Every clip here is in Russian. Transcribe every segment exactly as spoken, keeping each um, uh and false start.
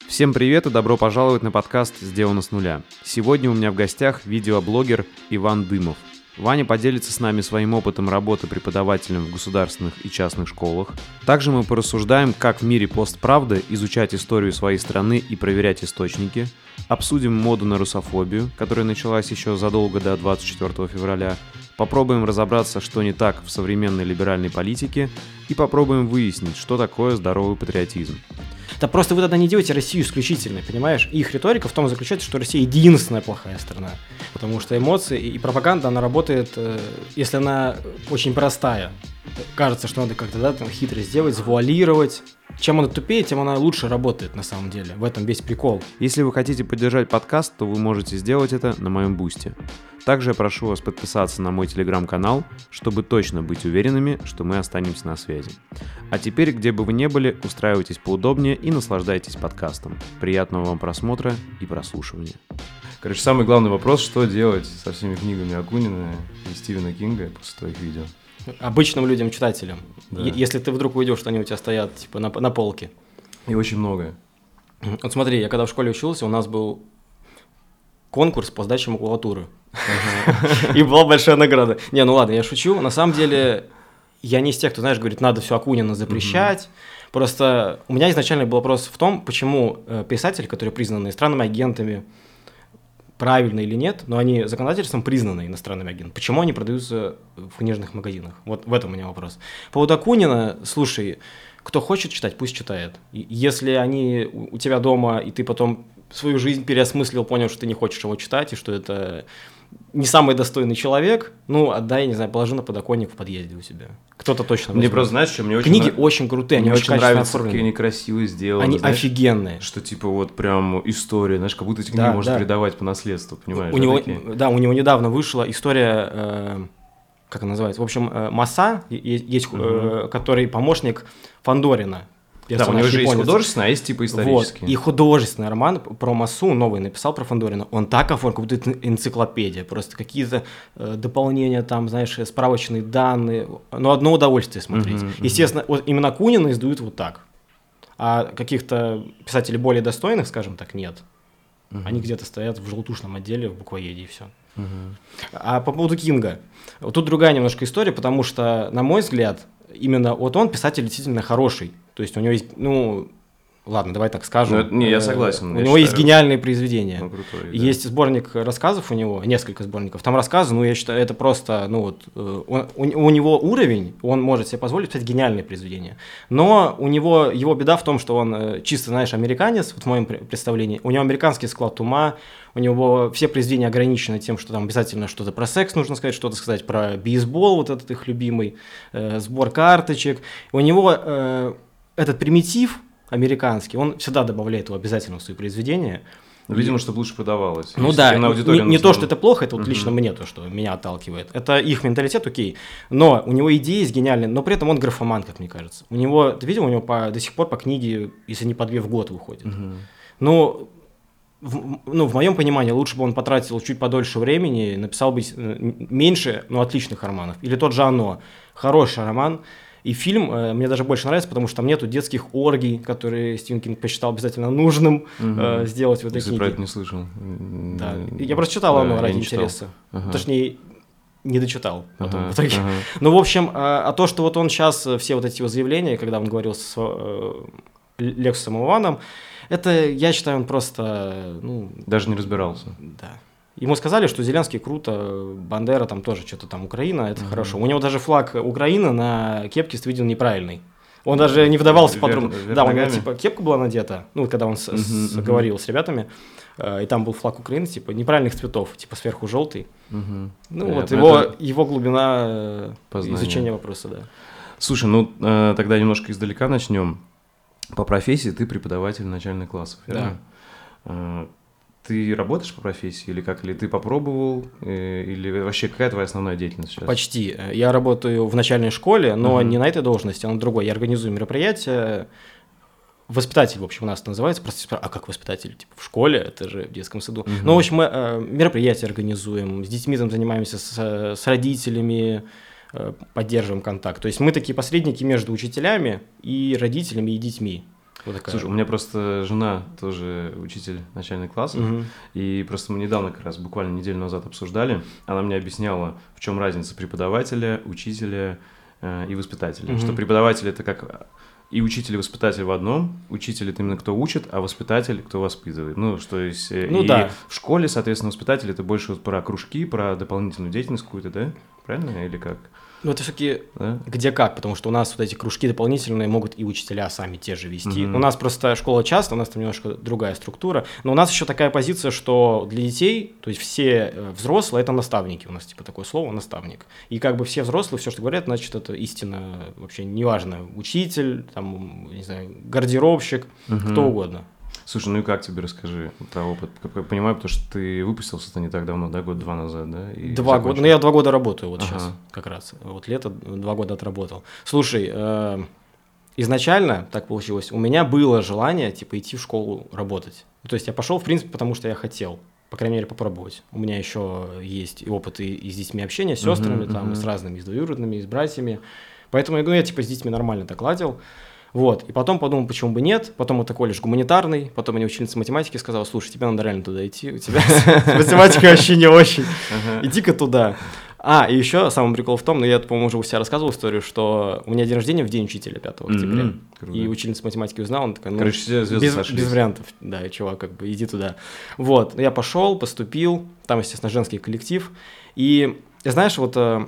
Всем привет и добро пожаловать на подкаст «Сделано с нуля». Сегодня у меня в гостях видеоблогер Иван Дымов. Ваня поделится с нами своим опытом работы преподавателем в государственных и частных школах. Также мы порассуждаем, как в мире постправды изучать историю своей страны и проверять источники. Обсудим моду на русофобию, которая началась еще задолго до двадцать четвёртого февраля. Попробуем разобраться, что не так в современной либеральной политике. И попробуем выяснить, что такое здоровый патриотизм. Да просто вы тогда не делаете Россию исключительной, понимаешь? Их риторика в том заключается, что Россия единственная плохая страна. Потому что эмоции и пропаганда, она работает, если она очень простая. Кажется, что надо как-то, да, там, хитро сделать, завуалировать. Чем она тупее, тем она лучше работает на самом деле. В этом весь прикол. Если вы хотите поддержать подкаст, то вы можете сделать это на моем бусте. Также я прошу вас подписаться на мой телеграм-канал, чтобы точно быть уверенными, что мы останемся на связи. А теперь, где бы вы ни были, устраивайтесь поудобнее и наслаждайтесь подкастом. Приятного вам просмотра и прослушивания. Короче, самый главный вопрос, что делать со всеми книгами Акунина и Стивена Кинга после твоих видео? Обычным людям, читателям. Да. Е- если ты вдруг увидел, что они у тебя стоят типа на, на полке. И очень много. Вот смотри, я когда в школе учился, у нас был конкурс по сдаче макулатуры. И была большая награда. Не, ну ладно, я шучу. На самом деле, я не из тех, кто, знаешь, говорит, надо все Акунина запрещать. Просто у меня изначально был вопрос в том, почему писатели, которые признаны иностранными агентами, правильно или нет, но они законодательством признаны иностранными агентами, почему они продаются в книжных магазинах? Вот в этом у меня вопрос. По поводу Акунина, слушай, кто хочет читать, пусть читает. Если они у тебя дома, и ты потом свою жизнь переосмыслил, понял, что ты не хочешь его читать, и что это не самый достойный человек, ну, отдай, не знаю, положи на подоконник в подъезде у себя. Кто-то точно возьмет. Мне просто, знаешь, что мне очень Книги нрав... очень крутые, они мне очень очень нравятся, оформлены. какие они красивые сделаны. Они знаешь, офигенные. Что типа вот прям история, знаешь, как будто эти книги Да, можно да. передавать по наследству, понимаешь? У да, него, такие? да, у него недавно вышла история, э, как она называется, в общем, э, Маса, есть, есть э, который помощник Фандорина. Да, у него же есть художественный, а есть типа исторический. Вот. И художественный роман про Массу новый написал про Фандорина. Он так оформлен, как будто это энциклопедия. Просто какие-то э, дополнения, там, знаешь, справочные данные. Но одно удовольствие смотреть. Uh-huh, uh-huh. Естественно, вот именно Акунина издают вот так. А каких-то писателей более достойных, скажем так, нет. Uh-huh. Они где-то стоят в желтушном отделе, в буквоеде, и все. Uh-huh. А по поводу Кинга. Вот тут другая немножко история, потому что, на мой взгляд, именно вот он писатель действительно хороший. То есть у него есть, ну, ладно, давай так скажем. Ну, это, не, я согласен. У я него считаю, есть гениальные произведения. Ну, крутой, да. Есть сборник рассказов у него, несколько сборников. Там рассказы, ну, я считаю, это просто, ну, вот, он, у, у него уровень, он может себе позволить писать гениальные произведения. Но у него, его беда в том, что он чисто, знаешь, американец, вот в моем представлении. У него американский склад ума, у него все произведения ограничены тем, что там обязательно что-то про секс нужно сказать, что-то сказать про бейсбол, вот этот их любимый, э, сбор карточек. У него э, этот примитив американский, он всегда добавляет его обязательно в свои произведения. Ну, видимо, чтобы лучше продавалось. Ну да, не, не то, что это плохо, это вот uh-huh. лично мне то, что меня отталкивает. Это их менталитет, окей. Но у него идеи есть гениальные, но при этом он графоман, как мне кажется. У него, ты видел, у него по, до сих пор по книге, если не по две в год выходит. Uh-huh. Но в, ну, в моем понимании, лучше бы он потратил чуть подольше времени, написал бы меньше, но отличных романов. Или тот же «Оно». Хороший роман. И фильм э, мне даже больше нравится, потому что там нету детских оргий, которые Стивен Кинг посчитал обязательно нужным угу. э, сделать в этой Если книге. про это не слышал. Да. Я просто читал да, «Оно» ради интереса. Ага. Точнее, не дочитал потом ага, в итоге. Ага. Ну, в общем, а, а то, что вот он сейчас, все вот эти его заявления, когда он говорил с э, Лексусом Иваном, это, я считаю, он просто... Ну, даже не разбирался. Да. Ему сказали, что Зеленский круто, Бандера там тоже что-то там Украина, это uh-huh. хорошо. У него даже флаг Украины на кепке видел неправильный. Он даже не вдавался в подробности. Да, у него типа кепка была надета, ну, когда он с, uh-huh, с, uh-huh. говорил с ребятами, э, и там был флаг Украины, типа, неправильных цветов, типа, сверху желтый. Uh-huh. Ну, Понятно. Вот его, это... его глубина Познание. Изучения вопроса, да. Слушай, ну, э, тогда немножко издалека начнем. По профессии ты преподаватель начальных классов, верно? Да. Ты работаешь по профессии или как? Или ты попробовал? Или вообще какая твоя основная деятельность сейчас? Почти. Я работаю в начальной школе, но uh-huh. не на этой должности, а на другой. Я организую мероприятия. Воспитатель, в общем, у нас это называется. Просто спрашивают, а как воспитатель? Типа в школе, это же в детском саду. Uh-huh. Ну, в общем, мы мероприятия организуем, с детьми там занимаемся, с, с родителями, поддерживаем контакт. То есть мы такие посредники между учителями и родителями и детьми. Вот такая. Слушай, у меня просто жена тоже учитель начальных классов, Мгм. и просто мы недавно, как раз буквально неделю назад обсуждали, она мне объясняла, в чем разница преподавателя, учителя э, и воспитателя. Мгм. Что преподаватель это как и учитель, и воспитатель в одном. Учитель это именно кто учит, а воспитатель кто воспитывает. Ну, что есть. э, Ну и да. в школе, соответственно, воспитатель это больше вот про кружки, про дополнительную деятельность какую-то, да? Правильно или как? Ну, это все-таки Да? где как, потому что у нас вот эти кружки дополнительные могут и учителя сами те же вести. Мгм. У нас просто школа частная, у нас там немножко другая структура, но у нас еще такая позиция, что для детей, то есть все э, взрослые – это наставники, у нас типа такое слово «наставник». И как бы все взрослые, все, что говорят, значит, это истина вообще неважно. Учитель, там, не знаю, гардеробщик, Мгм. кто угодно. Слушай, ну и как тебе, расскажи про опыт? Как я понимаю, потому что ты выпустился-то не так давно, да, год-два назад, да? И Два закончил. года, ну я два года работаю вот Ага. сейчас как раз, вот лето, два года отработал. Слушай, э, изначально так получилось, у меня было желание, типа, идти в школу работать. То есть я пошел, в принципе, потому что я хотел, по крайней мере, попробовать. У меня еще есть и опыт и, и с детьми общения, с сестрами, Мгм, там, и мгм. с разными, и с двоюродными, и с братьями. Поэтому я, ну, я, типа, с детьми нормально так ладил. Вот, и потом подумал, почему бы нет, потом это колледж гуманитарный, потом мне ученица математики сказала, слушай, тебе надо реально туда идти, у тебя с математикой вообще не очень, Ага. иди-ка туда. А, и еще самый прикол в том, ну я, по-моему, уже у себя рассказывал историю, что у меня день рождения в день учителя пятого октября, Мгм. Круто. и ученица математики узнала, она такая, ну, Короче, все звезды без, сошлись. без вариантов, да, и чувак, как бы, иди туда. Вот, я пошел, поступил, там, естественно, женский коллектив, и, знаешь, вот э,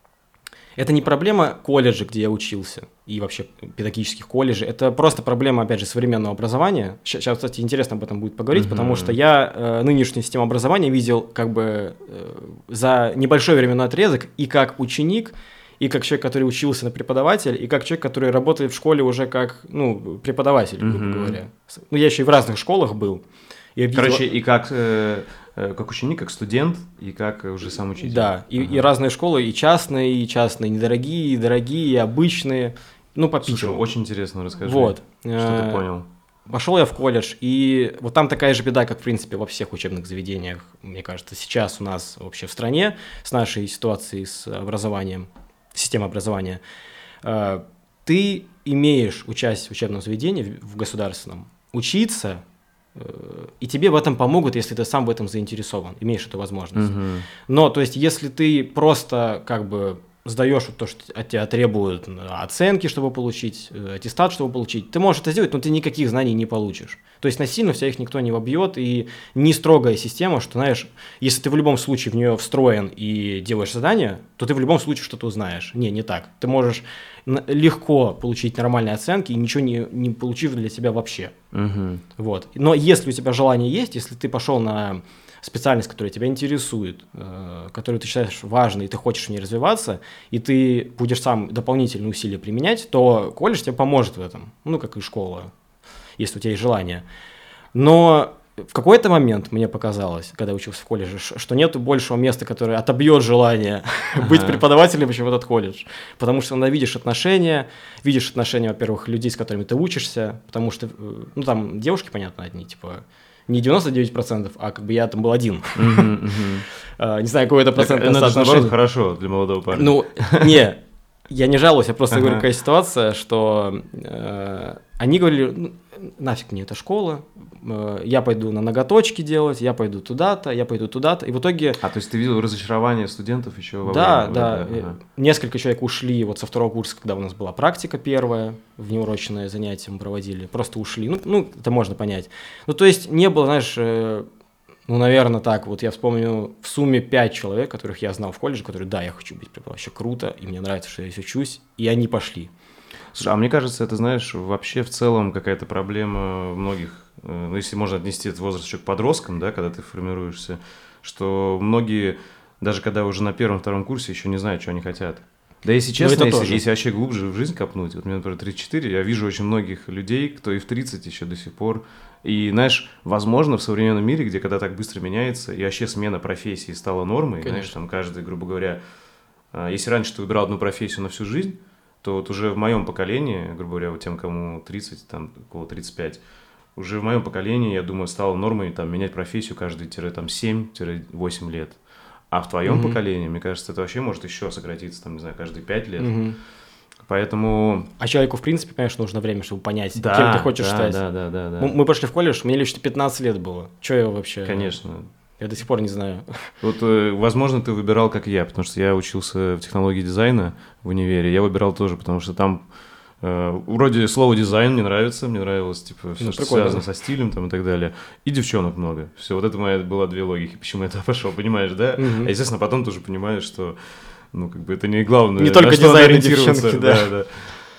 это не проблема колледжа, где я учился, и вообще педагогических колледжей, это просто проблема, опять же, современного образования. Сейчас, кстати, интересно об этом будет поговорить, Мгм. потому что я э, нынешнюю систему образования видел как бы э, за небольшой временной отрезок и как ученик, и как человек, который учился на преподавателя, и как человек, который работает в школе уже как, ну, преподаватель, грубо Мгм. говоря. Ну, я еще и в разных школах был. Я видел- Короче, и как, э, э, как ученик, как студент, и как уже сам учитель. Да, и, Ага. и разные школы, и частные, и частные, недорогие, и дорогие, и обычные, ну, по Слушай, Питеру. очень интересно, расскажи. Вот. Что Э, ты понял? Пошел я в колледж, и вот там такая же беда, как, в принципе, во всех учебных заведениях, мне кажется, сейчас у нас вообще в стране, с нашей ситуацией с образованием, системой образования. Э, Ты имеешь, участие в учебном заведении, в в государственном, учиться, э, и тебе в этом помогут, если ты сам в этом заинтересован, имеешь эту возможность. Мгм. Но, то есть, если ты просто как бы сдаешь вот то, что от тебя требуют м, оценки, чтобы получить, э, аттестат, чтобы получить, ты можешь это сделать, но ты никаких знаний не получишь. То есть насильно в тебя их никто не вобьет, и не строгая система, что, знаешь, если ты в любом случае в нее встроен и делаешь задания, то ты в любом случае что-то узнаешь. Не, не так. Ты можешь н- легко получить нормальные оценки, и ничего не, не получив для тебя вообще. Мгм. Вот. Но если у тебя желание есть, если ты пошел на специальность, которая тебя интересует, э, которую ты считаешь важной, и ты хочешь в ней развиваться, и ты будешь сам дополнительные усилия применять, то колледж тебе поможет в этом, ну, как и школа, если у тебя есть желание. Но в какой-то момент мне показалось, когда я учился в колледже, ш- что нет большего места, которое отобьет желание быть Ага. преподавателем, чем этот колледж. Потому что иногда видишь отношения, видишь отношения, во-первых, людей, с которыми ты учишься, потому что, э, ну, там девушки, понятно, одни, типа, не девяносто девять процентов, а как бы я там был один. Мгм, мгм. Э, Не знаю, какое это Так, процентное ну, это же, наоборот, соотношение. хорошо для молодого парня. Ну, не, я не жалуюсь, я просто Ага. говорю, какая ситуация, что э, они говорили, «Ну, нафиг мне эта школа, э, я пойду на ноготочки делать, я пойду туда-то, я пойду туда-то. И в итоге, А, то есть ты видел разочарование студентов еще во да, время? да, ага. э, несколько человек ушли вот со второго курса, когда у нас была практика первая, внеурочное занятие мы проводили, просто ушли. Ну, ну, это можно понять. Ну, то есть не было, знаешь, э, ну, наверное, так, вот я вспомню в сумме пять человек, которых я знал в колледже, которые, да, я хочу быть преподавателем, вообще круто, и мне нравится, что я здесь учусь, и они пошли. Слушай, а мне кажется, это, знаешь, вообще в целом какая-то проблема многих, э, ну, если можно отнести этот возраст еще к подросткам, да, когда ты формируешься, что многие, даже когда уже на первом-втором курсе, еще не знают, что они хотят. Да, если честно, это если, тоже. если вообще глубже в жизнь копнуть, вот мне, например, тридцать четыре, я вижу очень многих людей, кто и в тридцать еще до сих пор. И, знаешь, возможно, в современном мире, где когда так быстро меняется, и вообще смена профессии стала нормой, Конечно. знаешь, там каждый, грубо говоря, э, если раньше ты выбирал одну профессию на всю жизнь, то вот уже в моем поколении, грубо говоря, вот тем, кому тридцать, там, около тридцать пять, уже в моем поколении, я думаю, стало нормой там, менять профессию каждые там, семь-восемь лет. А в твоем Мгм. поколении, мне кажется, это вообще может еще сократиться, там, не знаю, каждые пять лет. Мгм. Поэтому... А человеку, в принципе, конечно, нужно время, чтобы понять, да, кем ты хочешь да, стать. Да, да, да, да. Мы, мы пошли в колледж, мне лично пятнадцать лет было. Че я вообще... Конечно. Я до сих пор не знаю. Вот, возможно, ты выбирал, как я, потому что я учился в технологии дизайна в универе. Я выбирал тоже, потому что там э, вроде слово дизайн мне нравится, мне нравилось, типа, все, ну, что прикольно. Связано со стилем там и так далее. И девчонок много. Все, вот это моя была две логики, почему я туда пошел, понимаешь, да? Mm-hmm. А, естественно, потом ты уже понимаешь, что, ну, как бы это не главное. Не только дизайн и девчонки, да. да, да.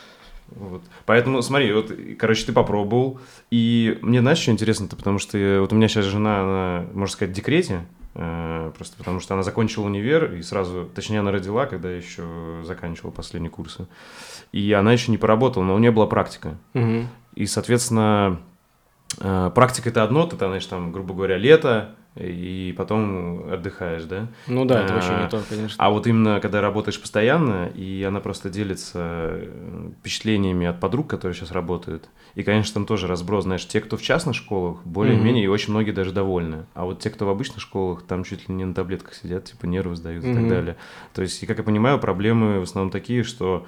Вот. Поэтому, смотри, вот, короче, ты попробовал, и мне, знаешь, что интересно-то, потому что вот у меня сейчас жена, она, можно сказать, в декрете, э, просто потому что она закончила универ, и сразу, точнее, она родила, когда я еще заканчивал последние курсы, и она еще не поработала, но у нее была практика, угу. и, соответственно, э, практика – это одно, ты, там, знаешь, там, грубо говоря, лето, и потом отдыхаешь, да? Ну да, это а, вообще не то, конечно. А вот именно, когда работаешь постоянно, и она просто делится впечатлениями от подруг, которые сейчас работают, и, конечно, там тоже разброс, знаешь, те, кто в частных школах, более-менее, mm-hmm. и очень многие даже довольны, а вот те, кто в обычных школах, там чуть ли не на таблетках сидят, типа нервы сдают mm-hmm. и так далее. То есть, и, как я понимаю, проблемы в основном такие, что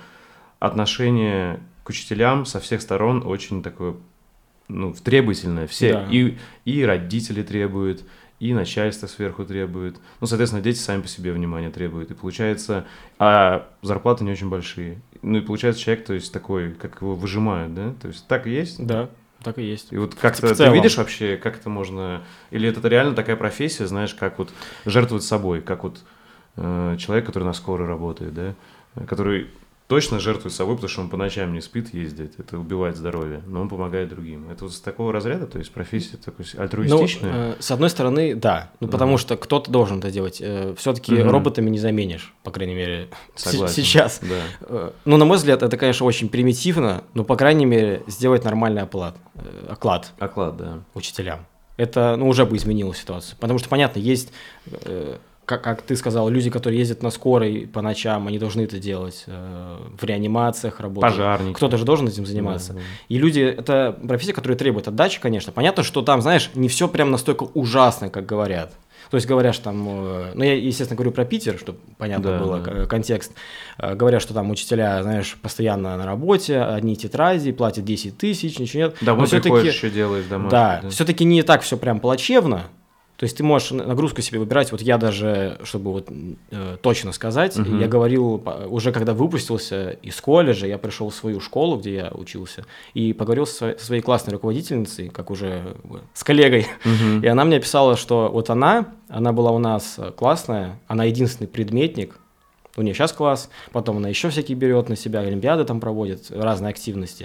отношение к учителям со всех сторон очень такое, ну, требовательное, все, да. и, и родители требуют, и начальство сверху требует. Ну, соответственно, дети сами по себе внимания требуют. И получается, а зарплаты не очень большие. Ну, и получается человек, то есть, такой, как его выжимают, да? То есть, так и есть? Да, так и есть. И вот как-то ты видишь вообще, как это можно... Или это реально такая профессия, знаешь, как вот жертвовать собой, как вот э, человек, который на скорой работает, да? Который точно жертвует собой, потому что он по ночам не спит, ездит. Это убивает здоровье, но он помогает другим. Это вот с такого разряда, то есть профессия такой альтруистичная? Ну, э, с одной стороны, да. Ну, uh-huh. потому что кто-то должен это делать. Э, все-таки uh-huh. роботами не заменишь, по крайней мере, Согласен. сейчас. Да. Э, ну, на мой взгляд, это, конечно, очень примитивно, но, по крайней мере, сделать нормальный оклад, э, оклад, оклад, да. учителям. Это, ну, уже бы изменило ситуацию. Потому что, понятно, есть... Э, Как, как ты сказал, люди, которые ездят на скорой по ночам, они должны это делать, э, в реанимациях работать. Пожарники. Кто-то же должен этим заниматься. Да, да. И люди, это профессия, которая требует отдачи, конечно. Понятно, что там, знаешь, не все прям настолько ужасно, как говорят. То есть говорят, что там, э, ну я, естественно, говорю про Питер, чтобы понятно да, было да. контекст. Э, говорят, что там учителя, знаешь, постоянно на работе, одни тетради, платят десять тысяч, ничего нет. Домой приходишь, еще делаешь домашку. Да, да, все-таки не так все прям плачевно. То есть ты можешь нагрузку себе выбирать. Вот я даже, чтобы вот, э, точно сказать, uh-huh. я говорил, уже когда выпустился из колледжа, я пришел в свою школу, где я учился, и поговорил со своей, со своей классной руководительницей, как уже с коллегой. Uh-huh. И она мне писала, что вот она, она была у нас классная, она единственный предметник, у нее сейчас класс, потом она еще всякие берет на себя, олимпиады там проводит, разные активности.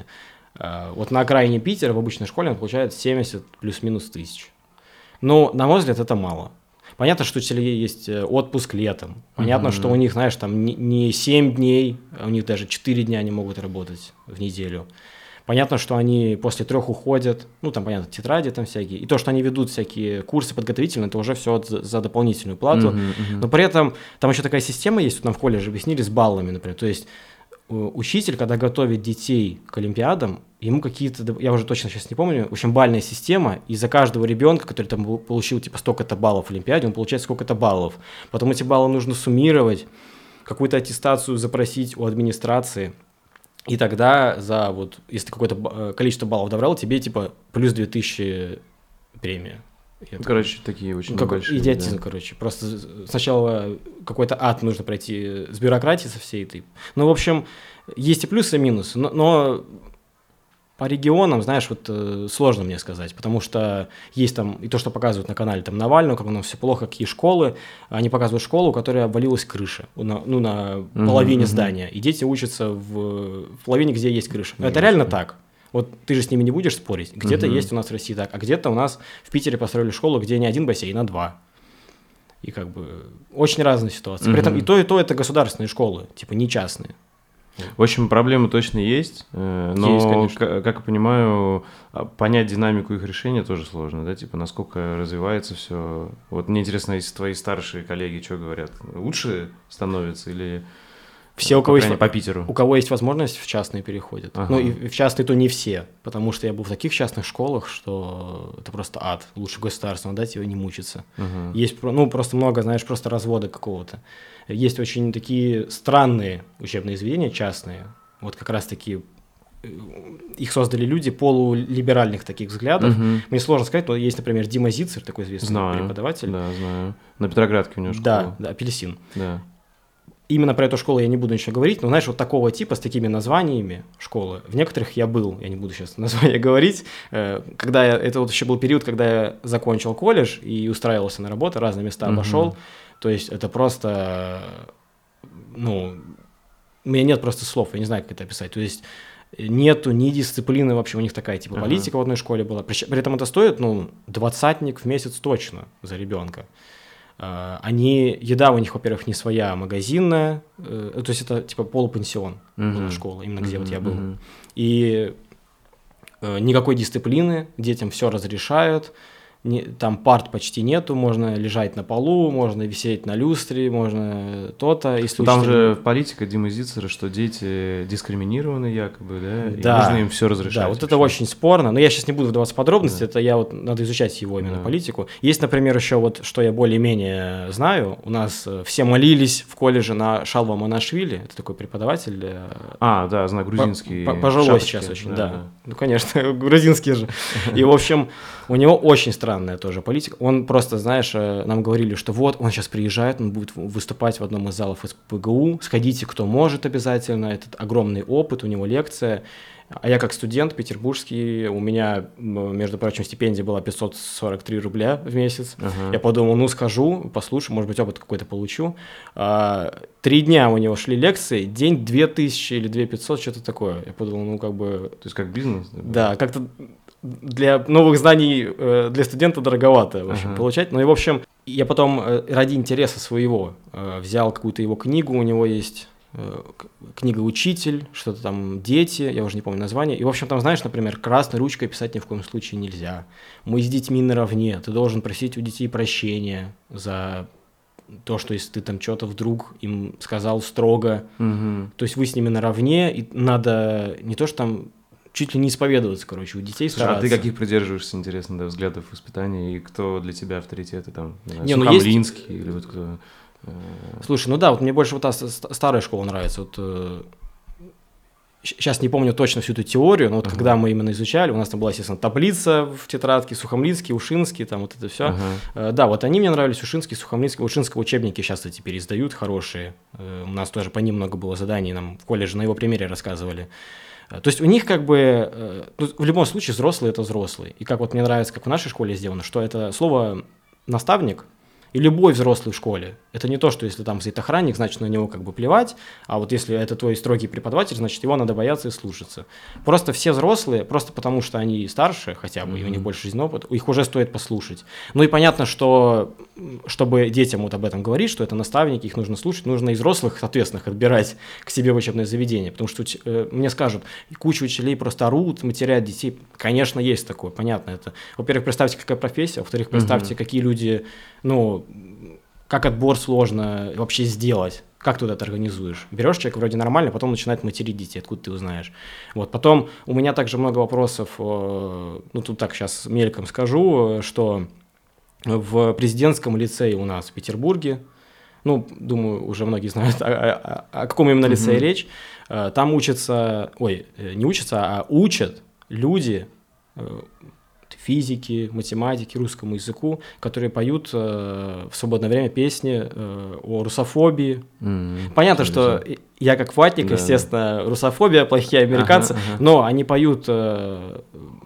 Вот на окраине Питера в обычной школе он получает семьдесят плюс-минус тысяч. Но, на мой взгляд, это мало. Понятно, что у учителей есть отпуск летом. Понятно, mm-hmm. что у них, знаешь, там не семь дней, а у них даже четыре дня они могут работать в неделю. Понятно, что они после трех уходят, ну, там, понятно, тетради там всякие. И то, что они ведут всякие курсы подготовительные, это уже все за, за дополнительную плату. Mm-hmm, mm-hmm. Но при этом там еще такая система есть, вот нам в колледже объяснили, с баллами, например. То есть учитель, когда готовит детей к олимпиадам, ему какие-то, я уже точно сейчас не помню, в общем, бальная система, и за каждого ребенка, который там получил типа столько-то баллов в олимпиаде, он получает сколько-то баллов. Потом эти баллы нужно суммировать, какую-то аттестацию запросить у администрации, и тогда за вот, если какое-то количество баллов добрал, тебе типа плюс две тысячи премия. Ну, короче, такие очень как, большие. Идиотизм, да. короче. Просто сначала какой-то ад нужно пройти с бюрократией со всей этой. Ну, в общем, есть и плюсы, и минусы. Но, но по регионам, знаешь, вот э, сложно мне сказать, потому что есть там и то, что показывают на канале там Навального, как у нас все плохо, какие школы. Они показывают школу, у которой обвалилась крыша, на, ну, на uh-huh, половине uh-huh. здания. И дети учатся в, в половине, где есть крыша. Uh-huh. Это реально так. Вот ты же с ними не будешь спорить. Где-то uh-huh. есть у нас в России так, а где-то у нас в Питере построили школу, где не один бассейн, а два. И как бы очень разные ситуации. Uh-huh. При этом и то, и то это государственные школы, типа не частные. В общем, проблемы точно есть, но, есть, как я понимаю, понять динамику их решения тоже сложно, да, типа, насколько развивается все. Вот мне интересно, если твои старшие коллеги что говорят, лучше становится или... Все, у кого, есть, по Питеру. у кого есть возможность, в частные переходят. Ага. Ну, и в частные то не все, потому что я был в таких частных школах, что это просто ад. Лучше государственного дать, его не мучиться. Ага. Есть, ну, просто много, знаешь, просто развода какого-то. Есть очень такие странные учебные заведения, частные, вот как раз-таки их создали люди полулиберальных таких взглядов. Угу. Мне сложно сказать, но есть, например, Дима Зицер, такой известный знаю, преподаватель. Да, знаю. На Петроградке у него школа. Да, да, «Апельсин». Да. Именно про эту школу я не буду ничего говорить, но, знаешь, вот такого типа с такими названиями школы, в некоторых я был, я не буду сейчас название говорить, когда я, это вот еще был период, когда я закончил колледж и устраивался на работу, разные места обошел, угу. То есть это просто, ну, у меня нет просто слов, я не знаю, как это описать, то есть нету ни дисциплины вообще, у них такая типа политика ага. в одной школе была, при, при этом это стоит, ну, двадцатник в месяц точно за ребенка. Они, еда у них, во-первых, не своя, а магазинная, то есть это типа полупансион uh-huh. была школа, именно где uh-huh. вот я был. Uh-huh. И никакой дисциплины, детям все разрешают, не, там парт почти нету, можно лежать на полу, можно висеть на люстре, можно то-то. И там же политика Димы Зицера, что дети дискриминированы якобы, да, и да, нужно им все разрешать. Да, вот это очень спорно, но я сейчас не буду вдаваться в подробности, да. это я вот, надо изучать его именно да. политику. Есть, например, еще вот, что я более-менее знаю, у нас все молились в колледже на Шалва Манашвили, это такой преподаватель. А, да, знаю, грузинский. Пожилой шапочки. Сейчас очень, да, да. да. Ну, конечно, грузинский же. И, в общем, у него очень странная тоже политика. Он просто, знаешь, нам говорили, что вот он сейчас приезжает, он будет выступать в одном из залов СПбГУ, сходите, кто может обязательно, этот огромный опыт, у него лекция. А я как студент петербургский, у меня, между прочим, стипендия была пятьсот сорок три рубля в месяц. Uh-huh. Я подумал, ну схожу, послушаю, может быть, опыт какой-то получу. А, три дня у него шли лекции, день две тысячи или две тысячи пятьсот, что-то такое. Я подумал, ну как бы... То есть как бизнес? Да, как-то... Для новых знаний для студента дороговато, в общем, uh-huh. получать. Ну и, в общем, я потом ради интереса своего взял какую-то его книгу, у него есть книга «Учитель», что-то там «Дети», я уже не помню название. И, в общем, там, знаешь, например, красной ручкой писать ни в коем случае нельзя. Мы с детьми наравне, ты должен просить у детей прощения за то, что если ты там что-то вдруг им сказал строго, uh-huh. то есть вы с ними наравне, и надо не то, что там... чуть ли не исповедоваться, короче, у детей Слушай, стараться. А ты каких придерживаешься, интересно, да, взглядов воспитания, и кто для тебя авторитеты, там, не знаю, не, ну Сухомлинский есть... или вот кто? Слушай, ну да, вот мне больше вот та старая школа нравится, вот э, сейчас не помню точно всю эту теорию, но вот uh-huh. когда мы именно изучали, у нас там была, естественно, таблица в тетрадке, Сухомлинский, Ушинский, там вот это все. Uh-huh. Э, да, вот они мне нравились, Ушинский, Сухомлинский, Ушинского учебники сейчас теперь издают хорошие, э, у нас тоже по ним много было заданий, нам в колледже на его примере рассказывали. То есть у них как бы, ну, в любом случае взрослый – это взрослый. И как вот мне нравится, как в нашей школе сделано, что это слово «наставник» и любой взрослый в школе. Это не то, что если там стоит охранник, значит, на него как бы плевать, а вот если это твой строгий преподаватель, значит, его надо бояться и слушаться. Просто все взрослые, просто потому что они старше хотя бы, mm-hmm. и у них больше жизненного опыта, их уже стоит послушать. Ну и понятно, что чтобы детям вот об этом говорить, что это наставники, их нужно слушать, нужно из взрослых, соответственно, отбирать к себе в учебное заведение, потому что э, мне скажут, куча учителей просто орут, матерят детей. Конечно, есть такое, понятно это. Во-первых, представьте, какая профессия, во-вторых, представьте, mm-hmm. какие люди, ну, как отбор сложно вообще сделать. Как ты это организуешь? Берешь человека вроде нормально, потом начинает материть детей, откуда ты узнаешь. Вот. Потом у меня также много вопросов, ну тут так сейчас мельком скажу, что в президентском лицее у нас в Петербурге, ну, думаю, уже многие знают, о, о, о каком именно лицее mm-hmm. речь, там учатся, ой, не учатся, а учат люди, физики, математики, русскому языку, которые поют э, в свободное время песни э, о русофобии. Mm-hmm. Понятно, что я как ватник, да. естественно, русофобия, плохие американцы, ага, ага. но они поют, э,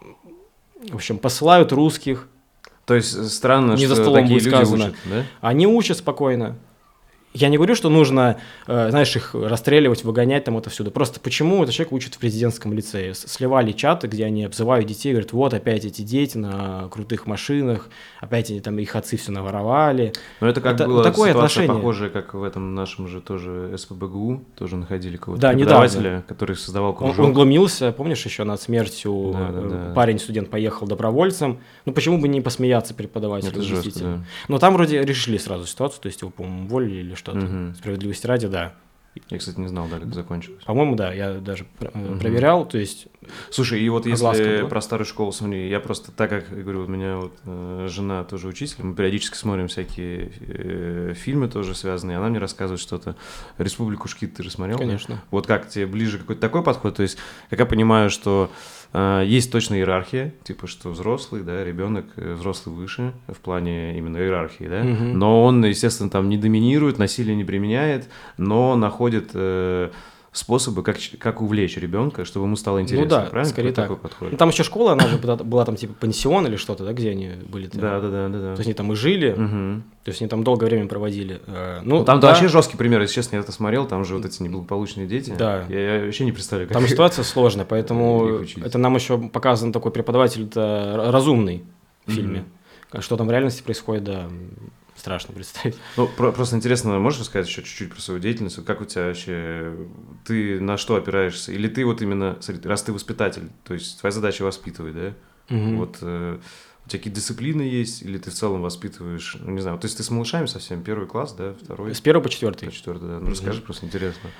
в общем, посылают русских. То есть странно, не что за столом такие будет люди сказано. учат, да? Они учат спокойно. Я не говорю, что нужно, э, знаешь, их расстреливать, выгонять там отовсюду. Просто почему этот человек учит в президентском лицее? Сливали чаты, где они обзывают детей, говорят, вот опять эти дети на крутых машинах, опять они там их отцы все наворовали. Но это как это, было такое ситуация отношение. Похожая, как в этом нашем же тоже СПбГУ, тоже находили кого-то да, преподавателя, недавно. который создавал кружок. Он, он глумился, помнишь, еще над смертью да, да, да. парень-студент поехал добровольцем. Ну почему бы не посмеяться преподавателю? Это жестко, да. Но там вроде решили сразу ситуацию, то есть его, по-моему, уволили или что-то. Угу. Справедливости ради, да. Я, кстати, не знал, да, как закончилось. По-моему, да, я даже угу. проверял, то есть... Слушай, и вот если про старую школу, смотри, я просто, так как, я говорю, у меня вот э, жена тоже учитель, мы периодически смотрим всякие э, фильмы тоже связанные, она мне рассказывает что-то. «Республику Шкид» ты же смотрел? Конечно. Да? Вот как тебе ближе какой-то такой подход? То есть, как я понимаю, что э, есть точно иерархия, типа, что взрослый, да, ребенок, взрослый выше в плане именно иерархии, да, угу. но он, естественно, там не доминирует, насилие не применяет, но находит... Э, способы, как, как увлечь ребенка, чтобы ему стало интересно, ну да, правильно? Скорее так. Ну, там еще школа, она же была, была там типа пансион или что-то, да, где они были? Да, да, да, да, да. То есть они там и жили, угу. то есть они там долгое время проводили. Ну, ну там да. вообще жесткий пример, если честно, я это смотрел, там же вот эти неблагополучные дети. Да. Я, я вообще не представляю, как там ситуация сложная, поэтому это нам еще показан такой преподаватель-то разумный в фильме. Угу. Что там в реальности происходит, да. Страшно представить. Ну, про- просто интересно, можешь рассказать еще чуть-чуть про свою деятельность? Как у тебя вообще, ты на что опираешься? Или ты вот именно, смотри, раз ты воспитатель, то есть твоя задача воспитывать, да? Угу. Вот э, у тебя какие-то дисциплины есть? Или ты в целом воспитываешь, ну, не знаю, то есть ты с малышами совсем, первый класс, да, второй? С первого по четвертый. По четвертый, да. Ну, угу. Расскажи, просто интересно.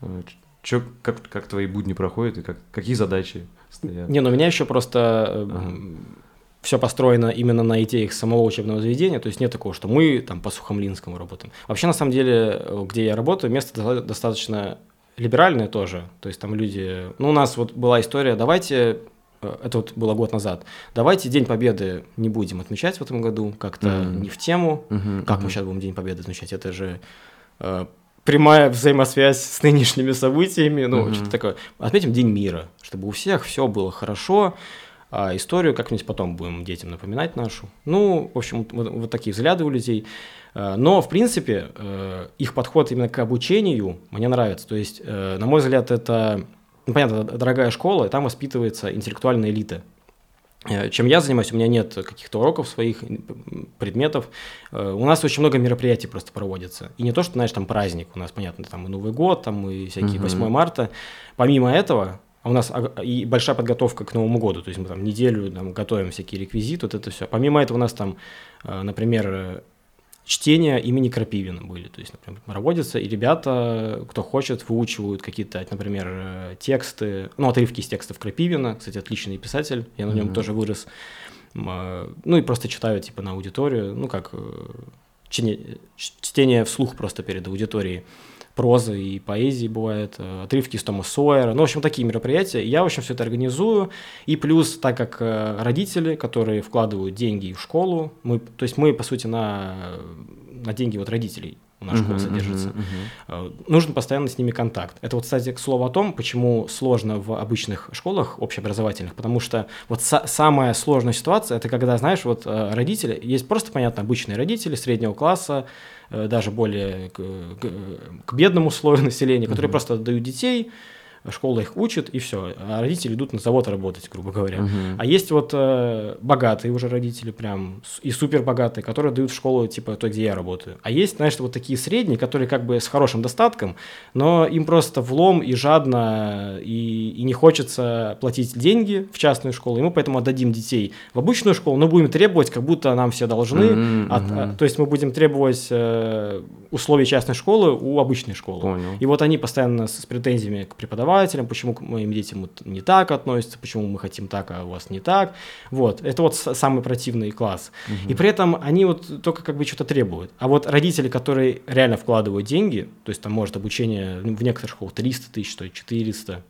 Чё, как, как твои будни проходят и как, какие задачи стоят? Не, ну у меня еще просто... Ага. Все построено именно на идеях самого учебного заведения, то есть нет такого, что мы там по Сухомлинскому работаем. Вообще, на самом деле, где я работаю, место достаточно либеральное тоже, то есть там люди... Ну, у нас вот была история, давайте, это вот было год назад, давайте День Победы не будем отмечать в этом году, как-то mm-hmm. не в тему, mm-hmm. как mm-hmm. мы сейчас будем День Победы отмечать, это же... Э, прямая взаимосвязь с нынешними событиями, ну, mm-hmm. что-то такое. Отметим День мира, чтобы у всех все было хорошо, а историю как-нибудь потом будем детям напоминать нашу. Ну, в общем, вот, вот такие взгляды у людей. Но, в принципе, их подход именно к обучению мне нравится. То есть, на мой взгляд, это, ну, понятно, дорогая школа, и там воспитывается интеллектуальная элита. Чем я занимаюсь, у меня нет каких-то уроков своих, предметов. У нас очень много мероприятий просто проводится. И не то, что, знаешь, там праздник, у нас, понятно, там и Новый год, там и всякие восьмое марта. Помимо этого... У нас и большая подготовка к Новому году, то есть мы там неделю там, готовим всякие реквизиты, вот это все. Помимо этого у нас там, например, чтения имени Крапивина были, то есть, например, проводятся, и ребята, кто хочет, выучивают какие-то, например, тексты, ну, отрывки из текстов Крапивина, кстати, отличный писатель, я на нем mm-hmm. тоже вырос, ну, и просто читаю, типа, на аудиторию, ну, как чтение, чтение вслух просто перед аудиторией. Прозы и поэзии бывает, отрывки из Тома Сойера, ну, в общем, такие мероприятия. Я, в общем, все это организую, и плюс, так как родители, которые вкладывают деньги в школу, мы, то есть мы, по сути, на, на деньги вот родителей у нас uh-huh, школа содержится, uh-huh, uh-huh. нужен постоянно с ними контакт. Это вот, кстати, к слову о том, почему сложно в обычных школах общеобразовательных, потому что вот са- самая сложная ситуация, это когда, знаешь, вот родители, есть просто, понятно, обычные родители среднего класса, даже более к, к, к бедному слою населения, которые uh-huh. просто отдают детей, школа их учит, и все. А родители идут на завод работать, грубо говоря. Uh-huh. А есть вот э, богатые уже родители, прям, и супербогатые, которые дают в школу, типа той, где я работаю. А есть, знаешь, вот такие средние, которые как бы с хорошим достатком, но им просто влом и жадно, и, и не хочется платить деньги в частную школу, и мы поэтому отдадим детей в обычную школу, но будем требовать, как будто нам все должны. Uh-huh. От, uh-huh. То есть мы будем требовать э, условий частной школы у обычной школы. Понял. И вот они постоянно с, с претензиями к преподавателям, почему к моим детям вот не так относятся, почему мы хотим так, а у вас не так. Вот, это вот самый противный класс. Угу. И при этом они вот только как бы что-то требуют. А вот родители, которые реально вкладывают деньги, то есть там может обучение в некоторых школах триста тысяч, то есть четыреста,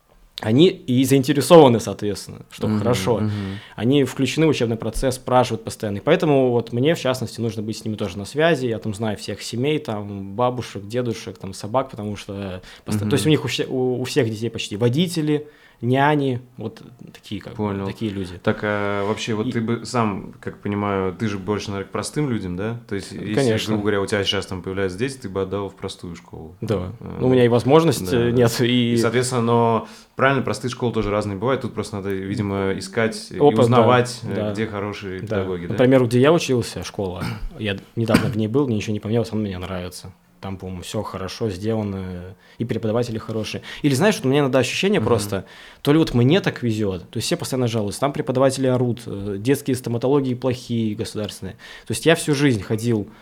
они и заинтересованы, соответственно, что uh-huh, хорошо. Uh-huh. Они включены в учебный процесс, спрашивают постоянно. И поэтому вот мне, в частности, нужно быть с ними тоже на связи. Я там знаю всех семей, там, бабушек, дедушек, там, собак, потому что... Uh-huh. То есть у них у, все, у, у всех детей почти водители, няни, вот такие, как бы, такие люди. Так, а вообще, вот и... ты бы сам, как понимаю, ты же больше, наверное, к простым людям, да? То есть, если, конечно. грубо говоря, у тебя сейчас там появляются дети, ты бы отдал в простую школу. Да, а, ну, у меня и возможности да, нет. Да. И... и, соответственно, но правильно, простые школы тоже разные бывают, тут просто надо, видимо, искать Опыт, и узнавать, да, где да. хорошие да. педагоги. Да? Например, где я учился, школа, я недавно в ней был, мне ничего не поменялось, она мне нравится. Там, по-моему, все хорошо сделано, и преподаватели хорошие. Или, знаешь, вот у меня иногда ощущение mm-hmm. просто, то ли вот мне так везет, то есть все постоянно жалуются, там преподаватели орут, детские стоматологии плохие, государственные. То есть я всю жизнь ходил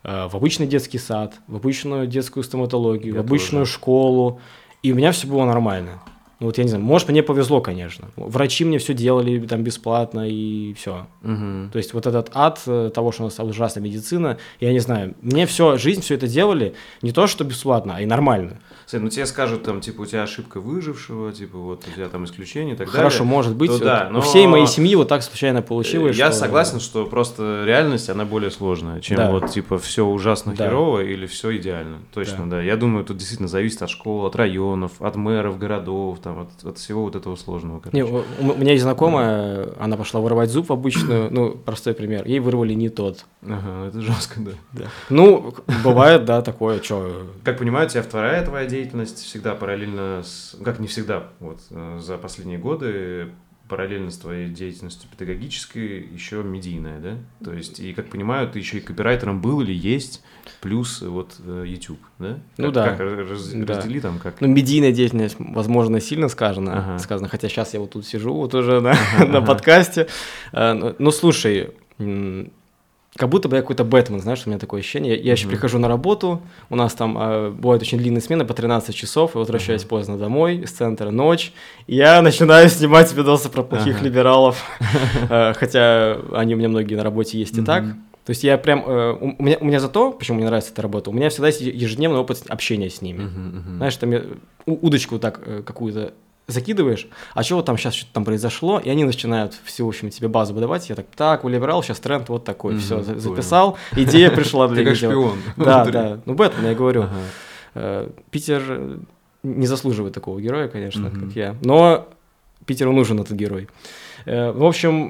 в обычный детский сад, в обычную детскую стоматологию, Я в обычную тоже. школу, и у меня все было нормально. Ну, вот я не знаю, может, мне повезло, конечно. Врачи мне все делали там бесплатно и все. Угу. То есть вот этот ад того, что у нас ужасная медицина, я не знаю, мне все, жизнь все это делали не то, что бесплатно, а и нормально. Кстати, ну тебе скажут, там, типа, у тебя ошибка выжившего, типа, вот у тебя там исключение и так Хорошо, далее. может быть, То да, но... у всей моей семьи вот так случайно получилось. Я что... согласен, что просто реальность, она более сложная, чем Да. вот, типа, все ужасно Да. херово или все идеально. Точно, да. Да. Я думаю, тут действительно зависит от школ, от районов, от мэров, городов, там, от, от всего вот этого сложного. Не, Короче. у, у меня есть знакомая, она пошла вырывать зуб в обычную, ну, простой пример, ей вырвали не тот. Ага, это жестко, да. Да. Ну, бывает, да, такое, что... Как понимаю, у тебя вторая твоя деятельность всегда параллельно с... Как не всегда, вот, э, за последние годы параллельно с твоей деятельностью педагогической еще медийная, да? То есть, и, как понимаю, ты еще и копирайтером был или есть, плюс вот э, YouTube, да? Ну как, да. Как раз, Да. раздели там, как... Ну, медийная деятельность, возможно, сильно сказано, Ага. сказано, хотя сейчас я вот тут сижу, вот уже на, на подкасте. А, Ну, ну, слушай, м, как будто бы я какой-то Бэтмен, знаешь, у меня такое ощущение. Я, я еще Мгм. прихожу на работу, у нас там а, бывают очень длинные смены по тринадцать часов, и возвращаюсь Ага. поздно домой из центра, ночь, и я начинаю снимать видосы про плохих Ага. либералов, А, хотя они у меня многие на работе есть и так. Мгм. То есть я прям, э, у у меня, у меня зато, почему мне нравится эта работа, у меня всегда есть ежедневный опыт общения с ними. Мгм, мгм. Знаешь, там я у- удочку так э, какую-то закидываешь, а что вот там сейчас что-то там произошло, и они начинают все, в общем, тебе базу выдавать, я так, так, у либерал сейчас тренд вот такой, Мгм, все, понял. записал, идея пришла Ты для как видео. шпион. Да, внутри. да, ну Бэтмен, я говорю. Ага. Э, Питер э, не заслуживает такого героя, конечно, Мгм. как я, но Питеру нужен этот герой. Э, В общем,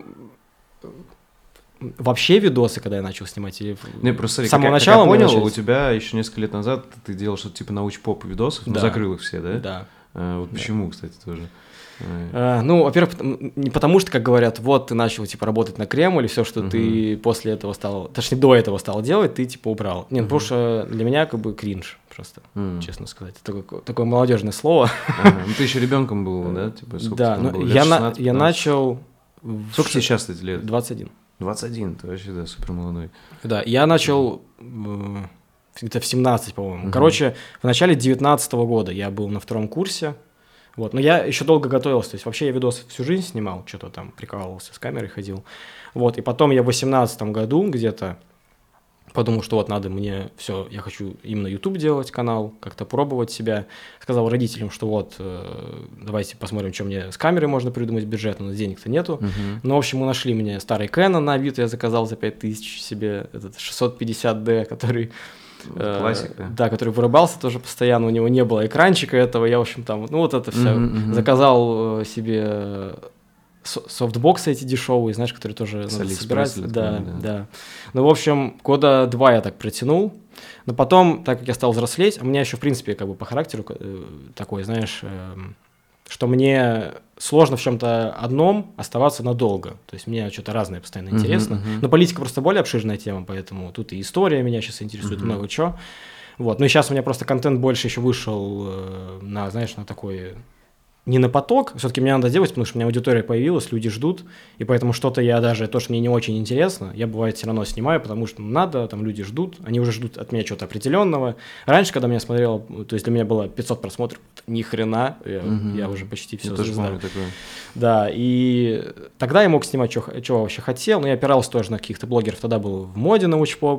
вообще видосы, когда я начал снимать, или в- Не, просто смотри, с самого как, я- как начала я мы понял, начали- у тебя еще несколько лет назад ты делал что-то типа науч-поп видосов, но Да. закрыл их все, да? Да. А, вот Да. почему, кстати, тоже? А, А, ну, во-первых, потому- не потому что, как говорят, вот ты начал, типа, работать на Кремль, и все, что Мгм. ты после этого стал, точнее, до этого стал делать, ты, типа, убрал. Нет, Мгм. потому что для меня, как бы, кринж просто, м. честно сказать. Это такое, такое молодежное слово. Ага, ну ты еще ребенком был, да? Типа, сколько Да, тебе ну, было? Лет я, на- шестнадцать, я пятнадцать? начал... в Сколько тебе ш- сейчас, кстати, лет? двадцать один. двадцать один, ты вообще, да, супер молодой. Да, я начал э, где-то в семнадцать, по-моему. Мгм. Короче, в начале девятнадцатого года я был на втором курсе. Вот, но я еще долго готовился. То есть вообще я видосы всю жизнь снимал, что-то там прикалывался, с камерой ходил. Вот, и потом я в восемнадцатом году где-то подумал, что вот надо мне все, я хочу именно YouTube делать канал, как-то пробовать себя. Сказал родителям, что вот э, давайте посмотрим, что мне с камерой можно придумать бюджет, но денег-то нету. Мгм. Ну, в общем, мы нашли мне старый Canon на Авито, я заказал за пять тысяч себе этот шестьсот пятьдесят ди, который... э, Классика. да, который вырубался тоже постоянно, у него не было экранчика этого, я, в общем, там, ну, вот это все. Мгм, мгм. Заказал э, себе э, со- софтбоксы эти дешевые, знаешь, которые тоже С надо Алиэкспресс собирать. или Да, там, да. да. Ну, в общем, года два я так протянул. Но потом, так как я стал взрослеть, а у меня еще, в принципе, как бы по характеру э, такой, знаешь, эм, что мне сложно в чем-то одном оставаться надолго. То есть мне что-то разное постоянно Мгм, интересно. мгм. Но политика просто более обширная тема, поэтому тут и история меня сейчас интересует, Мгм. много чего. Вот. Ну и сейчас у меня просто контент больше еще вышел э, на, знаешь, на такой... Не на поток, все-таки мне надо делать, потому что у меня аудитория появилась, люди ждут, и поэтому что-то я даже, то, что мне не очень интересно, я, бывает, все равно снимаю, потому что надо, там люди ждут, они уже ждут от меня чего-то определенного. Раньше, когда меня смотрел, то есть для меня было пятьсот просмотров, ни хрена, я, Мгм. я уже почти все Я тоже знаю. помню такое. Да, и тогда я мог снимать, что вообще хотел, но я опирался тоже на каких-то блогеров, тогда был в моде научпоп,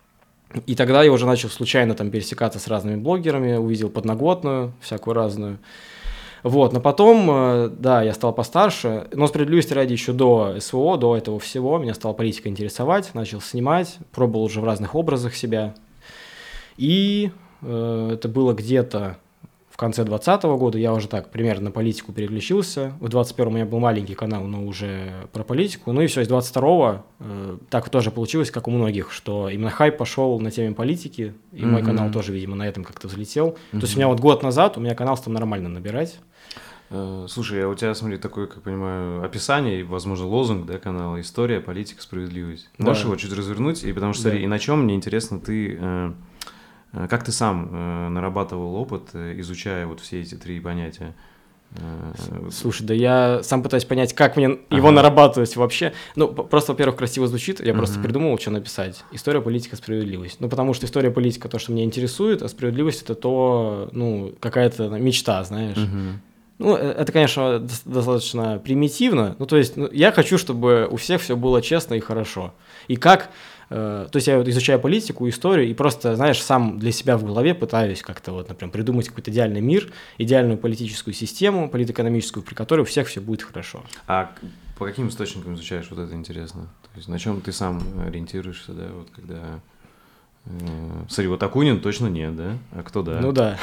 и тогда я уже начал случайно там пересекаться с разными блогерами, увидел подноготную, всякую разную. Вот, но потом, э, да, я стал постарше, но справедливости ради еще до СВО, до этого всего, меня стала политика интересовать, начал снимать, пробовал уже в разных образах себя. И э, это было где-то в конце двадцатого года, я уже так примерно на политику переключился. В двадцать первом у меня был маленький канал, но уже про политику. Ну и все, с двадцать второго э, так тоже получилось, как у многих, что именно хайп пошел на теме политики, и мой Мгм. канал тоже, видимо, на этом как-то взлетел. Мгм. То есть у меня вот год назад, у меня канал стал нормально набирать. Э, Слушай, а у тебя, смотри, такое, как понимаю, описание и, возможно, лозунг, да, канала «История, политика, справедливость». Да. Можешь его чуть развернуть? И потому что, смотри, Да. и на чем, мне интересно, ты, э, э, как ты сам э, нарабатывал опыт, э, изучая вот все эти три понятия? Слушай, да я сам пытаюсь понять, как мне ага. его нарабатывать вообще. Ну, просто, во-первых, красиво звучит, я uh-huh. просто придумал, что написать. История, политика, справедливость. Ну, потому что история, политика — то, что меня интересует, а справедливость — это то, ну, какая-то мечта, знаешь. Uh-huh. Ну, это, конечно, достаточно примитивно. Ну, то есть, ну, я хочу, чтобы у всех все было честно и хорошо. И как... То есть я вот изучаю политику, историю и просто, знаешь, сам для себя в голове пытаюсь как-то вот, например, придумать какой-то идеальный мир, идеальную политическую систему, политэкономическую, при которой у всех все будет хорошо. А по каким источникам изучаешь, вот это интересно? То есть на чем ты сам ориентируешься, да, вот когда... Смотри, вот Акунин точно нет, да? А кто да? Ну да.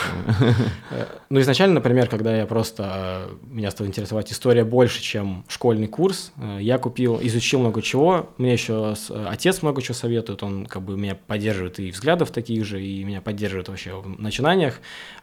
Ну изначально, например, когда я просто... Меня стала интересовать история больше, чем школьный курс, я купил, изучил много чего. Мне еще отец много чего советует, он как бы меня поддерживает и взглядов таких же, и меня поддерживает вообще в начинаниях.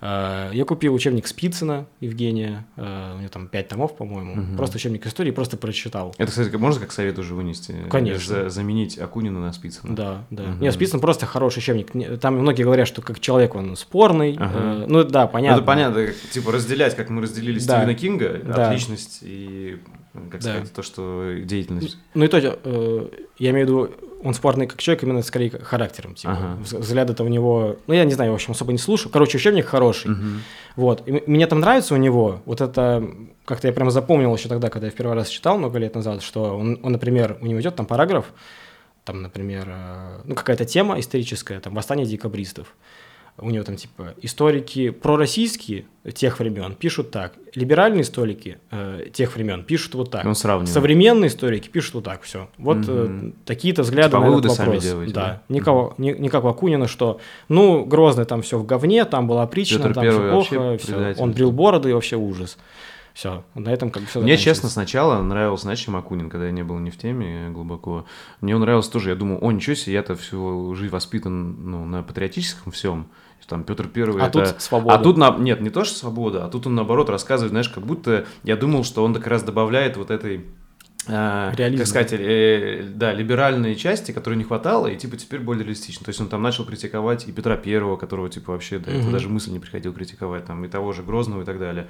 Я купил учебник Спицына Евгения, у него там пять томов, по-моему. Угу. Просто учебник истории, просто прочитал. Это, кстати, можно как совет уже вынести? Конечно. Заменить Акунина на Спицына? Да, да. Угу. Нет, Спицын просто хороший учебник. Там многие говорят, что как человек он спорный. Ага. Э, ну да, понятно. Это понятно, типа разделять, как мы разделили да. Стивена Кинга, да. от личность и, как да. сказать, то, что деятельность. Ну и то, э, я имею в виду, он спорный как человек, именно скорее характером. Типа. Ага. Взгляды-то у него, ну я не знаю, в общем, особо не слушаю. Короче, учебник хороший. Угу. Вот. И мне там нравится у него, вот это, как-то я прямо запомнил еще тогда, когда я в первый раз читал много лет назад, что он, он например, у него идет там параграф, там, например, ну, какая-то тема историческая, там, восстание декабристов. У него там, типа, историки пророссийские тех времен пишут так, либеральные историки э, тех времен пишут вот так, современные историки пишут вот так, все. Вот угу. э, такие-то взгляды типа на этот вопрос. Сами делаете, да, да? Никого, угу. ни, не как у Акунина, что, ну, Грозный там все в говне, там была опричнина, там все плохо, все. Он брил бороды и вообще ужас. Все, на этом как бы все. Мне, честно, сначала нравился, знаешь, чем Акунин, когда я не был не в теме глубоко. Мне он нравился тоже, я думаю, о, ничего себе, я-то всю жизнь воспитан ну, на патриотическом всем. Там Петр Первый. А это... тут свобода. А тут, на... нет, не то, что свобода, а тут он, наоборот, рассказывает, знаешь, как будто я думал, что он как раз добавляет вот этой... А, как сказать, э, да, либеральные части, которые не хватало, и типа теперь более реалистично. То есть он там начал критиковать и Петра Первого, которого типа вообще до этого угу. даже мысль не приходил критиковать, там, и того же Грозного и так далее.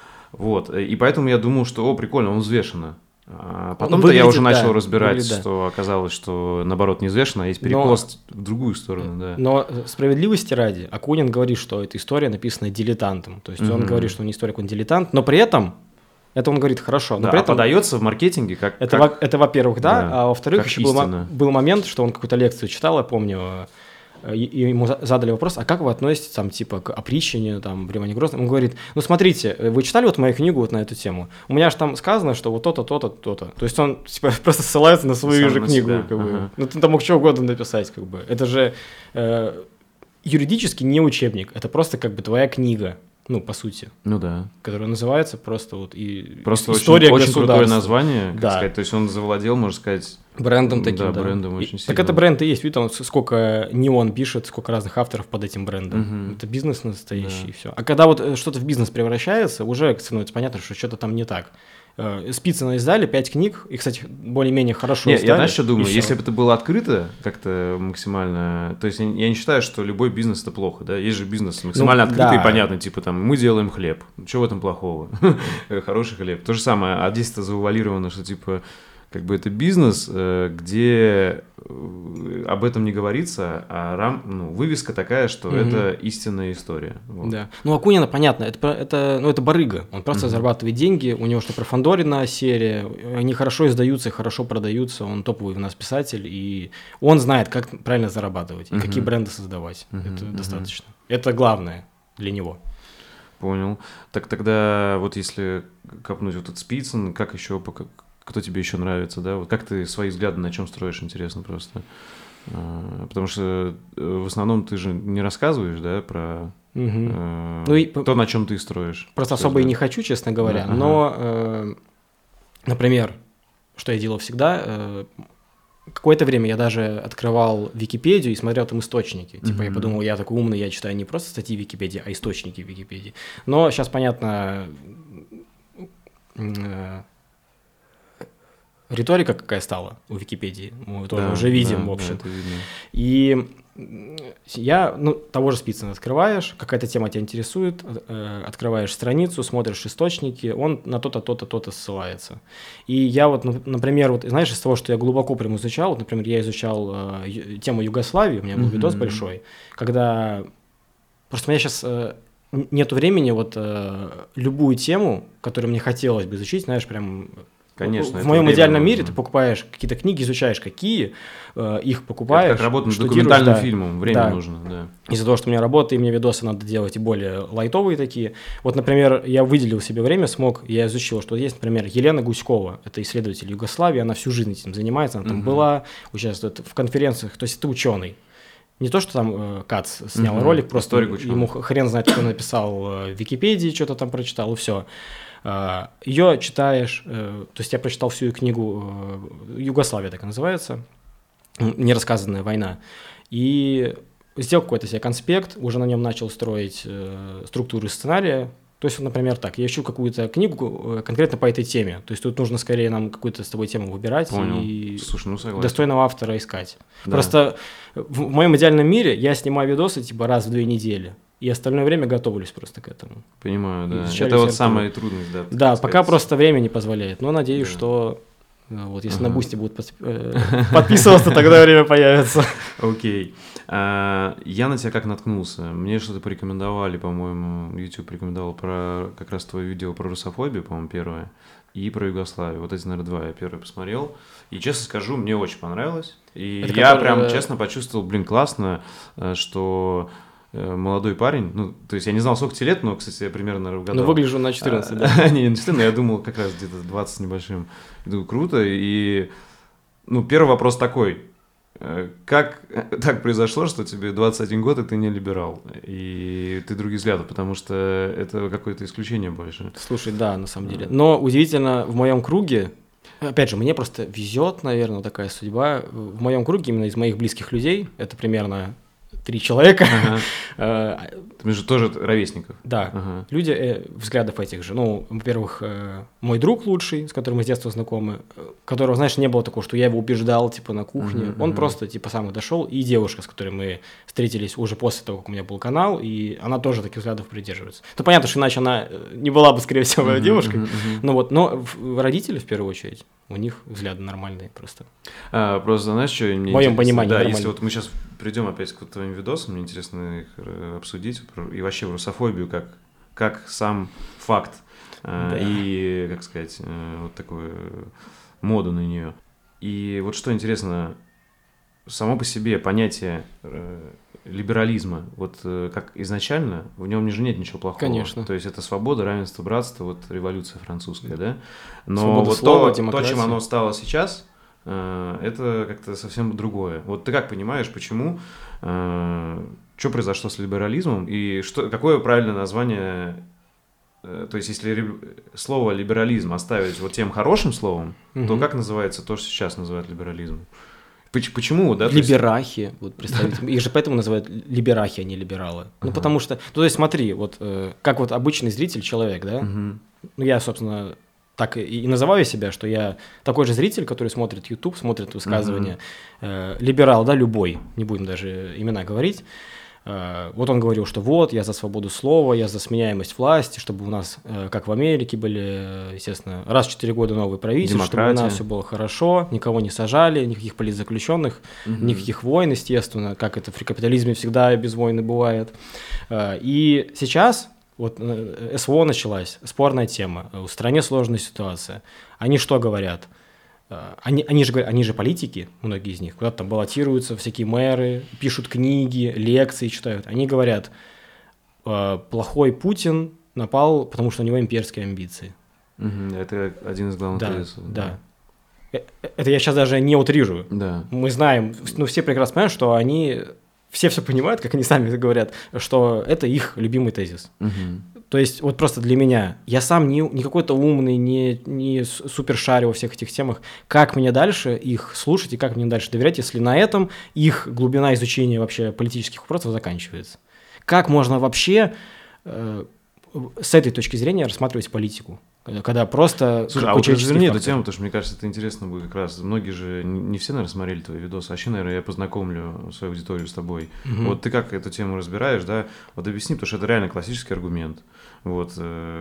Вот, и поэтому я думал, что, о, прикольно, он взвешенно. А потом-то выглядит, я уже начал да, разбирать, выглядит, что оказалось, что наоборот не взвешенно, а есть перекос но, в другую сторону, да. Но справедливости ради, Акунин говорит, что эта история написана дилетантом. То есть угу. он говорит, что он не историк, он дилетант, но при этом, это он говорит хорошо, но да, при а этом... подается в маркетинге как... Это, как... во, это во-первых, да, да а во-вторых, еще был, был момент, что он какую-то лекцию читал, я помню, и ему задали вопрос, а как вы относитесь там, типа, к опричнине, там, в Иване Грозном? Он говорит, ну, смотрите, вы читали вот мою книгу вот на эту тему? У меня же там сказано, что вот то-то, то-то, то-то. То есть он, типа, просто ссылается на свою Сам же на книгу, себя. как ага. бы. Ну, ты там мог что угодно написать, как бы. Это же э, юридически не учебник, это просто, как бы, твоя книга. Ну, по сути. Ну да. Которая называется просто вот и просто история очень, очень крутое название, как да. сказать. То есть он завладел, можно сказать... Брендом таким, да. да. брендом и, очень сильно. Так это бренд и есть. Видите, он, сколько не он пишет, сколько разных авторов под этим брендом. Угу. Это бизнес настоящий, да. и все. А когда вот что-то в бизнес превращается, уже становится понятно, что что-то там не так. Спицына издали, пять книг, и, кстати, более-менее хорошо Нет, издали. Я, знаешь, что думаю? Если бы это было открыто как-то максимально... То есть я не считаю, что любой бизнес – это плохо, да? Есть же бизнес максимально ну, открытый да. и понятный, типа там мы делаем хлеб. Что в этом плохого? Хороший хлеб. То же самое, а здесь это заувалировано, что типа... Как бы это бизнес, где об этом не говорится, а рам, ну, вывеска такая, что mm-hmm. это истинная история. Вот. Да. Ну, Акунина, понятно, это, это, ну, это барыга. Он просто mm-hmm. зарабатывает деньги. У него что про Фандорина серия. Они хорошо издаются, хорошо продаются. Он топовый у нас писатель. И он знает, как правильно зарабатывать и mm-hmm. какие бренды создавать. Mm-hmm. Это mm-hmm. достаточно. Это главное для него. Понял. Так тогда вот если копнуть вот этот Спицын, как еще... Кто тебе еще нравится, да? Вот как ты свои взгляды на чем строишь, интересно просто. А, потому что в основном ты же не рассказываешь, да, про угу. а, ну и, то, на чем ты строишь. Просто особо и не хочу, честно говоря. Да, но, ага. э, например, что я делал всегда, э, какое-то время я даже открывал Википедию и смотрел там источники. Типа угу. я подумал, я такой умный, я читаю не просто статьи Википедии, а источники Википедии. Но сейчас понятно... Э, риторика какая стала у Википедии, мы тоже да, уже видим, да, в общем. Да, и я, ну, того же Спицына открываешь, какая-то тема тебя интересует, э, открываешь страницу, смотришь источники, он на то-то, то-то, то-то ссылается. И я вот, например, вот, знаешь, из того, что я глубоко прям изучал, вот, например, я изучал э, тему Югославии, у меня был mm-hmm. видос большой, когда... Просто у меня сейчас э, нету времени вот э, любую тему, которую мне хотелось бы изучить, знаешь, прям... Конечно. В моем идеальном мире ты покупаешь какие-то книги, изучаешь, какие, э, их покупаешь. Это как работать над документальным да, фильмом, время да. нужно, да. Из-за того, что у меня работа, и мне видосы надо делать и более лайтовые такие. Вот, например, я выделил себе время, смог, я изучил, что есть, например, Елена Гуськова, это исследователь Югославии, она всю жизнь этим занимается, она там угу. была, участвует в конференциях, то есть это ученый. Не то, что там э, Кац снял угу. ролик, просто ему хрен знает, что он написал в Википедии, что-то там прочитал, и все. Ее читаешь, то есть я прочитал всю ее книгу «Югославия», так и называется, «Нерассказанная война», и сделал какой-то себе конспект, уже на нем начал строить структуру сценария. То есть, например, так, я ищу какую-то книгу конкретно по этой теме, то есть тут нужно скорее нам какую-то с тобой тему выбирать Понял. И Слушай, ну, достойного автора искать. Да. Просто в моем идеальном мире я снимаю видосы типа раз в две недели. И остальное время готовлюсь просто к этому. Понимаю, да. Это вот самая трудность, да. Да, пока просто время не позволяет. Но надеюсь, да. что вот если ага. на Бусти будут подписываться, тогда время появится. Окей. Я на тебя как наткнулся? Мне что-то порекомендовали, по-моему, YouTube порекомендовал про как раз твое видео про русофобию, по-моему, первое, и про Югославию. Вот эти, наверное, два я первое посмотрел. И, честно скажу, мне очень понравилось. И я прям, честно, почувствовал, блин, классно, что... молодой парень, ну, то есть я не знал, сколько тебе лет, но, кстати, я примерно угадал. Ну, выгляжу на четырнадцать, да. Не, на четырнадцать, я думал, как раз где-то двадцать с небольшим. Думаю, круто, и, ну, первый вопрос такой, как так произошло, что тебе двадцать один год, и ты не либерал, и ты других взглядов, потому что это какое-то исключение больше. Слушай, да, на самом деле, но удивительно, в моем круге, опять же, мне просто везет, наверное, такая судьба, в моем круге, именно из моих близких людей, это примерно... три человека. Ага. Ты же тоже ровесников. Да. Ага. Люди э, взглядов этих же. Ну, во-первых, э, мой друг лучший, с которым мы с детства знакомы, которого, знаешь, не было такого, что я его убеждал, типа, на кухне. Uh-huh, Он uh-huh. просто, типа, сам и дошел. И девушка, с которой мы встретились уже после того, как у меня был канал, и она тоже таких взглядов придерживается. Ну, понятно, что иначе она не была бы, скорее всего, uh-huh, девушкой. Uh-huh, uh-huh. Ну, вот, но родители, в первую очередь, у них взгляды нормальные просто. А, просто, знаешь, что мне в моем понимании да, нормально. Если вот мы сейчас придем опять к твоим видосам, мне интересно их обсудить, и вообще в русофобию, как, как сам факт, да. и, как сказать, вот такую моду на нее. И вот что интересно, само по себе понятие либерализма, вот как изначально, в нем же нет ничего плохого. Конечно. То есть это свобода, равенство, братство, вот революция французская, да? Но свобода вот слова, то, то, чем оно стало сейчас, это как-то совсем другое. Вот ты как понимаешь, почему, что произошло с либерализмом и что, какое правильное название, то есть если слово либерализм оставить вот тем хорошим словом, угу. то как называется то, что сейчас называют либерализмом? Почему, да? Либерахи, есть... вот представить, их же поэтому называют либерахи, а не либералы. Ну, ага. потому что, ну, то есть смотри, вот как вот обычный зритель, человек, да, угу. ну, я, собственно, так и называю себя, что я такой же зритель, который смотрит YouTube, смотрит высказывания, uh-huh. э, либерал, да, любой, не будем даже имена говорить. Э, вот он говорил, что вот, я за свободу слова, я за сменяемость власти, чтобы у нас, э, как в Америке были, естественно, раз в четыре года новые правительства, чтобы у нас все было хорошо, никого не сажали, никаких политзаключенных, uh-huh. никаких войн, естественно, как это в капитализме всегда без войны бывает. Э, и сейчас... Вот СВО началась, спорная тема, в стране сложная ситуация. Они что говорят? Они, они, же, они же политики, многие из них, куда-то там баллотируются, всякие мэры, пишут книги, лекции читают. Они говорят, плохой Путин напал, потому что у него имперские амбиции. Угу, это один из главных да, тезисов. Да, да. Это я сейчас даже не утрирую. Да. Мы знаем, ну все прекрасно понимают, что они... Все все понимают, как они сами говорят, что это их любимый тезис. Угу. То есть вот просто для меня, я сам не, не какой-то умный, не, не супершарю во всех этих темах, как мне дальше их слушать и как мне дальше доверять, если на этом их глубина изучения вообще политических вопросов заканчивается. Как можно вообще э, с этой точки зрения рассматривать политику? Когда просто... Слушай, а вот разверни эту тему, потому что, мне кажется, это интересно будет как раз. Многие же, не все, наверное, смотрели твои видосы, а вообще, наверное, я познакомлю свою аудиторию с тобой. Угу. Вот ты как эту тему разбираешь, да? Вот объясни, потому что это реально классический аргумент. Вот.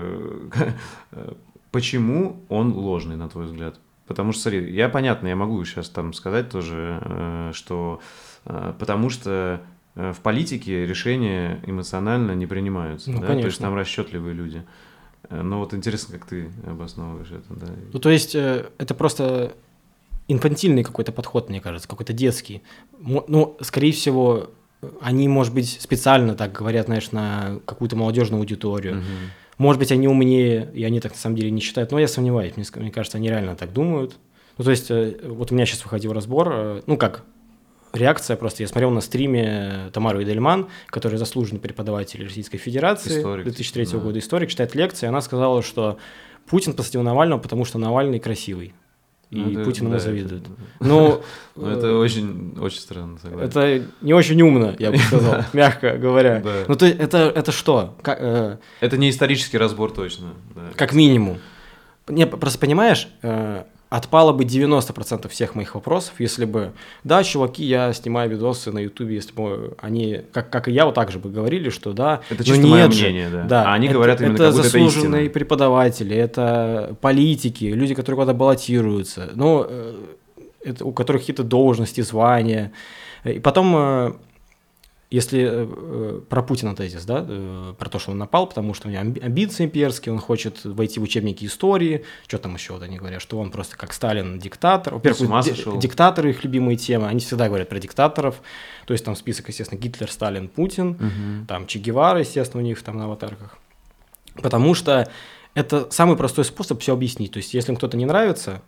Почему он ложный, на твой взгляд? Потому что, смотри, я, понятно, я могу сейчас там сказать тоже, что... Потому что в политике решения эмоционально не принимаются. Ну, да? То есть там расчетливые люди. Но вот интересно, как ты обосновываешь это, да? Ну, то есть, это просто инфантильный какой-то подход, мне кажется, какой-то детский. Ну, скорее всего, они, может быть, специально так говорят, знаешь, на какую-то молодежную аудиторию. Угу. Может быть, они умнее, и они так на самом деле не считают. Но я сомневаюсь, мне, мне кажется, они реально так думают. Ну, то есть, вот у меня сейчас выходил разбор, ну, как... Реакция просто. Я смотрел на стриме Тамару Эдельман, которая заслуженный преподаватель Российской Федерации, историк, две тысячи третьего да. года историк, читает лекции. Она сказала, что Путин посадил Навального, потому что Навальный красивый. И ну, Путин ему да, завидует. Это, ну, ну, это очень, очень странно. Согласен. Это не очень умно, я бы сказал, мягко говоря. Ну, то есть это, это что? Это не исторический разбор точно. Как минимум. Не, просто понимаешь... Отпало бы девяносто процентов всех моих вопросов, если бы, да, чуваки, я снимаю видосы на Ютубе, если бы они, как, как и я, вот так же бы говорили, что да, это чисто мое мнение, да. да. А они это, говорят именно, это как будто это истина. Это заслуженные преподаватели, это политики, люди, которые куда-то баллотируются, ну, это, у которых какие-то должности, звания. И потом... Если э, про Путина тезис, да, э, про то, что он напал, потому что у него амбиции имперские, он хочет войти в учебники истории, что там еще вот они говорят, что он просто как Сталин диктатор. Во-первых, ди- диктаторы их любимые темы, они всегда говорят про диктаторов, то есть там список, естественно, Гитлер, Сталин, Путин, угу. там Че Гевара, естественно, у них там на аватарках, потому что это самый простой способ все объяснить, то есть если им кто-то не нравится,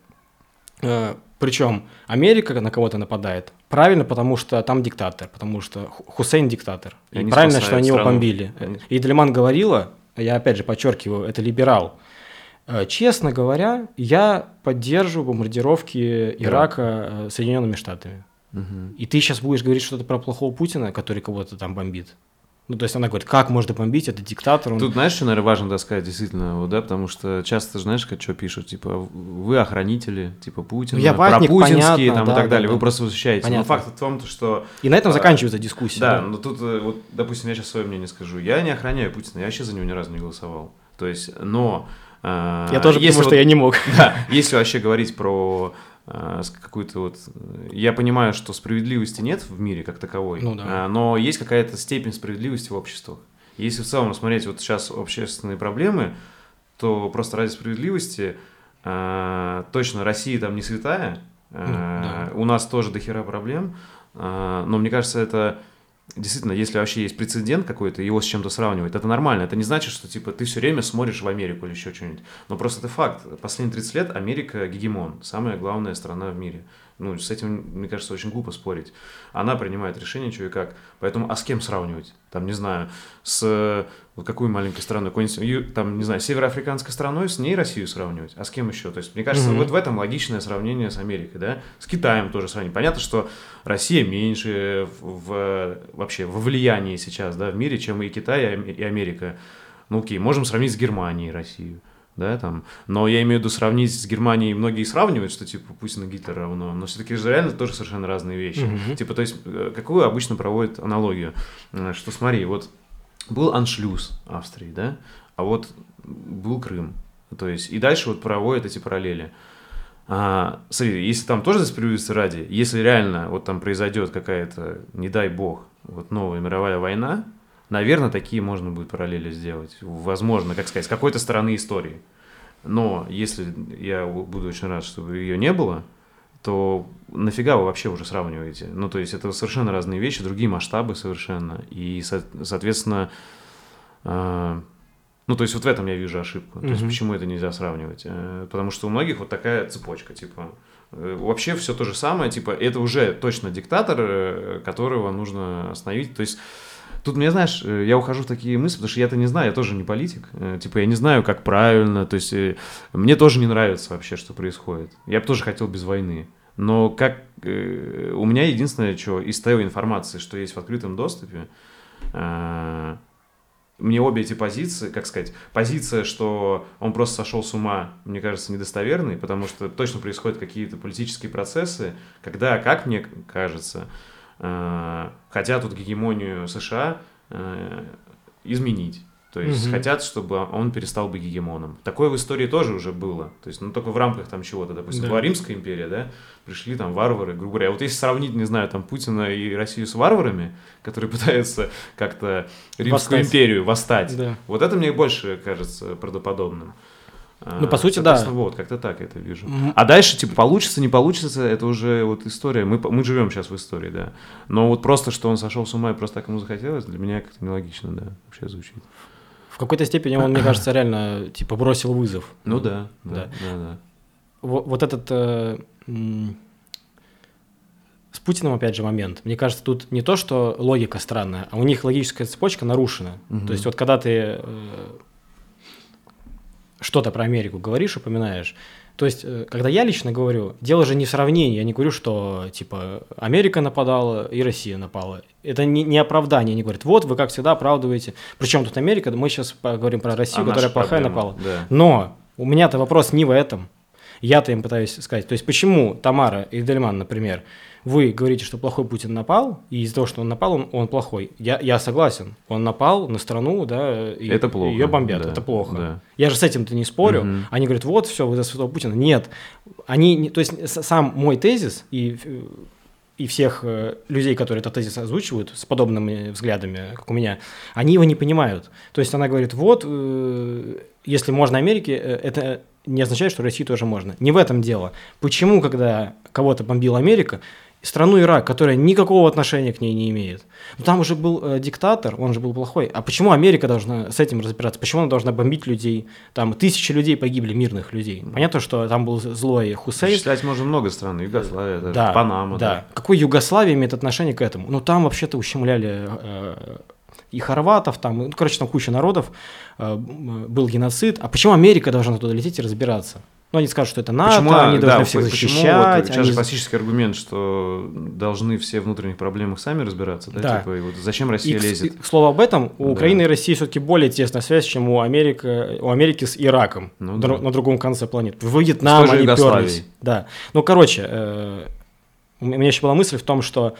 э, причем Америка на кого-то нападает, правильно, потому что там диктатор, потому что Хусейн диктатор. И, и правильно, что они страну. его бомбили. Они... И Эдельман говорила, я опять же подчеркиваю, это либерал. Честно говоря, я поддерживаю бомбардировки Ирака Соединенными Штатами. Угу. И ты сейчас будешь говорить что-то про плохого Путина, который кого-то там бомбит. Ну, то есть она говорит, как можно бомбить, это диктатор. Он... Тут, знаешь, что, наверное, важно да, сказать, действительно, вот, да, потому что часто, знаешь, как что пишут, типа, вы охранители, типа, Путина, ну, я ватник, пропутинские понятно, там, да, и так далее, да, вы да. просто защищаете. Понятно. Но факт в том, что... И на этом заканчивается дискуссия. Да, да, но тут, вот, допустим, я сейчас свое мнение скажу. Я не охраняю Путина, я вообще за него ни разу не голосовал. То есть, но... Я тоже потому, вот, что я не мог. Да, если вообще говорить про... какую-то вот... Я понимаю, что справедливости нет в мире как таковой, ну, да. но есть какая-то степень справедливости в обществах. Если в целом смотреть вот сейчас общественные проблемы, то просто ради справедливости э, точно Россия там не святая, э, ну, да. у нас тоже дохера проблем, э, но мне кажется, это действительно, если вообще есть прецедент какой-то, его с чем-то сравнивать, это нормально. Это не значит, что типа ты все время смотришь в Америку или еще что-нибудь. Но просто это факт. Последние тридцать лет Америка гегемон, самая главная страна в мире. Ну, с этим, мне кажется, очень глупо спорить. Она принимает решение, что и как. Поэтому, а с кем сравнивать? Там, не знаю, с вот какой маленькой страной, какой-нибудь, там, не знаю, североафриканской страной, с ней Россию сравнивать? А с кем еще? То есть, мне кажется, mm-hmm. вот в этом логичное сравнение с Америкой, да? С Китаем тоже сравнить. Понятно, что Россия меньше в, в, вообще во влиянии сейчас, да, в мире, чем и Китай, и Америка. Ну, окей, можем сравнить с Германией Россию. Да, там. Но я имею в виду сравнить с Германией, многие сравнивают, что типа Путин и Гитлер равно, но все-таки же реально тоже совершенно разные вещи. Mm-hmm. Типа, то есть, какую обычно проводят аналогию? Что смотри, вот был аншлюз Австрии, да, а вот был Крым. То есть, и дальше вот проводят эти параллели. А, смотри, если там тоже справедливости ради, если реально вот там произойдет какая-то, не дай бог, вот новая мировая война, наверное, такие можно будет параллели сделать. Возможно, как сказать, с какой-то стороны истории. Но если я буду очень рад, чтобы ее не было, то нафига вы вообще уже сравниваете? Ну, то есть, это совершенно разные вещи, другие масштабы совершенно. И, соответственно, э, ну, то есть, вот в этом я вижу ошибку. То mm-hmm. есть, почему это нельзя сравнивать? Э, потому что у многих вот такая цепочка, типа... Вообще все то же самое, типа, это уже точно диктатор, которого нужно остановить. То есть... Тут, мне, знаешь, я ухожу в такие мысли, потому что я-то не знаю, я тоже не политик. Типа, я не знаю, как правильно. То есть, мне тоже не нравится вообще, что происходит. Я бы тоже хотел без войны. Но как у меня единственное, что из той информации, что есть в открытом доступе, мне обе эти позиции, как сказать, позиция, что он просто сошел с ума, мне кажется, недостоверной, потому что точно происходят какие-то политические процессы, когда, как мне кажется, э, хотят тут гегемонию США э, изменить. То есть угу. хотят, чтобы он перестал быть гегемоном. Такое в истории тоже уже было. То есть, ну, только в рамках там чего-то. Допустим, да. была Римская империя, да, пришли там варвары, грубо говоря. Вот если сравнить, не знаю, там Путина и Россию с варварами, которые пытаются как-то Римскую восстать. империю восстать, да. вот это мне больше кажется правдоподобным. Ну, по сути, да. Вот, как-то так я это вижу. Mm-hmm. А дальше, типа, получится, не получится, это уже вот история. Мы, мы живем сейчас в истории, да. Но вот просто, что он сошел с ума и просто так ему захотелось, для меня как-то нелогично, да, вообще звучит. В какой-то степени он, мне кажется, реально, типа, бросил вызов. Ну да, да, да. да, да. Вот, вот этот э, м- с Путиным, опять же, момент. Мне кажется, тут не то, что логика странная, а у них логическая цепочка нарушена. Угу. То есть вот когда ты э, что-то про Америку говоришь, упоминаешь, то есть, когда я лично говорю, дело же не в сравнении, я не говорю, что, типа, Америка нападала и Россия напала. Это не, не оправдание, они говорят, вот, вы, как всегда, оправдываете. Причем тут Америка, мы сейчас поговорим про Россию, а которая плохая напала. Да. Но у меня-то вопрос не в этом. Я-то им пытаюсь сказать. То есть, почему Тамара и Эдельман, например, вы говорите, что плохой Путин напал, и из-за того, что он напал, он, он плохой. Я, я согласен. Он напал на страну, да, и это плохо, ее бомбят. Да, это плохо. Да. Я же с этим-то не спорю. Угу. Они говорят, вот, все, вы за святого Путина. Нет. Они, то есть, сам мой тезис и, и всех людей, которые этот тезис озвучивают с подобными взглядами, как у меня, они его не понимают. То есть, она говорит, вот, если можно Америке, это не означает, что России тоже можно. Не в этом дело. Почему, когда кого-то бомбила Америка, страну Ирак, которая никакого отношения к ней не имеет. Но там уже был э, диктатор, он же был плохой. А почему Америка должна с этим разбираться? Почему она должна бомбить людей? Там тысячи людей погибли, мирных людей. Понятно, что там был злой Хусейн. Перечислять можно много стран. Югославия, даже да, Панама. Да. да. Какой Югославия имеет отношение к этому? Ну, там вообще-то ущемляли э, и хорватов, там, ну, короче, там куча народов, э, был геноцид. А почему Америка должна туда лететь и разбираться? Ну, они скажут, что это НАТО, почему, они должны да, всех защищать. Вот, сейчас они... же классический аргумент, что должны все в внутренних проблемах сами разбираться, да, да. типа, и вот зачем Россия и, лезет? И, к слову об этом, у да. Украины и России все-таки более тесная связь, чем у, Америки, у Америки с Ираком, ну, да. на другом конце планеты. В Вьетнам они перлись. Да. Ну, короче, э, у меня еще была мысль в том, что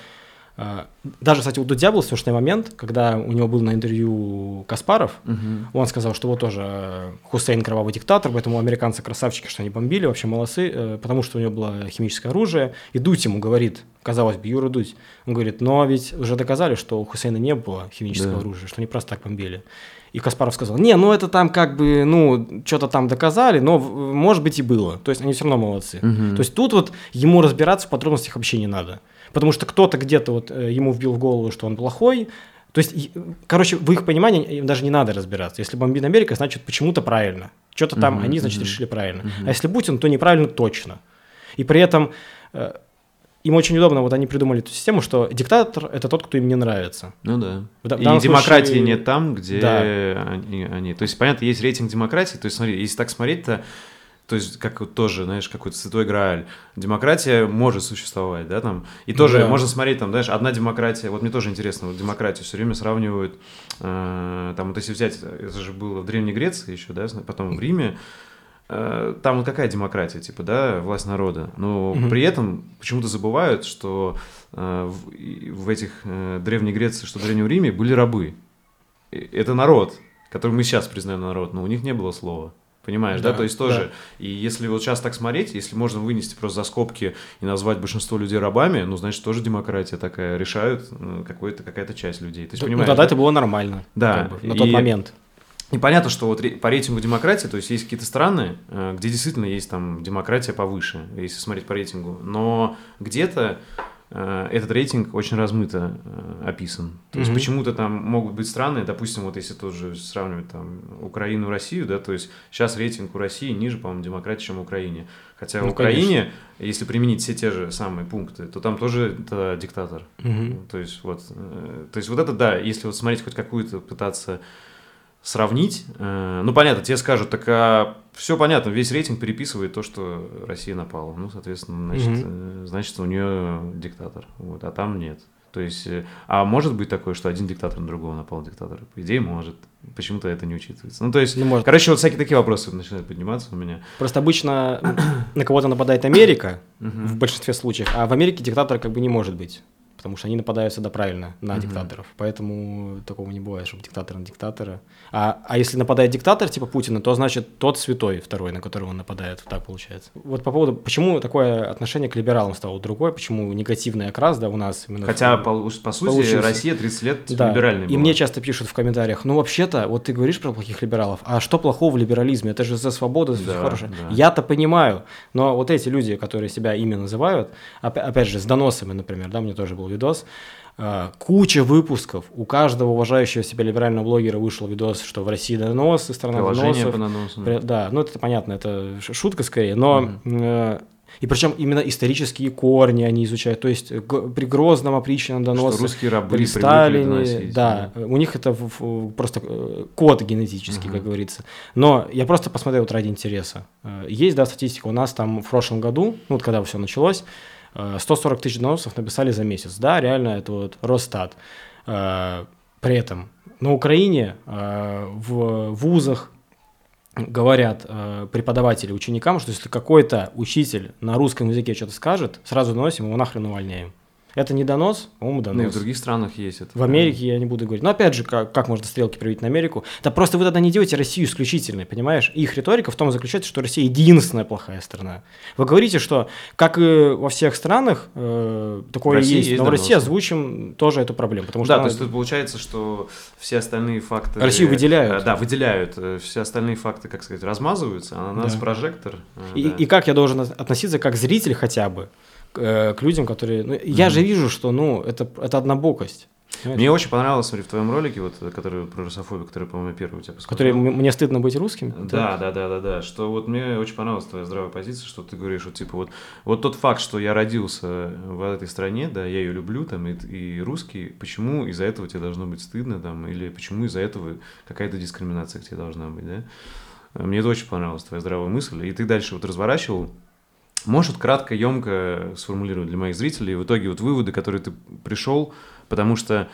даже, кстати, у Дудя был смешной момент, когда у него был на интервью Каспаров, угу. он сказал, что вот тоже Хусейн кровавый диктатор, поэтому американцы красавчики, что они бомбили, вообще молодцы, потому что у него было химическое оружие, и Дудь ему говорит, казалось бы, Юра Дудь, он говорит, но ведь уже доказали, что у Хусейна не было химического да. оружия, что они просто так бомбили. И Каспаров сказал, не, ну это там как бы, ну, что-то там доказали, но может быть и было, то есть они все равно молодцы. Угу. То есть тут вот ему разбираться в подробностях вообще не надо. Потому что кто-то где-то вот ему вбил в голову, что он плохой. То есть, короче, в их понимании им даже не надо разбираться. Если бомбит Америка, значит, почему-то правильно. Что-то там uh-huh, они, значит, uh-huh. решили правильно. Uh-huh. А если Путин, то неправильно точно. И при этом э, им очень удобно, вот они придумали эту систему, что диктатор – это тот, кто им не нравится. Ну да. В, в и случае... демократии нет там, где да. они, они… То есть, понятно, есть рейтинг демократии. То есть, смотри, если так смотреть-то, то есть, как вот тоже, знаешь, какой-то святой грааль. Демократия может существовать, да, там. И тоже да. можно смотреть, там, знаешь, одна демократия. Вот мне тоже интересно, вот демократию все время сравнивают. Э, там, вот если взять, это же было в Древней Греции еще, да, потом в Риме. Э, там вот какая демократия, типа, да, власть народа. Но угу. при этом почему-то забывают, что э, в, в этих э, Древней Греции, что в Древнем Риме были рабы. И это народ, который мы сейчас признаем народ, но у них не было слова. Понимаешь, да, да? То есть тоже, да. И если вот сейчас так смотреть, если можно вынести просто за скобки и назвать большинство людей рабами, ну, значит, тоже демократия такая, решают какой-то, какая-то часть людей. То есть, ну, понимаешь, тогда да? это было нормально, да. как бы, на тот и, момент. И понятно, что вот по рейтингу демократии, то есть есть какие-то страны, где действительно есть там демократия повыше, если смотреть по рейтингу, но где-то этот рейтинг очень размыто э, описан. То mm-hmm. есть почему-то там могут быть страны, допустим, вот если тоже сравнивать там Украину и Россию, да, то есть сейчас рейтинг у России ниже, по-моему, демократии, чем в Украине. Хотя ну, в Украине, конечно. Если применить все те же самые пункты, то там тоже это диктатор. Mm-hmm. То есть вот, э, то есть вот это да, если вот смотреть хоть какую-то пытаться сравнить, э, ну понятно, тебе скажут, так а все понятно, весь рейтинг переписывает то, что Россия напала. Ну, соответственно, значит, mm-hmm. значит у нее диктатор. Вот, а там нет. То есть, а может быть такое, что один диктатор на другого напал диктатора? По идее, может. Почему-то это не учитывается. Ну, то есть, ну, короче, вот всякие такие вопросы начинают подниматься у меня. Просто обычно на кого-то нападает Америка в большинстве случаев, а в Америке диктатора как бы не может быть. Потому что они нападают всегда правильно на uh-huh. диктаторов. Поэтому такого не бывает, чтобы диктатор на диктатора. А, а если нападает диктатор типа Путина, то значит тот святой второй, на которого он нападает. Так получается. Вот по поводу, почему такое отношение к либералам стало другое, почему негативный окрас, да, у нас именно... Хотя, в, по, по сути, получился. Россия тридцать лет да. либеральной была. И мне часто пишут в комментариях, ну вообще-то, вот ты говоришь про плохих либералов, а что плохого в либерализме? Это же за свободу, за да, хорошее. Да. Я-то понимаю, но вот эти люди, которые себя ими называют, опять же, с доносами, например, да, мне тоже был видос, куча выпусков, у каждого уважающего себя либерального блогера вышел видос, что в России доносы, страна Приложение доносов. по доносам. При, да, ну это понятно, это шутка скорее, но mm-hmm. э, и причем именно исторические корни они изучают, то есть г- при Грозном опричнином доносе, что русские рабы при Сталине, доносить, да, да, у них это в, в, просто код генетический, mm-hmm. как говорится. Но я просто посмотрел вот ради интереса. Есть, да, статистика, у нас там в прошлом году, ну вот когда все началось, сто сорок тысяч доносов написали за месяц. Да, реально, это вот Росстат. При этом на Украине в вузах говорят преподаватели ученикам, что если какой-то учитель на русском языке что-то скажет, сразу доносим, его нахрен увольняем. Это не донос, по-моему, донос. Ну и в других странах есть это. В Америке я не буду говорить. Но опять же, как, как можно стрелки приводить на Америку? Да просто вы тогда не делаете Россию исключительной, понимаешь? Их риторика в том заключается, что Россия единственная плохая страна. Вы говорите, что, как и во всех странах, э, такое есть, есть, но в России озвучим тоже эту проблему. Потому да, что то она... есть тут получается, что все остальные факты... Россию выделяют. Э, да, выделяют. Все остальные факты, как сказать, размазываются, а на нас да. прожектор. Э, и, да. и как я должен относиться, как зритель хотя бы, к людям, которые... Ну, я mm-hmm. же вижу, что, ну, это, это однобокость. Понимаете? Мне очень понравилось, смотри, в твоем ролике, вот, который про русофобию, который, по-моему, первый у тебя посмотрел. Который мне стыдно быть русским? Да, да, да, да, да. Что вот мне очень понравилась твоя здравая позиция, что ты говоришь, вот типа вот, вот тот факт, что я родился в этой стране, да, я ее люблю, там, и, и русский, почему из-за этого тебе должно быть стыдно, там, или почему из-за этого какая-то дискриминация к тебе должна быть, да? Мне это очень понравилась твоя здравая мысль, и ты дальше вот разворачивал. Можешь вот кратко, емко сформулировать для моих зрителей в итоге вот выводы, которые ты пришел, потому что,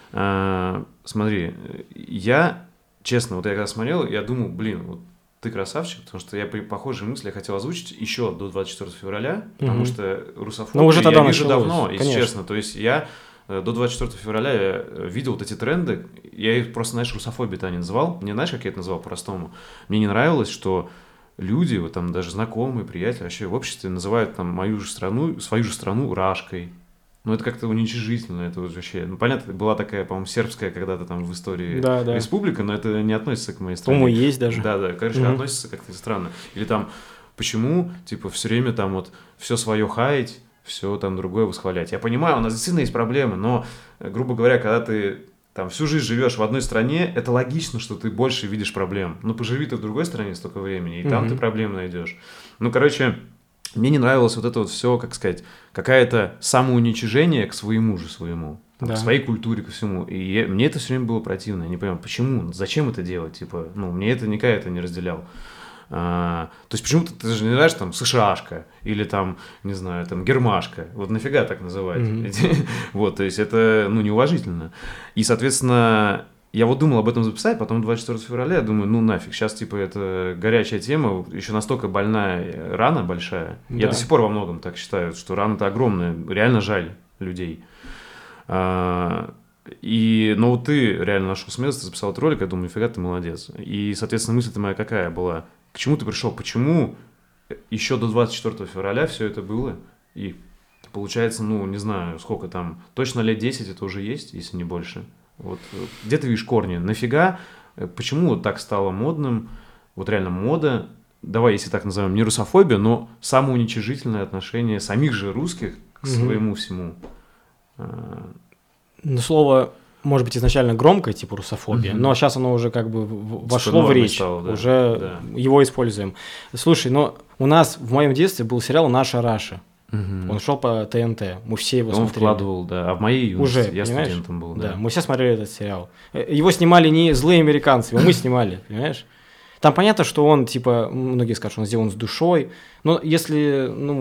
э, смотри, я, честно, вот я когда смотрел, я думал, блин, вот ты красавчик, потому что я похожие мысли я хотел озвучить еще до двадцать четвёртого февраля, потому mm-hmm. что русофобию уже тогда я вижу началось, давно, если конечно. честно, то есть я до двадцать четвёртого февраля я видел вот эти тренды, я их просто, знаешь, русофобией-то не называл, мне знаешь, как я это назвал по-простому, мне не нравилось, что люди, вот там даже знакомые, приятели, вообще в обществе называют там мою же страну, свою же страну рашкой. Ну, это как-то уничижительно, это вот вообще... Ну, понятно, была такая, по-моему, сербская когда-то там в истории да, да. республика, но это не относится к моей стране. По-моему, есть даже. Да, да, конечно, mm-hmm. относится как-то странно. Или там, почему, типа, все время там вот все свое хаять, все там другое восхвалять. Я понимаю, у нас действительно есть проблемы, но, грубо говоря, когда ты... там всю жизнь живешь в одной стране, это логично, что ты больше видишь проблем. Ну, поживи ты в другой стране столько времени, и там mm-hmm. ты проблем найдешь. Ну, короче, мне не нравилось вот это вот все, как сказать, какое-то самоуничижение к своему же своему, там, да. к своей культуре, ко всему. И я, мне это все время было противно. Я не понимаю, почему, зачем это делать? Типа, ну, мне это никогда это не разделял. А, то есть почему-то ты же не знаешь там СШАшка или там, не знаю, там Гермашка. Вот нафига так называть? Mm-hmm. Вот, то есть это, ну, неуважительно. И, соответственно, я вот думал об этом записать, потом двадцать четвёртого февраля, я думаю, ну нафиг, сейчас типа это горячая тема, еще настолько больная рана большая. Да. Я до сих пор во многом так считаю, что рана-то огромная, реально жаль людей. А, и, но вот ты реально нашел смелость, записал этот ролик, я думаю, нифига ты молодец. И, соответственно, мысль-то моя какая была? К чему ты пришел? Почему еще до двадцать четвёртого февраля все это было? И получается, ну, не знаю, сколько там, точно лет десять это уже есть, если не больше. Вот где ты видишь корни? Нафига? Почему вот так стало модным? Вот реально мода, давай, если так назовем, не русофобия, но самоуничижительное отношение самих же русских к своему угу. всему. Ну, слово... может быть, изначально громкое, типа русофобия, mm-hmm. но сейчас оно уже как бы вошло в речь, стало, да. уже да. его используем. Слушай, но у нас в моем детстве был сериал «Наша Раша». Mm-hmm. Он шел по ТНТ, мы все его Он смотрели. Он вкладывал, да, а в моей юности уже, я понимаешь? студентом был. Да. да, мы все смотрели этот сериал. Его снимали не злые американцы, его мы снимали, понимаешь? Там понятно, что он, типа, многие скажут, что он сделан с душой, но если, ну,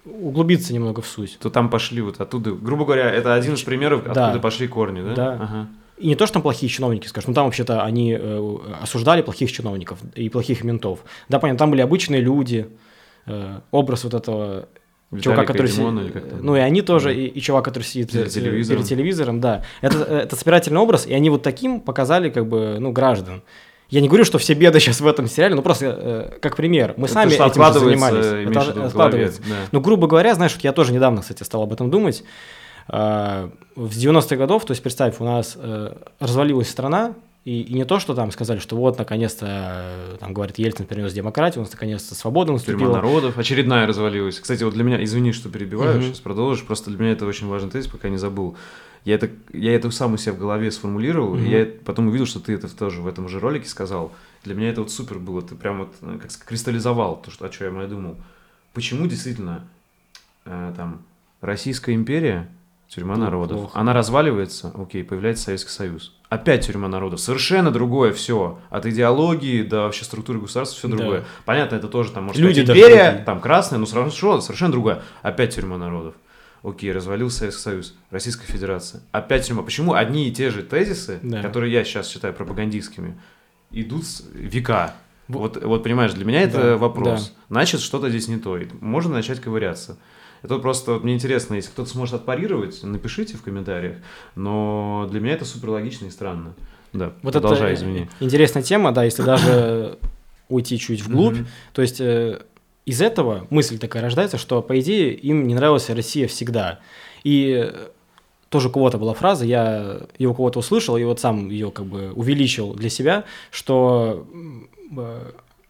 углубиться немного в суть. То там пошли вот оттуда, грубо говоря, это один из примеров, откуда да. пошли корни, да? Да. Ага. И не то, что там плохие чиновники, скажем, ну там вообще-то они э, осуждали плохих чиновников и плохих ментов. Да, понятно, там были обычные люди, э, образ вот этого Виталика чувака, который Димона, сидит, или ну и они тоже, и, и чувак, который сидит перед телевизором. перед телевизором, да. Это, это собирательный образ, и они вот таким показали как бы, ну, граждан. Я не говорю, что все беды сейчас в этом сериале, но просто э, как пример. Мы это сами что этим же занимались. Это это откладывается. Да. Ну, грубо говоря, знаешь, вот я тоже недавно, кстати, стал об этом думать. Э, в девяностых годов, то есть, представь, у нас э, развалилась страна, и, и не то, что там сказали, что вот, наконец-то, э, там, говорит, Ельцин принес демократию, у нас, наконец-то, свобода наступила. Тюрьма народов, очередная развалилась. Кстати, вот для меня, извини, что перебиваю, Мгм. сейчас продолжишь, просто для меня это очень важный тезис, пока не забыл. Я это, я это сам у себя в голове сформулировал, Мгм. и я потом увидел, что ты это тоже в этом же ролике сказал. Для меня это вот супер было, ты прям вот э, как сказать, кристаллизовал то, что, о чем я думал. Почему действительно э, там Российская империя, тюрьма Плохо. народов, она разваливается, окей, появляется Советский Союз. Опять тюрьма народов, совершенно другое все, от идеологии до вообще структуры государства все Да. другое. Понятно, это тоже там, может Люди сказать, даже империя, другие. там красная, но совершенно, совершенно другое. Опять тюрьма народов. Окей, развалился Советский Союз, Российская Федерация. Опять тюрьма. Почему одни и те же тезисы, Да. которые я сейчас считаю пропагандистскими, идут с века? Во- Вот, вот понимаешь, для меня это Да, вопрос. Значит, что-то здесь не то. И можно начать ковыряться. Это вот просто вот мне интересно, если кто-то сможет отпарировать, напишите в комментариях. Но для меня это супер логично и странно. Да, Вот продолжай, это извини. интересная тема, да, если даже уйти чуть вглубь. Мгм. То есть э, из этого мысль такая рождается, что, по идее, им не нравилась Россия всегда. И э, тоже у кого-то была фраза, я ее у кого-то услышал, и вот сам ее как бы увеличил для себя, что м, э,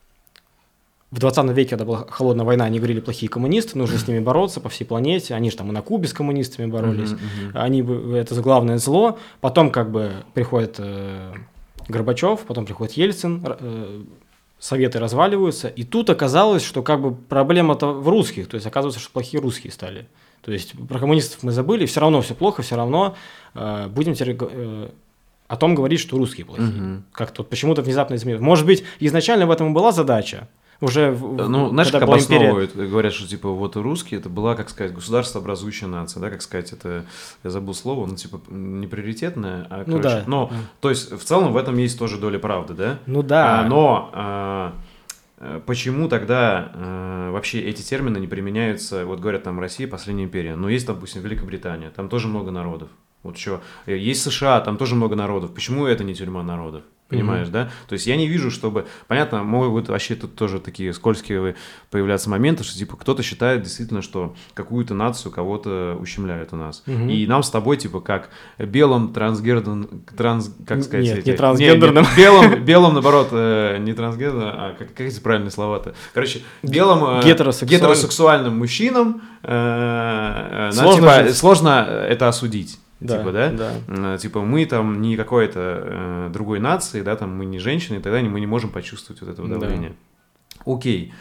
в двадцатом веке, когда была холодная война, они говорили плохие коммунисты, нужно с ними бороться по всей планете. Они же там и на Кубе с коммунистами боролись. Мгм, мгм. Они бы- это главное зло. Потом как бы приходит э, Горбачев, потом приходит Ельцин, р- э, советы разваливаются. И тут оказалось, что как бы проблема-то в русских. То есть оказывается, что плохие русские стали. То есть про коммунистов мы забыли, все равно все плохо, все равно э, будем теперь э, о том говорить, что русские плохие. Мгм. Как-то вот почему-то внезапно изменилось. Может быть, изначально в этом и была задача. Уже в- Ну, знаешь, когда как была империя. обосновывают, говорят, что, типа, вот русские, это была, как сказать, государство образующая нация, да, как сказать, это, я забыл слово, ну, типа, не приоритетное, а, Ну короче, да. но, Да. то есть, в целом, в этом есть тоже доля правды, да? Ну да. А, но а, э, почему тогда э, вообще эти термины не применяются, вот говорят, там, Россия, последняя империя, но есть, допустим, Великобритания, там тоже много народов, вот что, есть США, там тоже много народов, почему это не тюрьма народов? Понимаешь, Мгм. да? То есть я не вижу, чтобы... Понятно, могут вообще тут тоже такие скользкие появляться моменты, что типа кто-то считает действительно, что какую-то нацию кого-то ущемляют у нас. Мгм. И нам с тобой типа как белым трансгендерным... Транс, как сказать? Нет, эти- не трансгендерным. Не, не, белым, белым, наоборот, э, не трансгендерным, а как, как эти правильные слова-то? Короче, белым... э, Гетеросексуаль- гетеросексуальным мужчинам э, э, ну, Сложно типа, жить. сложно это осудить. Да, Типа, да? да. Э, Типа, мы там не какой-то э, другой нации, да, там мы не женщины, и тогда не- мы не можем почувствовать вот этого Да. давления. Окей.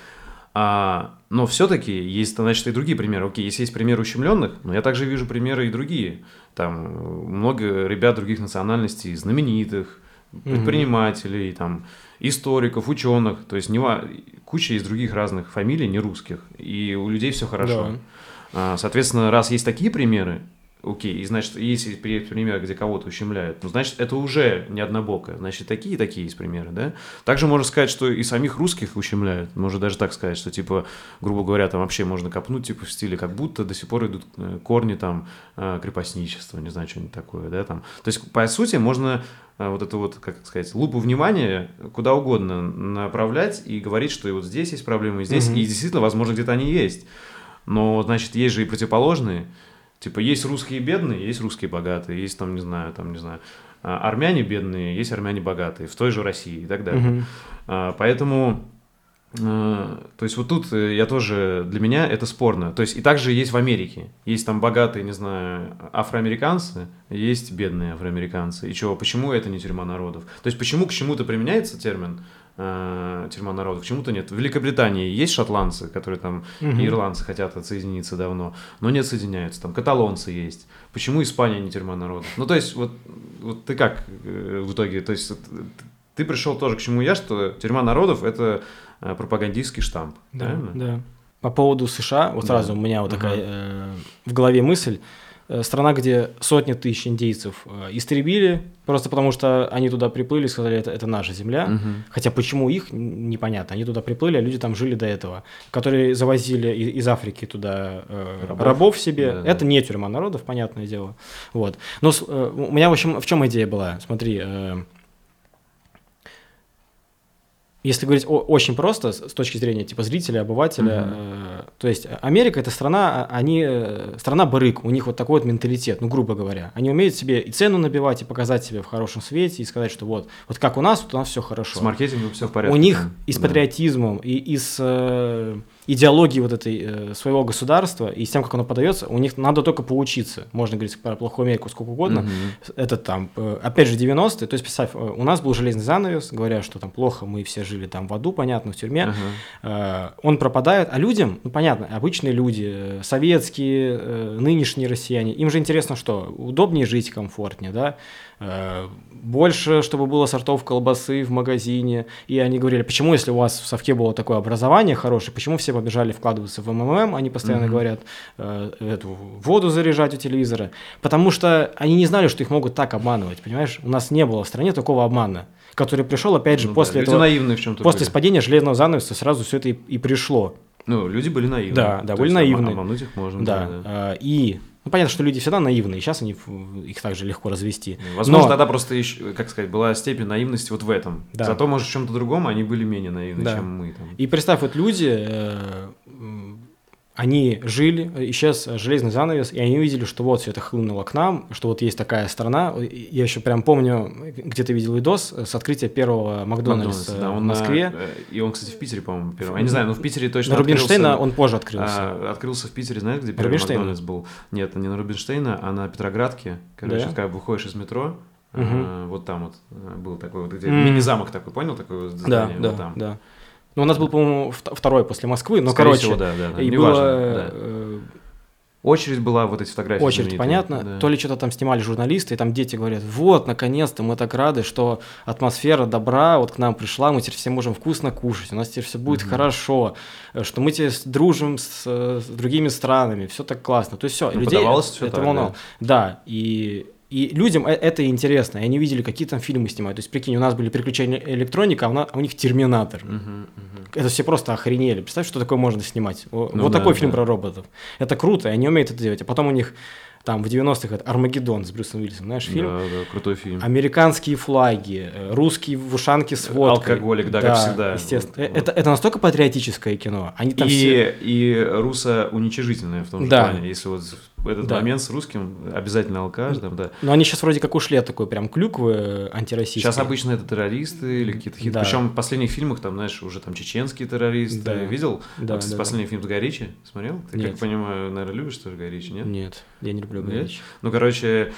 А, но все-таки есть, значит, и другие примеры. Окей, если есть примеры ущемленных, но я также вижу примеры и другие. Там э, много ребят других национальностей, знаменитых, предпринимателей, там, историков, ученых. То есть не ва- куча есть других разных фамилий, не русских. И у людей все хорошо. Да. А, Соответственно, раз есть такие примеры, окей, и значит, если при- пример, где кого-то ущемляют, ну, значит, это уже не однобоко, значит, такие и такие есть примеры, да? Также можно сказать, что и самих русских ущемляют, можно даже так сказать, что, типа, грубо говоря, там вообще можно копнуть, типа, в стиле, как будто до сих пор идут э, корни, там, э, крепостничества, не знаю, что-нибудь такое, да, там. То есть, по сути, можно э, вот эту вот, как сказать, лупу внимания куда угодно направлять и говорить, что и вот здесь есть проблемы, и здесь, Мгм. и действительно, возможно, где-то они есть. Но, значит, есть же и противоположные. Типа, есть русские бедные, есть русские богатые, есть там, не знаю, там, не знаю, а, армяне бедные, есть армяне богатые, в той же России и так далее. Мгм. А, Поэтому, э, то есть вот тут э, я тоже, для меня это спорно. То есть и также есть в Америке. Есть там богатые, не знаю, афроамериканцы, есть бедные афроамериканцы. И чего, почему это не тюрьма народов? То есть почему к чему-то применяется термин э, тюрьма народов, к чему-то нет. В Великобритании есть шотландцы, которые там, Мгм. и ирландцы хотят отсоединиться давно, но не отсоединяются. Там каталонцы есть. Почему Испания не тюрьма народов? Ну, то есть, вот, вот ты как э, в итоге, то есть, вот, ты пришел тоже к чему я, что тюрьма народов – это э, пропагандистский штамп, Да, правильно? да. по поводу США, вот сразу да. у меня вот uh-huh. такая э, в голове мысль. Страна, где сотни тысяч индейцев истребили, просто потому что они туда приплыли и сказали, это, это наша земля. Угу. Хотя почему их, непонятно. Они туда приплыли, а люди там жили до этого. Которые завозили из Африки туда э, рабов. рабов себе. Да, это да. не тюрьма народов, понятное дело. Вот. Но э, у меня, в общем, в чем идея была? Смотри, э, если говорить о, очень просто, с точки зрения типа зрителя, обывателя, mm-hmm. э, то есть Америка – это страна, они, э, страна барыг, у них вот такой вот менталитет, ну, грубо говоря. Они умеют себе и цену набивать, и показать себя в хорошем свете, и сказать, что вот, вот как у нас, вот у нас все хорошо. С маркетингом все в порядке. У них и с да. патриотизмом, и, и с э, идеологией вот этой э, своего государства, и с тем, как оно подается, у них надо только поучиться. Можно говорить про плохую Америку сколько угодно. Mm-hmm. Это там, э, опять же, девяностые, то есть, представь, у нас был железный занавес, говоря, что там плохо, мы все жили там в аду, понятно, в тюрьме, uh-huh. он пропадает, а людям, ну понятно, обычные люди, советские, нынешние россияне, им же интересно что? Удобнее жить, комфортнее, да, больше, чтобы было сортов колбасы в магазине, и они говорили, почему, если у вас в совке было такое образование хорошее, почему все побежали вкладываться в эм эм эм, они постоянно uh-huh. говорят, эту воду заряжать у телевизора, потому что они не знали, что их могут так обманывать, понимаешь, у нас не было в стране такого обмана, который пришел, опять же, ну, после да, этого, наивные в чем-то после были. падения железного занавеса сразу все это и, и пришло. Ну, люди были наивны. Да, да, То были наивны. Обмануть их можно. Да, да, да. И, ну, понятно, что люди всегда наивны, и сейчас они, их также легко развести. Возможно, Но... тогда просто, еще, как сказать, была степень наивности вот в этом. Да. Зато, может, в чем-то другом они были менее наивны, да. чем мы. Там. И представь, вот люди... Э- Они жили, исчез железный занавес, и они увидели, что вот все это хлынуло к нам, что вот есть такая страна. Я еще прям помню, где-то видел видос с открытия первого Макдональдса да, в Москве. На, и он, кстати, в Питере, по-моему, первый. Я не знаю, но в Питере точно на Рубинштейна он позже открылся. А, открылся в Питере, знаешь, где первый Макдональдс был? Нет, не на Рубинштейна, а на Петроградке. Короче, да? Как выходишь из метро, угу. а, вот там вот был такой вот, где mm. мини-замок такой, понял? Такое вот здание, да, вот да, там. да. Ну, у нас был, по-моему, второй после Москвы, но, Скорее короче, всего, да, да, да. и не было... важно, да. Очередь была, вот эти фотографии. Очередь, понятно. Да. То ли что-то там снимали журналисты, и там дети говорят, вот, наконец-то, мы так рады, что атмосфера добра вот к нам пришла, мы теперь все можем вкусно кушать, у нас теперь все будет mm-hmm. хорошо, что мы теперь дружим с, с другими странами, все так классно. То есть все, ну, людей все это так, волновало. Да, да и... И людям это интересно, и они видели, какие там фильмы снимают. То есть, прикинь, у нас были «Приключения электроника», а у них «Терминатор». Uh-huh, uh-huh. Это все просто охренели. Представь, что такое можно снимать. Ну, вот да, такой да. фильм про роботов. Это круто, и они умеют это делать. А потом у них там в девяностых это «Армагеддон» с Брюсом Уиллисом, знаешь, фильм? Да, да, крутой фильм. Американские флаги, русские в ушанке с водкой. Алкоголик, да, да, как всегда. Естественно. Вот. Это, это настолько патриотическое кино. Они там и, все... и руссо-уничижительное в том же да. плане. Если вот в этот да. момент с русским обязательно алкаш, там, да. Но они сейчас вроде как ушли от такой прям клюквы антироссийской. Сейчас обычно это террористы или какие-то хиты. Да. Причем в последних фильмах там, знаешь, уже там чеченские террористы. Да. Видел? Да, вот, кстати, да, последний да. фильм с Гай Ричи смотрел? Ты, нет. как понимаю, наверное, любишь тоже Гай Ричи, нет? Нет, я не люблю Гай Ричи. Ну, короче,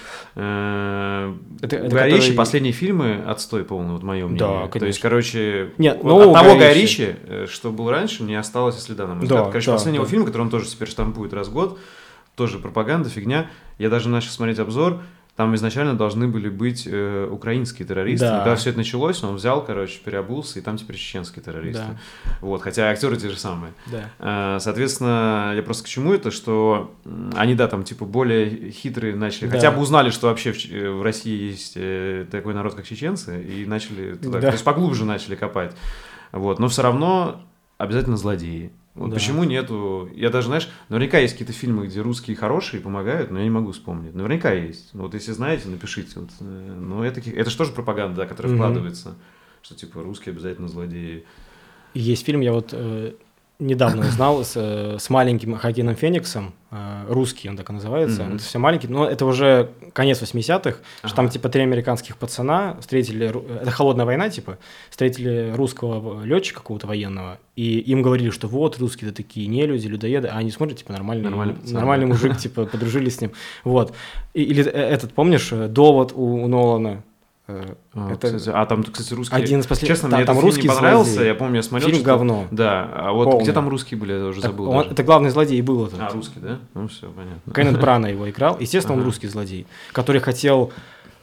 э, это, это Гай Ричи, который... последние фильмы отстой полный, вот мое мнение. Да, конечно. То есть, короче, нет, вот от того Гай Ричи, Ричи, что был раньше, не осталось и следа, на мой да, взгляд. Короче, да, последнего да. фильма, который он тоже теперь штампует раз в год, тоже пропаганда, фигня. Я даже начал смотреть обзор, там изначально должны были быть э, украинские террористы. Да. Когда все это началось, он взял, короче, переобулся, и там теперь чеченские террористы. Да. Вот, хотя актеры те же самые. Да. А, соответственно, я просто к чему это, что они, да, там, типа, более хитрые начали, да. хотя бы узнали, что вообще в, в России есть э, такой народ, как чеченцы, и начали туда, да. то есть поглубже начали копать. Вот, но все равно обязательно злодеи. Вот да. почему нету... Я даже, знаешь, наверняка есть какие-то фильмы, где русские хорошие помогают, но я не могу вспомнить. Наверняка есть. Ну, вот если знаете, напишите. Вот. Ну, это, это же тоже пропаганда, да, которая mm-hmm. вкладывается. Что, типа, русские обязательно злодеи. Есть фильм, я вот э, недавно узнал, с, с маленьким Хоакином Фениксом. Э, «Русский» он так и называется. Mm-hmm. Он все маленький, но это уже конец восьмидесятых. Ага. Что там, типа, три американских пацана встретили... Это холодная война, типа. Встретили русского летчика какого-то военного. И им говорили, что вот, русские да такие нелюди, людоеды. А они смотрят, типа, нормальный, нормальный, нормальный мужик, типа, подружились с ним. Вот. И, или этот, помнишь, «Довод» у, у Нолана? А, это... кстати, а там, кстати, русские... Один из последних... Честно, там, мне там этот фильм не понравился, злодей. Я помню, я смотрел... Фильм что-то... говно. Да, а вот полный. Где там русские были, я уже так забыл. Он, это главный злодей был этот. А, русский, да? Ну все, понятно. Кеннет Брана его играл, естественно, ага. он русский злодей, который хотел...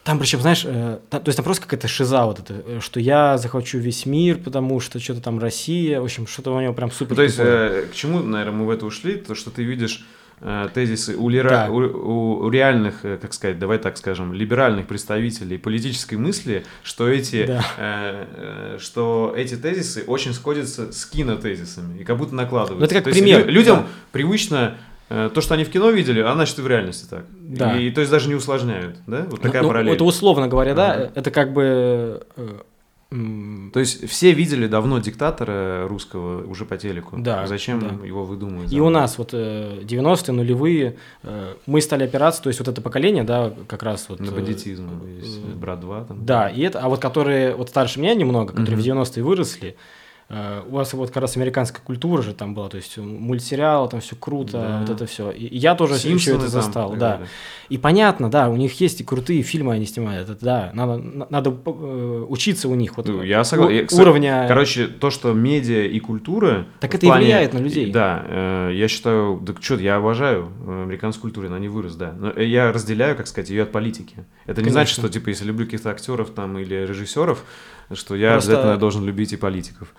Там причем, знаешь, э, там, то есть там просто какая-то шиза вот это, что я захвачу весь мир, потому что что-то там Россия, в общем, что-то у него прям супер. Ну, то есть э, к чему, наверное, мы в это ушли, то, что ты видишь э, тезисы у, лира... Да. у, у, у реальных, э, как сказать, давай так скажем, либеральных представителей политической мысли, что эти, Да. э, э, что эти тезисы очень сходятся с кинотезисами и как будто накладываются. Ну, это как то пример. Есть, лю- людям Да. привычно э, то, что они в кино видели, а значит и в реальности так. Да. И, то есть даже не усложняют, да? Вот такая ну, параллель. Это условно говоря, да, Ага. это как бы... э, м, То есть все видели давно диктатора русского уже по телеку. Да, Зачем да. его выдумывать? И у нас вот э, девяностые, нулевые, э, мы стали опираться, то есть вот это поколение, да, как раз вот... На э, бандитизм есть, э, брат два там. Да, и это, а вот которые вот старше меня немного, которые Мгм. в девяностые выросли, э, у вас вот как раз американская культура же там была, то есть мультсериалы, там все круто, Да. вот это все. И, и я тоже все Симпсоны это там застал, и так да. далее. И понятно, да, у них есть и крутые фильмы они снимают, это да, надо, на- надо э, учиться у них. Вот, Ну, я у- согласен. Я, кстати, уровня... Короче, то, что медиа и культура... Так в это и плане- влияет на людей. Да, э, я считаю, да что, я уважаю э, американскую культуру, она не вырос, да. Но я разделяю, как сказать, ее от политики. Это не Конечно. значит, что, типа, если люблю каких-то актеров там или режиссеров, что я Просто- обязательно должен любить и политиков.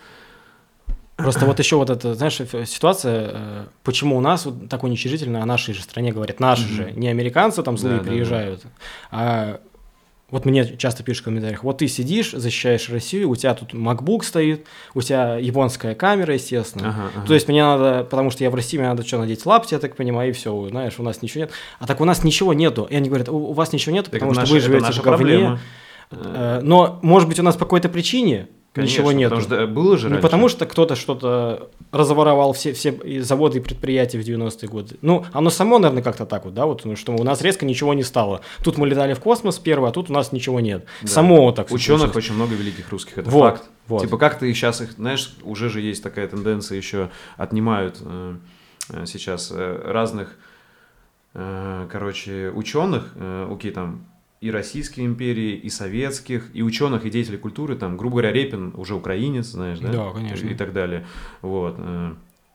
Просто вот еще вот эта, знаешь, ф- ситуация, э, почему у нас вот так уничижительно о нашей же стране говорят, наши Мгм. же, не американцы там злые Да, да, да. приезжают, а вот мне часто пишут в комментариях, вот ты сидишь, защищаешь Россию, у тебя тут MacBook стоит, у тебя японская камера, естественно. Ага, ага. То есть мне надо, потому что я в России, мне надо что, надеть лапти, я так понимаю, и все, знаешь, у нас ничего нет. А так у нас ничего нету. И они говорят, у, у вас ничего нету, Так потому это что наша- вы это живете наша в говне. проблема. Э, Но, может быть, у нас по какой-то причине Конечно, ничего нету. потому что было же Не раньше. потому что кто-то что-то разворовал все, все и заводы и предприятия в девяностые годы. Ну, оно само, наверное, как-то так вот, да, вот, ну, что у нас резко ничего не стало. Тут мы летали в космос первый, а тут у нас ничего нет. Да. Само вот так всё Ученых получилось. очень много великих русских, это Вот, факт. вот. Типа как ты сейчас их, знаешь, уже же есть такая тенденция, еще отнимают э, э, сейчас э, разных, э, короче, ученых, э, окей, там и Российской империи, и советских, и ученых, и деятелей культуры, там, грубо говоря, Репин уже украинец, знаешь, да? Да, конечно. И, и так далее. Вот. э.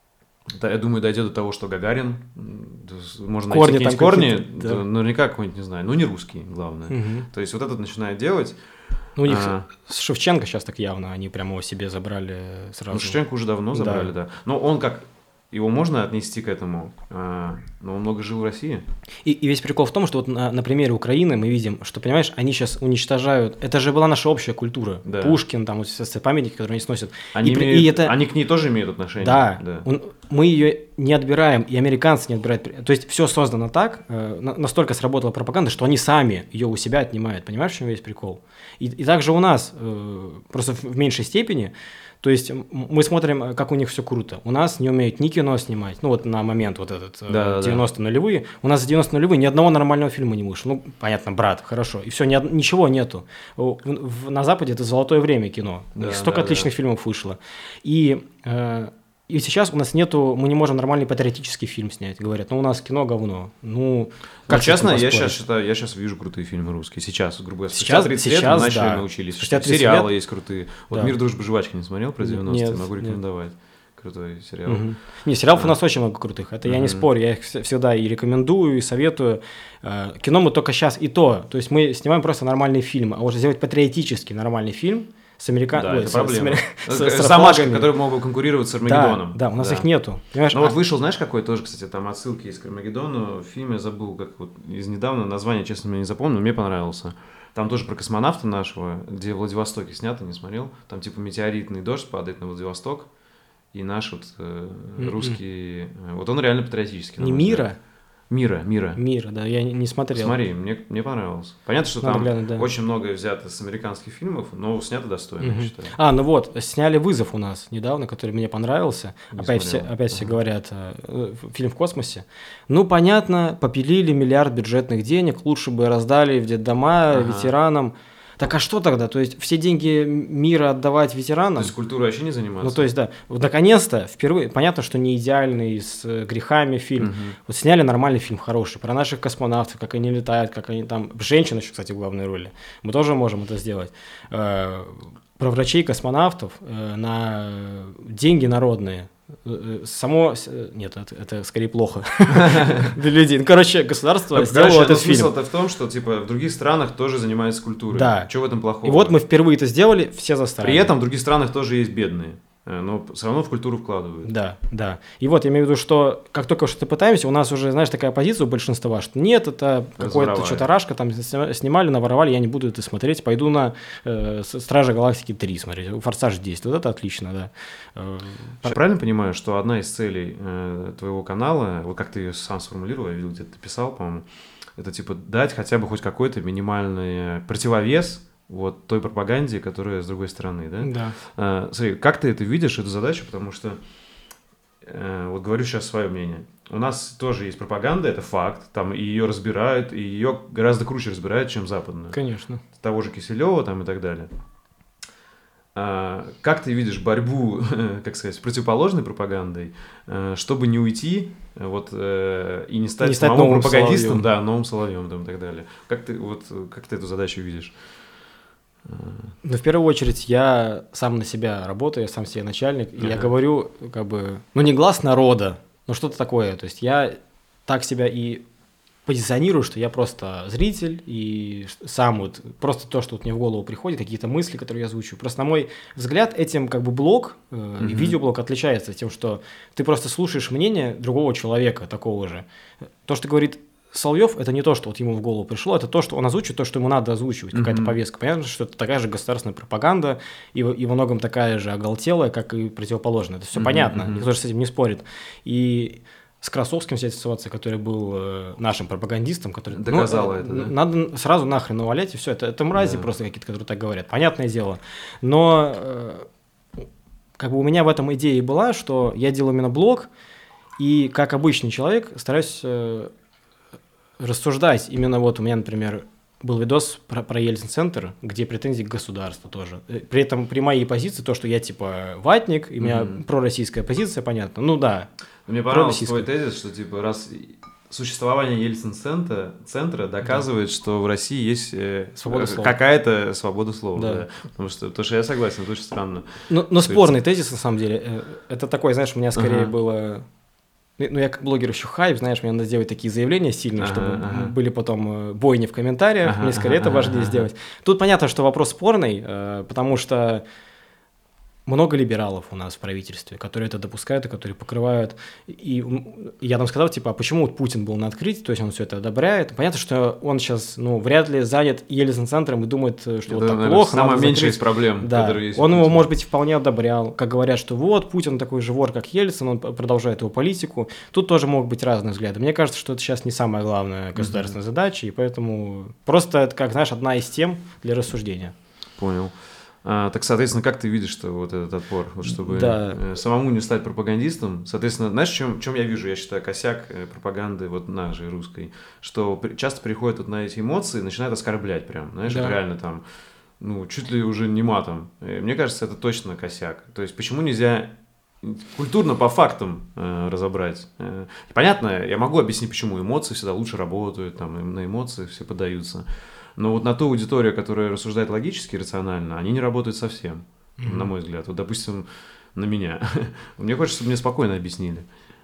Да, я думаю, дойдет до того, что Гагарин, м, да, можно Корни найти какие-нибудь там корни, какие-то, да. да, наверняка какой-нибудь, не знаю, ну не русский, главное. Мгм. То есть вот этот начинает делать. Ну, у них А. с Шевченко сейчас так явно, они прямо его себе забрали сразу. Ну, Шевченко уже давно Да. забрали, да. Но он как, его можно отнести к этому, а, но он много жил в России. И, и весь прикол в том, что вот на, на примере Украины мы видим, что, понимаешь, они сейчас уничтожают, это же была наша общая культура, Да. Пушкин, там вот все эти памятники, которые они сносят. Они, И при- имеют- и это- они к ней тоже имеют отношение. Да, да. он- мы ее не отбираем, и американцы не отбирают. То есть все создано так, э, на- настолько сработала пропаганда, что они сами ее у себя отнимают. Понимаешь, в чем весь прикол? И, и также у нас, э, просто в, в меньшей степени. То есть м- мы смотрим, э, как у них все круто. У нас не умеют ни кино снимать, ну вот на момент вот этот, э, Да-да-да. девяностые нулевые. У нас за девяностые нулевые ни одного нормального фильма не вышло. Ну, понятно, брат, хорошо. И все, ни од- ничего нету. В- в- на Западе это золотое время кино. Да, Столько да, отличных да. фильмов вышло. И... э, и сейчас у нас нету, мы не можем нормальный патриотический фильм снять. Говорят, ну у нас кино говно. Ну, Как с честно, этим я поспоришь? сейчас считаю, я сейчас вижу крутые фильмы русские. Сейчас, грубо говоря, спустя Сейчас- тридцать лет сейчас, мы начали да. научились. Спустя тридцать Сериалы лет. есть крутые. Вот Да. «Мир, дружба, жвачки» не смотрел про девяностые? Нет, Могу нет. рекомендовать. Крутой сериал. Мгм. Не, сериалов у Да. нас очень много крутых. Это я не Мгм. спорю. Я их вс- всегда и рекомендую, и советую. Э, Кино мы только сейчас и то. То есть мы снимаем просто нормальный фильм. А уже сделать патриотический нормальный фильм с американ... Да, ой, это с- с проблема. амери- Э, с- с Самашка, флагами. которые могут конкурировать с Да, Армагеддоном. да, у нас их нету. Понимаешь? Ну А- вот вышел, знаешь, какой тоже, кстати, там отсылки есть к Армагеддону. В фильме забыл, как вот из недавно, название, честно, мне не запомнил, мне понравился. Там тоже про космонавта нашего, где в Владивостоке снято, не смотрел. Там типа метеоритный дождь падает на Владивосток, и наш вот э, Мгм. русский... э, Вот он реально патриотический. на Не мой взгляд. мира, Мира, мира. мира, да, я не- не смотрел. Смотри, мне, мне понравилось. Понятно, что Надо там глянуть, да. очень многое взято с американских фильмов, но снято достойно, Мгм. я считаю. А, ну вот, сняли «Вызов» у нас недавно, который мне понравился. Не опять все, смотрел. опять все Ага. говорят, э, фильм в космосе. Ну, понятно, попилили миллиард бюджетных денег, лучше бы раздали в детдома Ага. ветеранам. Так а что тогда? То есть все деньги мира отдавать То ветеранам? есть культурой вообще не заниматься? Ну, то есть, да, вот наконец-то, впервые, понятно, что не идеальный, с э, грехами фильм. Мгм. Вот сняли нормальный фильм, хороший, про наших космонавтов, как они летают, как они там... Женщина еще, кстати, в главной роли. Мы тоже можем это сделать. Э, Про врачей-космонавтов э, на деньги народные. Само... Нет, это, это скорее плохо для людей. Ну, короче, государство сделало этот фильм. Смысл-то в том, что типа в других странах тоже занимаются культурой. Да. Что в этом плохого? И вот мы впервые это сделали, все заставили. При этом в других странах тоже есть бедные. Но все равно в культуру вкладывают. Да, да. И вот я имею в виду, что как только что-то пытаемся, у нас уже, знаешь, такая позиция у большинства, что нет, это какое-то что-то рашка, там снимали, наворовали, я не буду это смотреть, пойду на э, «Стражи Галактики три» смотреть, «Форсаж десять», вот это отлично, да. Я правильно понимаю, что одна из целей э, твоего канала, вот как ты ее сам сформулировал, я видел, где ты писал, по-моему, это типа дать хотя бы хоть какой-то минимальный противовес вот той пропаганде, которая с другой стороны, да? Да. А, смотри, как ты это видишь, эту задачу, потому что, э, вот говорю сейчас свое мнение, у нас тоже есть пропаганда, это факт, там и ее разбирают, и ее гораздо круче разбирают, чем западную. Конечно. Того же Киселева там и так далее. А, как ты видишь борьбу, как сказать, с противоположной пропагандой, чтобы не уйти вот, и не стать, не стать самому новым пропагандистом, Соловьем. да, новым Соловьем там, и так далее. Как ты, вот, как ты эту задачу видишь? Ну, в первую очередь, я сам на себя работаю, я сам себе начальник, и ага. я говорю, как бы, ну, не глаз народа, но что-то такое. То есть я так себя и позиционирую, что я просто зритель, и сам вот просто то, что вот мне в голову приходит, какие-то мысли, которые я озвучиваю. Просто, на мой взгляд, этим как бы блог, э, mm-hmm. видеоблог отличается тем, что ты просто слушаешь мнение другого человека, такого же. То, что говорит Соловьев, это не то, что вот ему в голову пришло, это то, что он озвучивает, то, что ему надо озвучивать, mm-hmm. какая-то повестка. Понятно, что это такая же государственная пропаганда, и, и во многом такая же оголтелая, как и противоположная. Это все mm-hmm. понятно, никто же с этим не спорит. И с Красовским вся ситуация, который был э, нашим пропагандистом, который доказал ну, это, да? Надо сразу нахрен увалять, и все, это, это мрази да. просто какие-то, которые так говорят, понятное дело. Но э, как бы у меня в этом идея была, что я делаю именно блог, и как обычный человек стараюсь э, рассуждать. Именно вот у меня, например, был видос про, про Ельцин-центр, где претензии к государству тоже. При этом при моей позиции то, что я типа ватник, и у меня mm-hmm. пророссийская позиция, понятно. Ну да. Мне понравился твой тезис, что типа раз существование Ельцин-центра центра доказывает, да. что в России есть э, свобода какая-то свобода слова. Да. Да. Потому, что, потому что я согласен, это очень странно. Но, но спорный тезис, на самом деле. Это такой, знаешь, у меня скорее ага. было... Ну, я как блогер еще хайп, знаешь, мне надо сделать такие заявления сильные, ага, чтобы ага. были потом бойни в комментариях, ага, мне скорее ага, это важнее ага. сделать. Тут понятно, что вопрос спорный, потому что много либералов у нас в правительстве, которые это допускают и которые покрывают. И я там сказал, типа, а почему вот Путин был на открытии, то есть он все это одобряет. Понятно, что он сейчас, ну, вряд ли занят Ельцин-центром и думает, что это, вот так наверное, плохо. Самая меньшая из проблем, да. которые есть. Он его, может быть, вполне одобрял. Как говорят, что вот, Путин такой же вор, как Ельцин, он продолжает его политику. Тут тоже могут быть разные взгляды. Мне кажется, что это сейчас не самая главная государственная mm-hmm. задача, и поэтому просто это, как, знаешь, одна из тем для рассуждения. Понял. А, так, соответственно, как ты видишь что вот этот отпор, вот, чтобы да. самому не стать пропагандистом? Соответственно, знаешь, в чем, в чем я вижу, я считаю, косяк пропаганды вот нашей русской, что часто приходят вот на эти эмоции и начинают оскорблять прям, знаешь, да. реально там, ну, чуть ли уже не матом. И мне кажется, это точно косяк. То есть, почему нельзя культурно по фактам э, разобрать? Э, понятно, я могу объяснить, почему эмоции всегда лучше работают, там, на эмоции все поддаются. Но вот на ту аудиторию, которая рассуждает логически, рационально, они не работают совсем, mm-hmm. на мой взгляд. Вот, допустим, на меня. Мне хочется, чтобы мне спокойно объяснили.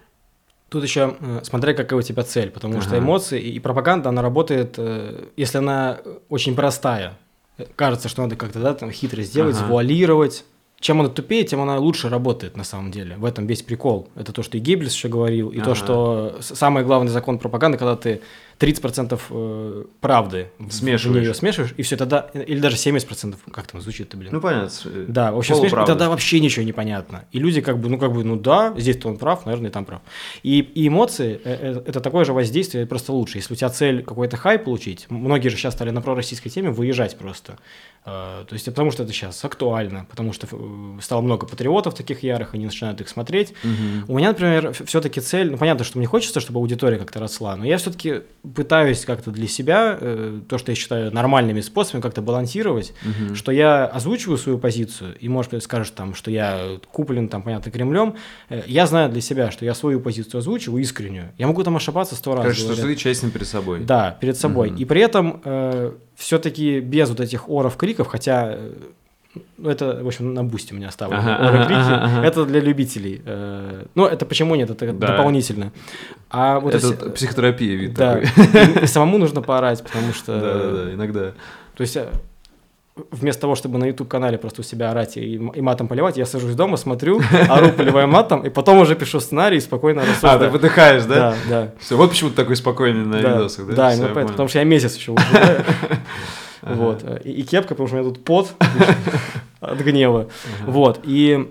Тут еще смотря, какая у тебя цель, потому ага. что эмоции и пропаганда, она работает, если она очень простая. Кажется, что надо как-то да, там, хитро сделать, ага. завуалировать. Чем она тупее, тем она лучше работает на самом деле. В этом весь прикол. Это то, что и Геббельс еще говорил, и ага. то, что самый главный закон пропаганды, когда ты тридцать процентов правды смешиваешь. в нее смешиваешь, и все тогда, или даже семьдесят процентов, как там звучит-то, блин? Ну, понятно. Да, в общем, смешиваешь, тогда вообще ничего не понятно. И люди как бы, ну, как бы, ну да, здесь-то он прав, наверное, и там прав. И, и эмоции – это такое же воздействие, просто лучше. Если у тебя цель какой-то хайп получить, многие же сейчас стали на пророссийской теме выезжать просто. То есть, потому что это сейчас актуально, потому что стало много патриотов таких ярых, они начинают их смотреть. Угу. У меня, например, все-таки цель, ну, понятно, что мне хочется, чтобы аудитория как-то росла, но я все-таки пытаюсь как-то для себя, э, то, что я считаю нормальными способами, как-то балансировать, угу. что я озвучиваю свою позицию, и, может быть, скажешь, там, что я куплен, там, понятно, Кремлем, э, я знаю для себя, что я свою позицию озвучиваю искреннюю. Я могу там ошибаться сто раз. Короче, что ты честен перед собой. Да, перед собой. Угу. И при этом э, все-таки без вот этих оров, криков, хотя... Ну, это, в общем, на бусте у меня оставлено. Ага, Ага, ага, ага. Это для любителей. Ну, это почему нет? Это да. дополнительно. А вот это если... психотерапия вид да. такой. И самому нужно поорать, потому что... Да-да-да, иногда. То есть... Вместо того, чтобы на YouTube-канале просто у себя орать и, и матом поливать, я сажусь дома, смотрю, ору, поливаю матом, и потом уже пишу сценарий и спокойно рассуждаю. А, ты выдыхаешь, да? Да, да. Все, вот почему ты такой спокойный на да, видосах, да? Да, именно поэтому, потому что я месяц еще выживаю. Вот. И кепка, потому что у меня тут пот от гнева. Вот. И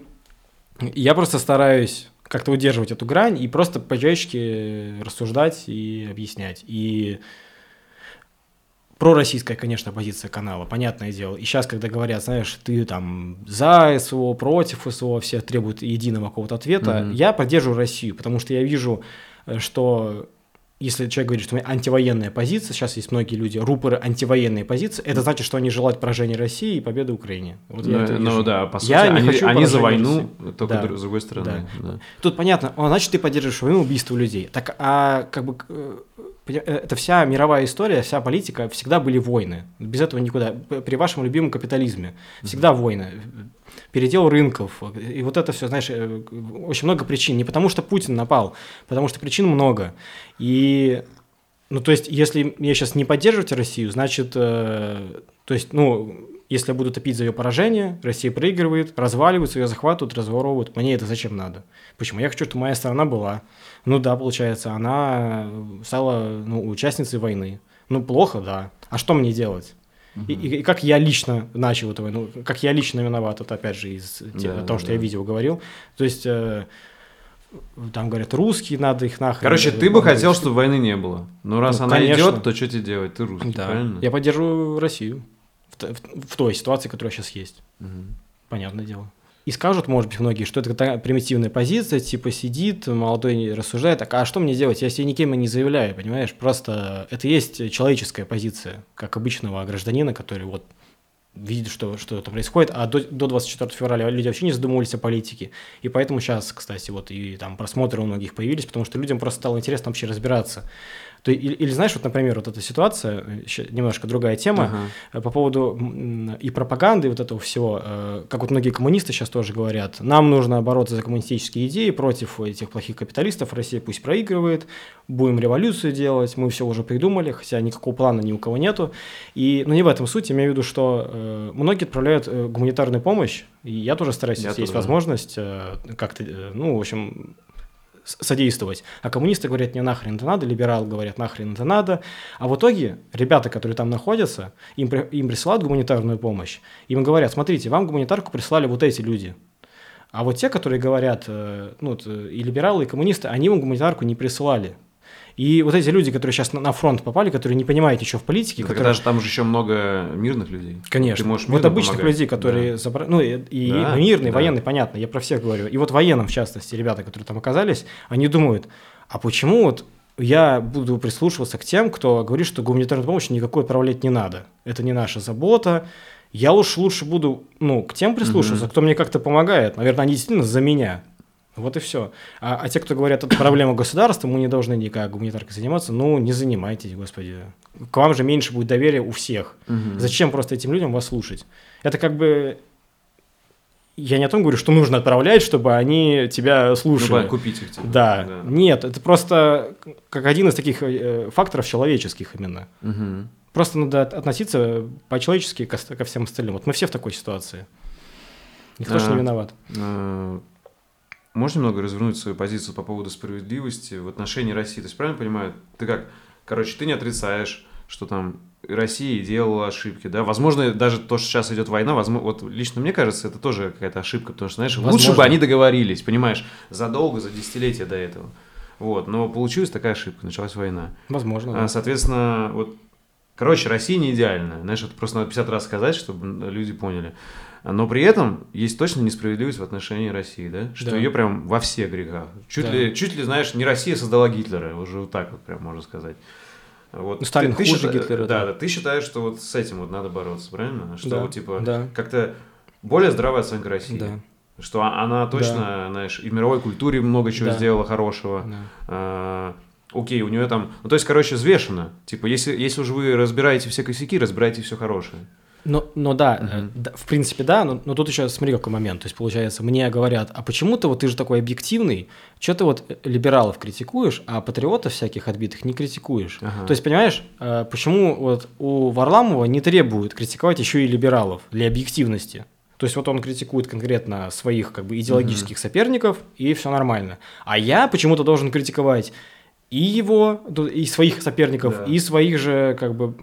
я просто стараюсь как-то удерживать эту грань и просто по-человечески рассуждать и объяснять. И пророссийская, конечно, позиция канала, понятное дело. И сейчас, когда говорят, знаешь, ты там за СВО, против СВО, все требуют единого какого-то ответа, mm-hmm. я поддерживаю Россию, потому что я вижу, что если человек говорит, что у меня антивоенная позиция, сейчас есть многие люди, рупоры антивоенной позиции, это значит, что они желают поражения России и победы Украине. Вот ну, я это ну да, по сути, я они, не хочу они за войну, России. только да. с другой стороны. Да. Да. Тут понятно, а, значит, ты поддерживаешь войну, убийство людей. Так, а как бы... Это вся мировая история, вся политика, всегда были войны. Без этого никуда. При вашем любимом капитализме всегда войны. Передел рынков. И вот это все, знаешь, очень много причин. Не потому что Путин напал, потому что причин много. И, ну, то есть, если я сейчас не поддерживать Россию, значит, э, то есть, ну, если я буду топить за ее поражение, Россия проигрывает, разваливается, ее захватывают, разворовывают. Мне это зачем надо? Почему? Я хочу, чтобы моя страна была. Ну да, получается, она стала ну, участницей войны. Ну, плохо, да. А что мне делать? Uh-huh. И, и, и как я лично начал эту войну, как я лично виноват, это опять же из yeah, того, что yeah. я в видео говорил. То есть, э, там говорят, русские, надо их нахрен. Короче, ты бы хотел, чтобы войны не было. Но раз ну, она конечно. идет, то что тебе делать? Ты русский, да. правильно? Я поддерживаю Россию в, в, в той ситуации, которая сейчас есть. Uh-huh. Понятное дело. И скажут, может быть, многие, что это такая примитивная позиция, типа сидит, молодой рассуждает, так, а что мне делать? Я себе никем и не заявляю, понимаешь? Просто это есть человеческая позиция, как обычного гражданина, который вот видит, что, что там происходит, а до, до двадцать четвёртого февраля люди вообще не задумывались о политике. И поэтому сейчас, кстати, вот и там просмотры у многих появились, потому что людям просто стало интересно вообще разбираться. То, или, или знаешь, вот, например, вот эта ситуация, немножко другая тема, uh-huh. по поводу и пропаганды, и вот этого всего, как вот многие коммунисты сейчас тоже говорят, нам нужно бороться за коммунистические идеи против этих плохих капиталистов, Россия пусть проигрывает, будем революцию делать, мы все уже придумали, хотя никакого плана ни у кого нету. И, ну, не в этом суть, я имею в виду, что э, многие отправляют э, гуманитарную помощь, и я тоже стараюсь, я если есть возможность, э, как-то, э, ну, в общем... содействовать. А коммунисты говорят, не нахрен это надо, либералы говорят, нахрен это надо. А в итоге ребята, которые там находятся, им, им присылают гуманитарную помощь, им говорят, смотрите, вам гуманитарку прислали вот эти люди. А вот те, которые говорят, ну, и либералы, и коммунисты, они им гуманитарку не присылали. И вот эти люди, которые сейчас на фронт попали, которые не понимают ничего в политике... Ну, которые... Даже там же еще много мирных людей. Конечно. Ты можешь вот обычных помогать. людей, которые... Да. Забра... Ну, и, и да, мирные, да. военные, понятно, я про всех говорю. И вот военным, в частности, ребята, которые там оказались, они думают, а почему вот я буду прислушиваться к тем, кто говорит, что гуманитарную помощь никакой отправлять не надо. Это не наша забота. Я уж лучше буду, ну, к тем прислушиваться, mm-hmm. кто мне как-то помогает. Наверное, они действительно за меня. Вот и все. А, а те, кто говорят, это проблема государства, мы не должны никак гуманитаркой заниматься, ну, не занимайтесь, господи. К вам же меньше будет доверия у всех. Угу. Зачем просто этим людям вас слушать? Это как бы... Я не о том говорю, что нужно отправлять, чтобы они тебя слушали. Ну, купить их. Типа. Да. да. Нет, это просто как один из таких э, факторов человеческих именно. Угу. Просто надо относиться по-человечески ко, ко всем остальным. Вот мы все в такой ситуации. Никто же а, не виноват. А... Можешь немного развернуть свою позицию по поводу справедливости в отношении России? То есть, правильно понимаю, ты как, короче, ты не отрицаешь, что там Россия делала ошибки, да? Возможно, даже то, что сейчас идет война, возможно, вот лично мне кажется, это тоже какая-то ошибка, потому что, знаешь, возможно. Лучше бы они договорились, понимаешь, задолго, за десятилетия до этого. Вот, но получилась такая ошибка, началась война. Возможно, а, да. Соответственно, вот, короче, Россия не идеальная, знаешь, это просто надо пятьдесят раз сказать, чтобы люди поняли. Но при этом есть точно несправедливость в отношении России, да? Что да. ее прям во всех грехах. Чуть, да. ли, чуть ли, знаешь, не Россия создала Гитлера, уже вот так вот прям можно сказать. Вот. Ну, Сталин ты, хуже ты счита... Гитлера. Да, да, ты считаешь, что вот с этим вот надо бороться, правильно? Что да. вот, типа, да. как-то более здравая оценка России. Да. Что она точно, да. знаешь, и в мировой культуре много чего да. сделала хорошего. Да. А, окей, у нее там... Ну, то есть, короче, взвешено. Типа, если, если уж вы разбираете все косяки, разбирайте все хорошее. Но, но да, Мгм. э, да, в принципе, да, но, но тут еще смотри, какой момент. То есть, получается, мне говорят, а почему ты вот ты же такой объективный, что ты вот либералов критикуешь, а патриотов всяких отбитых не критикуешь? Ага. То есть, понимаешь, э, почему вот у Варламова не требуют критиковать еще и либералов для объективности? То есть вот он критикует конкретно своих как бы идеологических соперников, и все нормально. А я почему-то должен критиковать и его, и своих соперников, Да. и своих же как бы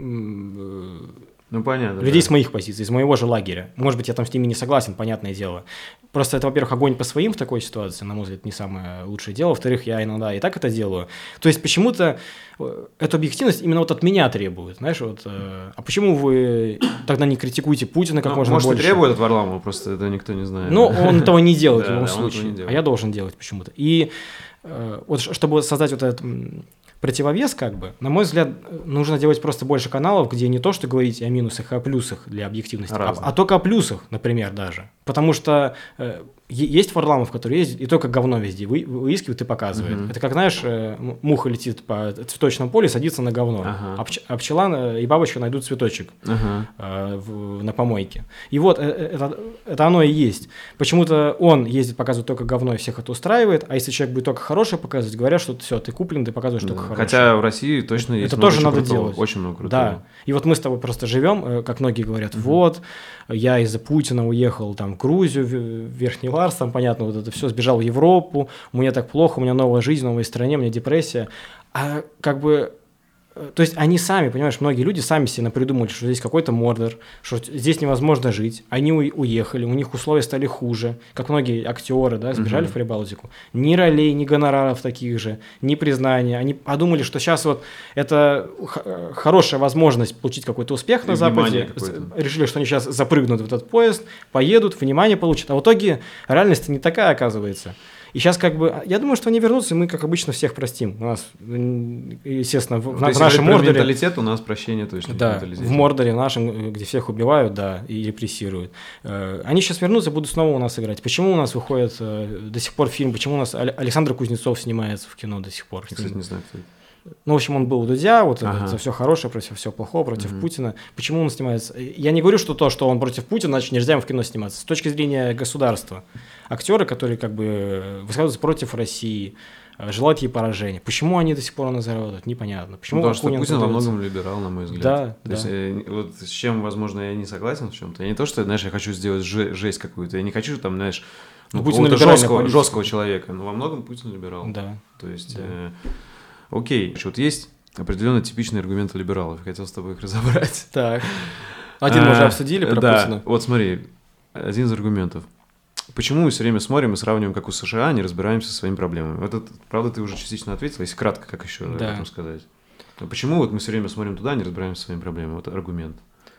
м, Ну, понятно. людей да. с моих позиций, из моего же лагеря. Может быть, я там с ними не согласен, понятное дело. Просто это, во-первых, огонь по своим в такой ситуации, на мой взгляд, не самое лучшее дело. Во-вторых, я иногда и так это делаю. То есть почему-то э, эту объективность именно вот от меня требуют. Знаешь, вот, э, а почему вы тогда не критикуете Путина как Ну, можно может, больше? и требует от Варламова, просто это никто не знает. Ну, он этого не делает в Да, любом да, он этого случае. не делает. А я должен делать почему-то. И э, вот ш- чтобы создать вот этот м, противовес, как бы, на мой взгляд, э, нужно делать просто больше каналов, где не то, что говорить о минусах и о плюсах для объективности, а, Разных. а только о плюсах, например, даже. Потому что э, е- есть Варламов, который ездит и только говно везде вы- выискивает и показывает. Мгм. Это как, знаешь, э, м- муха летит по цветочному полю, садится на говно, Ага. а, пч- а пчела э, и бабочка найдут цветочек Ага. э, в- на помойке. И вот э, э, это, это оно и есть. Почему-то он ездит, показывает только говно, и всех это устраивает, а если человек будет только хорошее показывать, говорят, что все, ты куплен, ты показываешь Да. только хорошее. Хотя в России точно есть Это много тоже чего надо крутого, делать. Очень много крутого. Да. И вот мы с тобой просто живем, э, как многие говорят, вот, я из-за Путина уехал там в Грузию, в в Верхний Ларс, там, понятно, вот это все, сбежал в Европу, мне так плохо, у меня новая жизнь, в новой стране, у меня депрессия. А как бы, э, то есть они сами, понимаешь, многие люди сами себе напридумали, что здесь какой-то мордор, что здесь невозможно жить. Они у- уехали, у них условия стали хуже, как многие актеры, да, сбежали Мгм. в Прибалтику. Ни ролей, ни гонораров таких же, ни признания. Они подумали, что сейчас вот это х- хорошая возможность получить какой-то успех И на внимание Западе. какое-то. С- Решили, что они сейчас запрыгнут в этот поезд, поедут, внимание получат. А в итоге реальность не такая оказывается. И сейчас как бы, я думаю, что они вернутся, и мы, как обычно, всех простим. У нас, м, естественно, в, Вот в на- в если нашем говорить про Мордоре... менталитет, у нас прощения точно в Да, менталитете. в Мордоре нашем, э, где всех убивают, да, и репрессируют. Э, Они сейчас вернутся, будут снова у нас играть. Почему у нас выходит э, до сих пор фильм, почему у нас Аль- Александр Кузнецов снимается в кино до сих пор? Я, кстати, не знаю, кто это. Ну, в общем, он был у Дудя, вот Ага. это все хорошее против всего плохого, против Мгм. Путина. Почему он снимается? Я не говорю, что то, что он против Путина, значит, нельзя ему в кино сниматься. С точки зрения государства. Актеры, которые как бы высказываются против России, э, желают ей поражения. Почему они до сих пор у нас заработают? Непонятно. Почему Потому что Акунин Путин во продается? многом либерал, на мой взгляд. Да, То да. есть, э, вот с чем, возможно, я не согласен в чем-то. Я не то, что, знаешь, я хочу сделать же- жесть какую-то. Я не хочу там, знаешь, ну, Путин какого-то либеральная жесткого, политика. жесткого человека. Но во многом Путин либерал. Да. То есть, Да. э, окей, вот есть определенно типичные аргументы либералов. Я хотел с тобой их разобрать. Так. Один мы уже А, обсудили про да, Путина. вот смотри, один из аргументов. Почему мы все время смотрим и сравниваем, как у США, а не разбираемся со своими проблемами? Вот это, правда, ты уже частично ответил, если кратко, как еще об Да. этом сказать? Но почему вот мы все время смотрим туда, а не разбираемся со своими проблемами? Вот аргумент.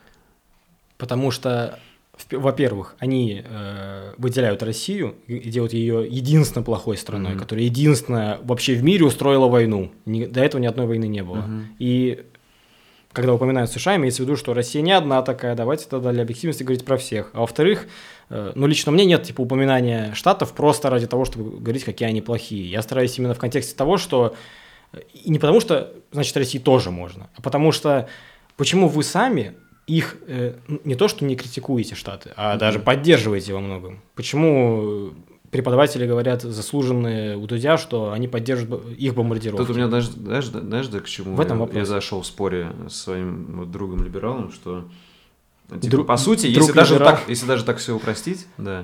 Потому что, в- во-первых, они э, выделяют Россию и и делают ее единственно плохой страной, Мгм. которая единственная вообще в мире устроила войну. Ни- до этого ни одной войны не было. Мгм. И когда упоминают США, имеется в виду, что Россия не одна такая, давайте тогда для объективности говорить про всех. А во-вторых, э, ну лично мне нет типа упоминания Штатов просто ради того, чтобы говорить, какие они плохие. Я стараюсь именно в контексте того, что э, и не потому что, значит, России тоже можно, а потому что почему вы сами их э, н- не то, что не критикуете Штаты, а Мгм. даже поддерживаете во многом. Почему преподаватели говорят, заслуженные у Дудя, что они поддерживают б- их бомбардировки? Тут у меня даже, знаешь, да- знаешь, да, к чему В этом я, вопрос. я зашел в споре с своим вот другом-либералом, что, типа, Друг- по сути, друг если даже, либерал. так, если даже так все упростить, да,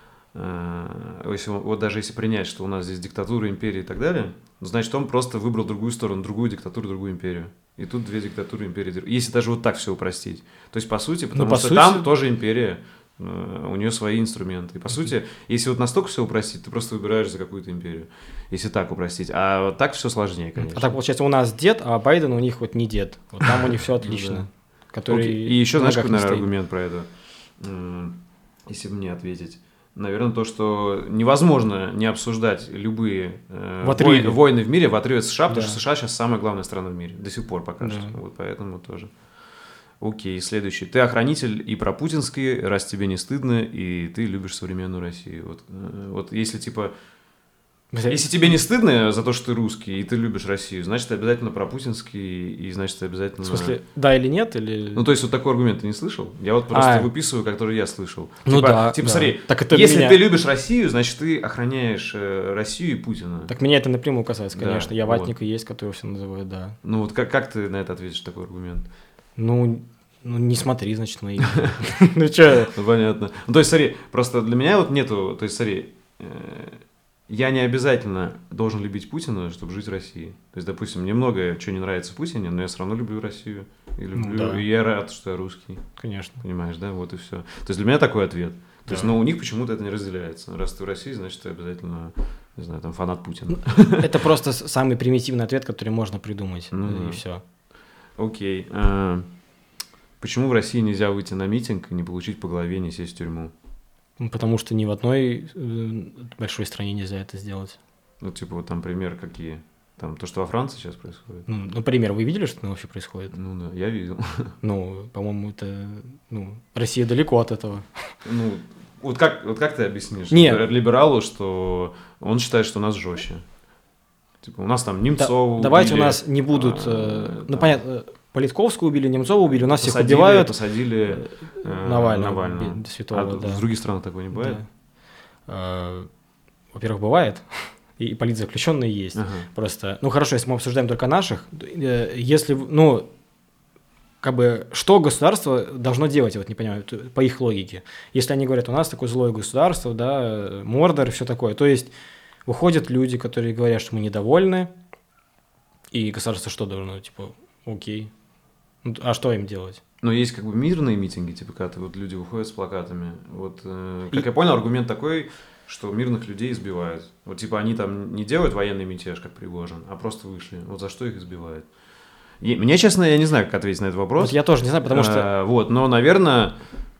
э, если, он- вот даже если принять, что у нас здесь диктатура, империя и так далее, значит, он просто выбрал другую сторону, другую диктатуру, другую империю. И тут две диктатуры, империи. дер- Если даже вот так все упростить. То есть, по сути, потому по что сути- там тоже империя, э, у нее свои инструменты. И, по сути, если вот настолько все упростить, ты просто выбираешь за какую-то империю. Если так упростить. А вот так все сложнее, конечно. А так получается, у нас дед, а Байден у них вот не дед. Вот там у них все Ну отлично. да. Который Окей. И еще, на знаешь, ногах какой, не наверное, стоит. аргумент про это? М, Если бы мне ответить. Наверное, то, что невозможно не обсуждать любые э, В отрыве. вой- войны в мире в отрыве от США, потому Да. что США сейчас самая главная страна в мире. До сих пор пока Да. что. Вот поэтому тоже. Окей, следующий. Ты охранитель и пропутинский, раз тебе не стыдно, и ты любишь современную Россию. Вот, э, вот если, типа, Если тебе не стыдно за то, что ты русский, и ты любишь Россию, значит, ты обязательно пропутинский, и значит, ты обязательно... В смысле, да или нет? Или... Ну, то есть, вот такой аргумент ты не слышал? Я вот просто А. выписываю, который я слышал. Ну типа, да, Типа, да. смотри, Так это если меня... ты любишь Россию, значит, ты охраняешь э, Россию и Путина. Так меня это напрямую касается, конечно. Да, Я вот. ватник и есть, который все называют, да. Ну, вот как, как ты на это ответишь, такой аргумент? Ну, ну не смотри, значит, мои. Ну, что? Ну, понятно. Ну, то есть, смотри, просто для меня вот нету... То есть, смотри... Я не обязательно должен любить Путина, чтобы жить в России. То есть, допустим, мне многое, что не нравится в Путине, но я все равно люблю Россию. И, люблю, Ну, да. и я рад, что я русский. Конечно. Понимаешь, да? Вот и все. То есть, для меня такой ответ. То Да. есть, но у них почему-то это не разделяется. Раз ты в России, значит, ты обязательно, не знаю, там, фанат Путина. Это просто с- самый примитивный ответ, который можно придумать. Ну И да. все. Окей. А, почему в России нельзя выйти на митинг и не получить по голове, не сесть в тюрьму? Потому что ни в одной э, большой стране нельзя это сделать. Ну, типа, вот там пример какие? Там то, что во Франции сейчас происходит? Ну, например, вы видели, что там вообще происходит? Ну да, я видел. Ну, по-моему, это... Ну, Россия далеко от этого. Ну, вот как, вот как ты объяснишь Нет. либералу, что он считает, что у нас жестче? Типа, у нас там Немцова Да- давайте убили, у нас не будут... э, а, ну, там, понятно, Политковского убили, Немцова убили, у нас всех посадили, убивают. посадили э, Навального, Навального. бе- святого, А да. в других странах такого не бывает? Да. А, Во-первых, бывает, и, и политзаключенные есть. Ага. Просто, ну хорошо, если мы обсуждаем только наших, э, если, в- ну, как бы, что государство должно делать, я вот не понимаю, т- по их логике. Если они говорят, у нас такое злое государство, да, Мордор и все такое, то есть выходят люди, которые говорят, что мы недовольны, и государство что должно, типа, окей, ну, а что им делать? Но есть как бы мирные митинги, типа, когда вот люди выходят с плакатами. Вот, э, как И- я понял, аргумент такой, что мирных людей избивают. Вот, типа, они там не делают военный мятеж, как Пригожин, а просто вышли. Вот за что их избивают? И мне, честно, я не знаю, как ответить на этот вопрос. Вот я тоже не знаю, потому что А, вот, но, наверное...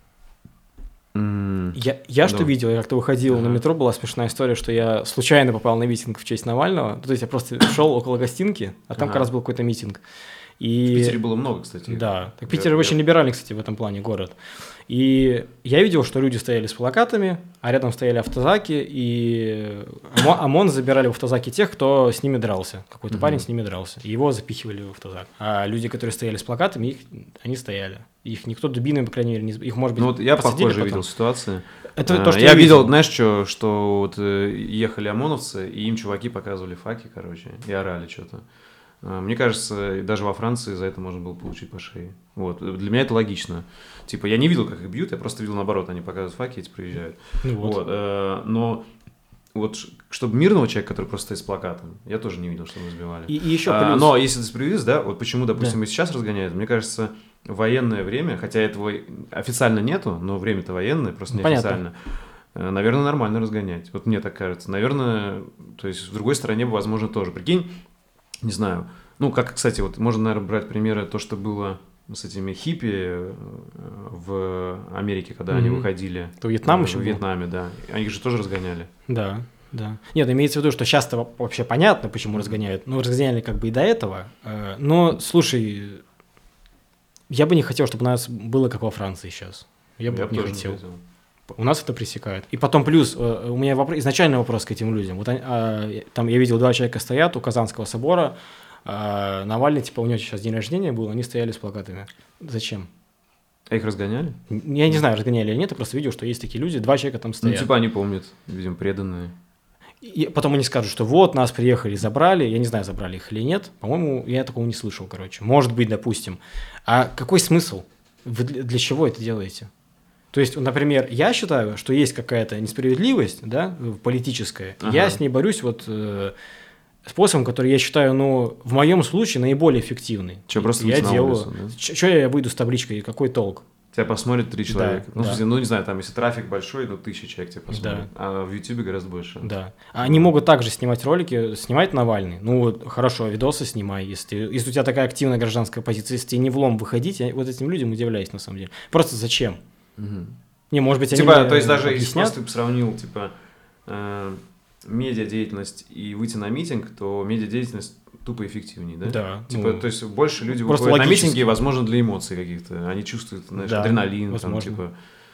м, Я, я что Да. видел, я как-то выходил Ага. на метро, была смешная история, что я случайно попал на митинг в честь Навального. Ну, то есть я просто шел около гостинки, а там Ага. как раз был какой-то митинг. В И... Питере было много, кстати. Да, так Я- Питер я- очень либеральный, кстати, в этом плане город. И я видел, что люди стояли с плакатами, а рядом стояли автозаки, и ОМО- ОМОН забирали в автозаки тех, кто с ними дрался. Какой-то Мгм. парень с ними дрался. И его запихивали в автозак. А люди, которые стояли с плакатами, их, они стояли. Их никто дубиной, по крайней мере, не... з- Их, может быть, Ну вот я посадили похоже потом. видел ситуации. Это А, то, что я, я видел, видел. знаешь, что, что вот э, ехали ОМОНовцы, и им чуваки показывали факи, короче, и орали что-то. А, Мне кажется, и даже во Франции за это можно было получить по шее. Вот. Для меня это логично. Типа, я не видел, как их бьют, я просто видел наоборот, они показывают факи, эти проезжают. Ну вот. Вот. э, Но вот, ш- чтобы мирного человека, который просто стоит с плакатом, я тоже не видел, что мы сбивали. И, и еще А, плюс... Но если ты справедливость, да, вот почему, допустим, Да. и сейчас разгоняют, мне кажется, в военное время, хотя этого официально нету, но время-то военное, просто Ну, понятно. неофициально, э, наверное, нормально разгонять. Вот мне так кажется. Наверное, то есть в другой стране, возможно, тоже. Прикинь, не знаю, ну, как, кстати, вот можно, наверное, брать примеры, то, что было с этими хиппи э, в Америке, когда они Мгм. выходили. То Вьетнам э, еще В был? Вьетнаме, да. Они же тоже разгоняли. Да, да. Нет, имеется в виду, что сейчас-то вообще понятно, почему разгоняют. Ну, разгоняли как бы и до этого. Э, Но, слушай, я бы не хотел, чтобы у нас было как во Франции сейчас. Я бы Я вот не тоже хотел. хотел. У нас это пресекают. И потом плюс, э, у меня вопрос, изначальный вопрос к этим людям. Вот они, а, там я видел, два человека стоят у Казанского собора, а Навальный, типа, у него сейчас день рождения был, они стояли с плакатами. Зачем? А их разгоняли? Я не знаю, разгоняли или нет, я просто видел, что есть такие люди, два человека там Ну, стоят. типа они помнят, видимо, преданные. И потом они скажут, что вот, нас приехали, забрали. Я не знаю, забрали их или нет. По-моему, я такого не слышал, короче. Может быть, допустим. А какой смысл? Вы для, для чего это делаете? То есть, например, я считаю, что есть какая-то несправедливость, да, политическая. Ага. Я с ней борюсь вот э, способом, который я считаю, ну, в моем случае наиболее эффективный. Чё, И просто я выйти на делаю. улицу, да? Что я выйду с табличкой, какой толк? Тебя посмотрят три человека. Да, ну, в да. смысле, ну, не знаю, там, если трафик большой, ну, тысяча человек тебя посмотрят. Да. А в Ютубе гораздо больше. Да. А они могут также снимать ролики, снимать Навальный. Ну, вот, хорошо, видосы снимай. Если, ты- если у тебя такая активная гражданская позиция, если тебе не влом выходить, я вот этим людям удивляюсь, на самом деле. Просто зачем? Мгм. Не, может быть, они Типа, мне то есть даже если объяснят. просто ты бы сравнил, типа, э, медиадеятельность и выйти на митинг, то медиадеятельность тупо эффективнее, да? Да. Типа, ну, то есть больше люди просто выходят на логически. митинги, возможно, для эмоций каких-то. Они чувствуют, знаешь, Да, адреналин, там, возможно. типа.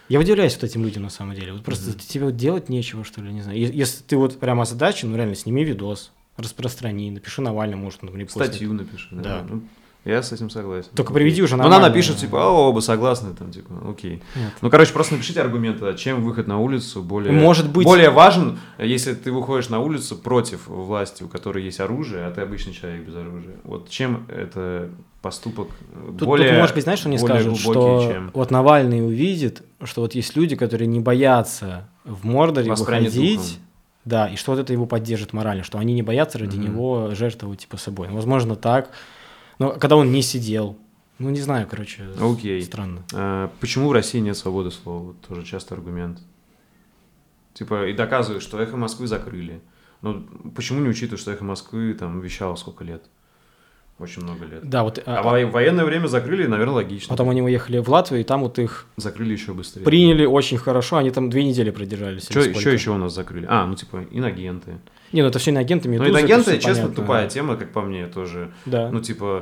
Я удивляюсь вот этим людям на самом деле. Вот просто Мгм. тебе вот делать нечего, что ли, не знаю. Е- Если ты вот прямо озадачен, ну реально сними видос, распространи, напиши Навальному, может, он там репостнет. Статью напиши. Да. Да. Ну, я с этим согласен. Только Окей. приведи уже Ну, она нормальное- напишет, типа, а, оба согласны, там, типа, окей. Нет. Ну, короче, просто напишите аргументы, а чем выход на улицу более, Может быть- более важен, если ты выходишь на улицу против власти, у которой есть оружие, а ты обычный человек без оружия. Вот чем это поступок Тут, более тут, может быть, знаешь, что они более скажут, глубокий, что чем вот Навальный увидит, что вот есть люди, которые не боятся в Мордоре воспрянет выходить, духом. да, и что вот это его поддержит морально, что они не боятся ради Мгм. него жертвовать типа собой. Ну, возможно, так. Но когда он не сидел, ну не знаю, короче, с- Окей. странно. А, почему в России нет свободы слова? Вот тоже часто аргумент. Типа, и доказывают, что «Эхо Москвы» закрыли. Ну, почему не учитывают, что «Эхо Москвы» там вещало сколько лет? Очень много лет. Да, вот. А а- в военное время закрыли, наверное, логично. Потом они уехали в Латвию, и там вот их Закрыли еще быстрее. приняли очень хорошо, они там две недели продержались. Что или сколько. еще у нас закрыли? А, ну типа инагенты. Не, ну это все иноагенты, Ну медузы, это инагенты, всё честно, понятно. тупая тема, как по мне, тоже. Да. Ну типа,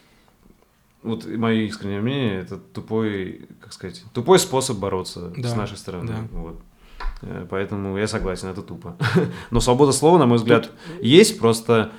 вот мое искреннее мнение, это тупой, как сказать, тупой способ бороться Да, с нашей стороны. да. Вот. Э, Поэтому я согласен, это тупо. Но свобода слова, на мой взгляд, есть, просто...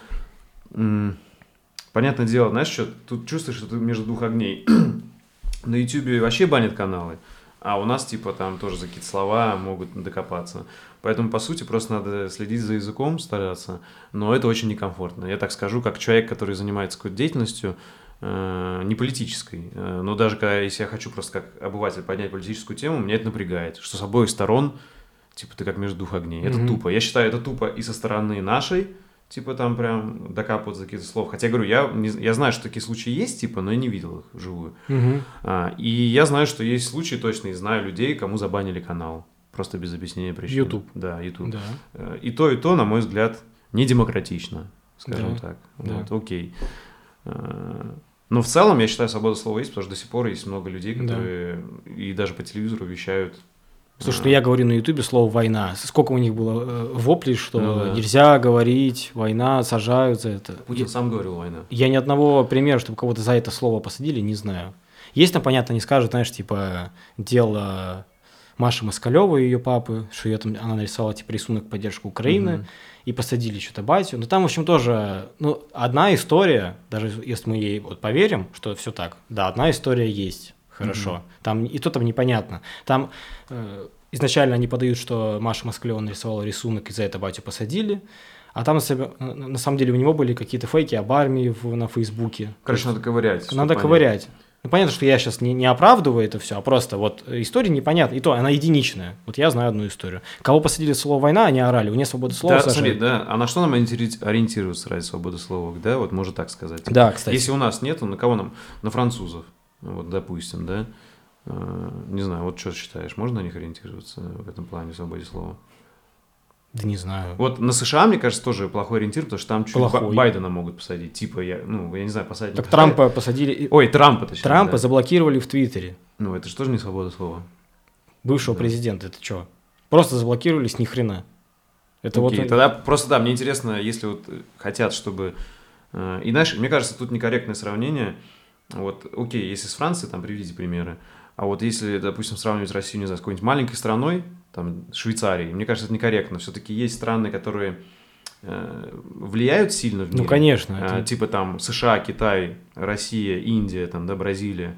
м, Понятное дело, знаешь, что тут чувствуешь, что ты между двух огней. На Ютубе вообще банят каналы, а у нас типа там тоже за какие-то слова могут докопаться. Поэтому, по сути, просто надо следить за языком, стараться, но это очень некомфортно. Я так скажу, как человек, который занимается какой-то деятельностью, э, не политической, э, но даже когда, если я хочу просто как обыватель поднять политическую тему, меня это напрягает, что с обоих сторон, типа, ты как между двух огней. Это Мгм. тупо. Я считаю, это тупо и со стороны нашей, типа там прям докапываться за какие-то слова. Хотя, я говорю, я, не- я знаю, что такие случаи есть, типа, но я не видел их вживую. Мгм. А, и я знаю, что есть случаи точно, и знаю людей, кому забанили канал. Просто без объяснения причин. YouTube. Да, YouTube. Да. Э, И то, и то, на мой взгляд, не демократично, скажем Да, так. да. Вот, окей. Э, Но в целом, я считаю, свобода слова есть, потому что до сих пор есть много людей, Да. которые и даже по телевизору вещают. Слушай, э, ну я говорю на Ютубе слово «война». Сколько у них было э, воплей, что Ну да. нельзя говорить, война, сажают за это. Путин Я, сам говорил «война». я ни одного примера, чтобы кого-то за это слово посадили, не знаю. Есть там, понятно, они скажут, знаешь, типа, дело Маши Москалевой, ее папы, что ее там, она нарисовала, типа, рисунок в поддержку Украины, Мгм. и посадили что-то батю. Но там, в общем, тоже, ну, одна история, даже если мы ей вот поверим, что все так, да, одна история есть, хорошо. Мгм. Там и то там непонятно. Там э, изначально они подают, что Маша Москалева нарисовала рисунок, и за это батю посадили. А там, на, себе- на- на самом деле, у него были какие-то фейки об армии в- на Фейсбуке. Короче, надо ковырять. чтобы Надо понять. ковырять. Ну, понятно, что я сейчас не, не оправдываю это все, а просто вот история непонятна. И то, она единичная. Вот я знаю одну историю. Кого посадили за слово «война», они орали. У нее свобода слова, Да, Саша. смотри, да, а на что нам ориентири- ориентироваться ради свободы слова, да, вот можно так сказать. Да, кстати. Если у нас нету, на кого нам? На французов, вот, допустим, да. Э, Не знаю, вот что считаешь, можно на них ориентироваться в этом плане в свободе слова? Да не знаю. Вот на США, мне кажется, тоже плохой ориентир, потому что там чуть Плохой. Ба- Байдена могут посадить. Типа, я, ну, я не знаю, посадить. не Так посадить. Трампа посадили... и- Ой, Трампа, точнее. Трампа да. заблокировали в Твиттере. Ну, это же тоже не свобода слова. Бывшего Да. президента. Это что? Просто заблокировали с ни хрена. Это Окей, вот... тогда просто, да, мне интересно, если вот э, хотят, чтобы... э, И знаешь, мне кажется, тут некорректное сравнение. Вот, окей, если с Францией, там, приведите примеры. А вот если, допустим, сравнивать Россию, не знаю, с какой-нибудь маленькой страной, там, Швейцарией, мне кажется, это некорректно. Все-таки есть страны, которые э, влияют сильно в мире. Ну, конечно. А, это- Типа там США, Китай, Россия, Индия, там, да, Бразилия,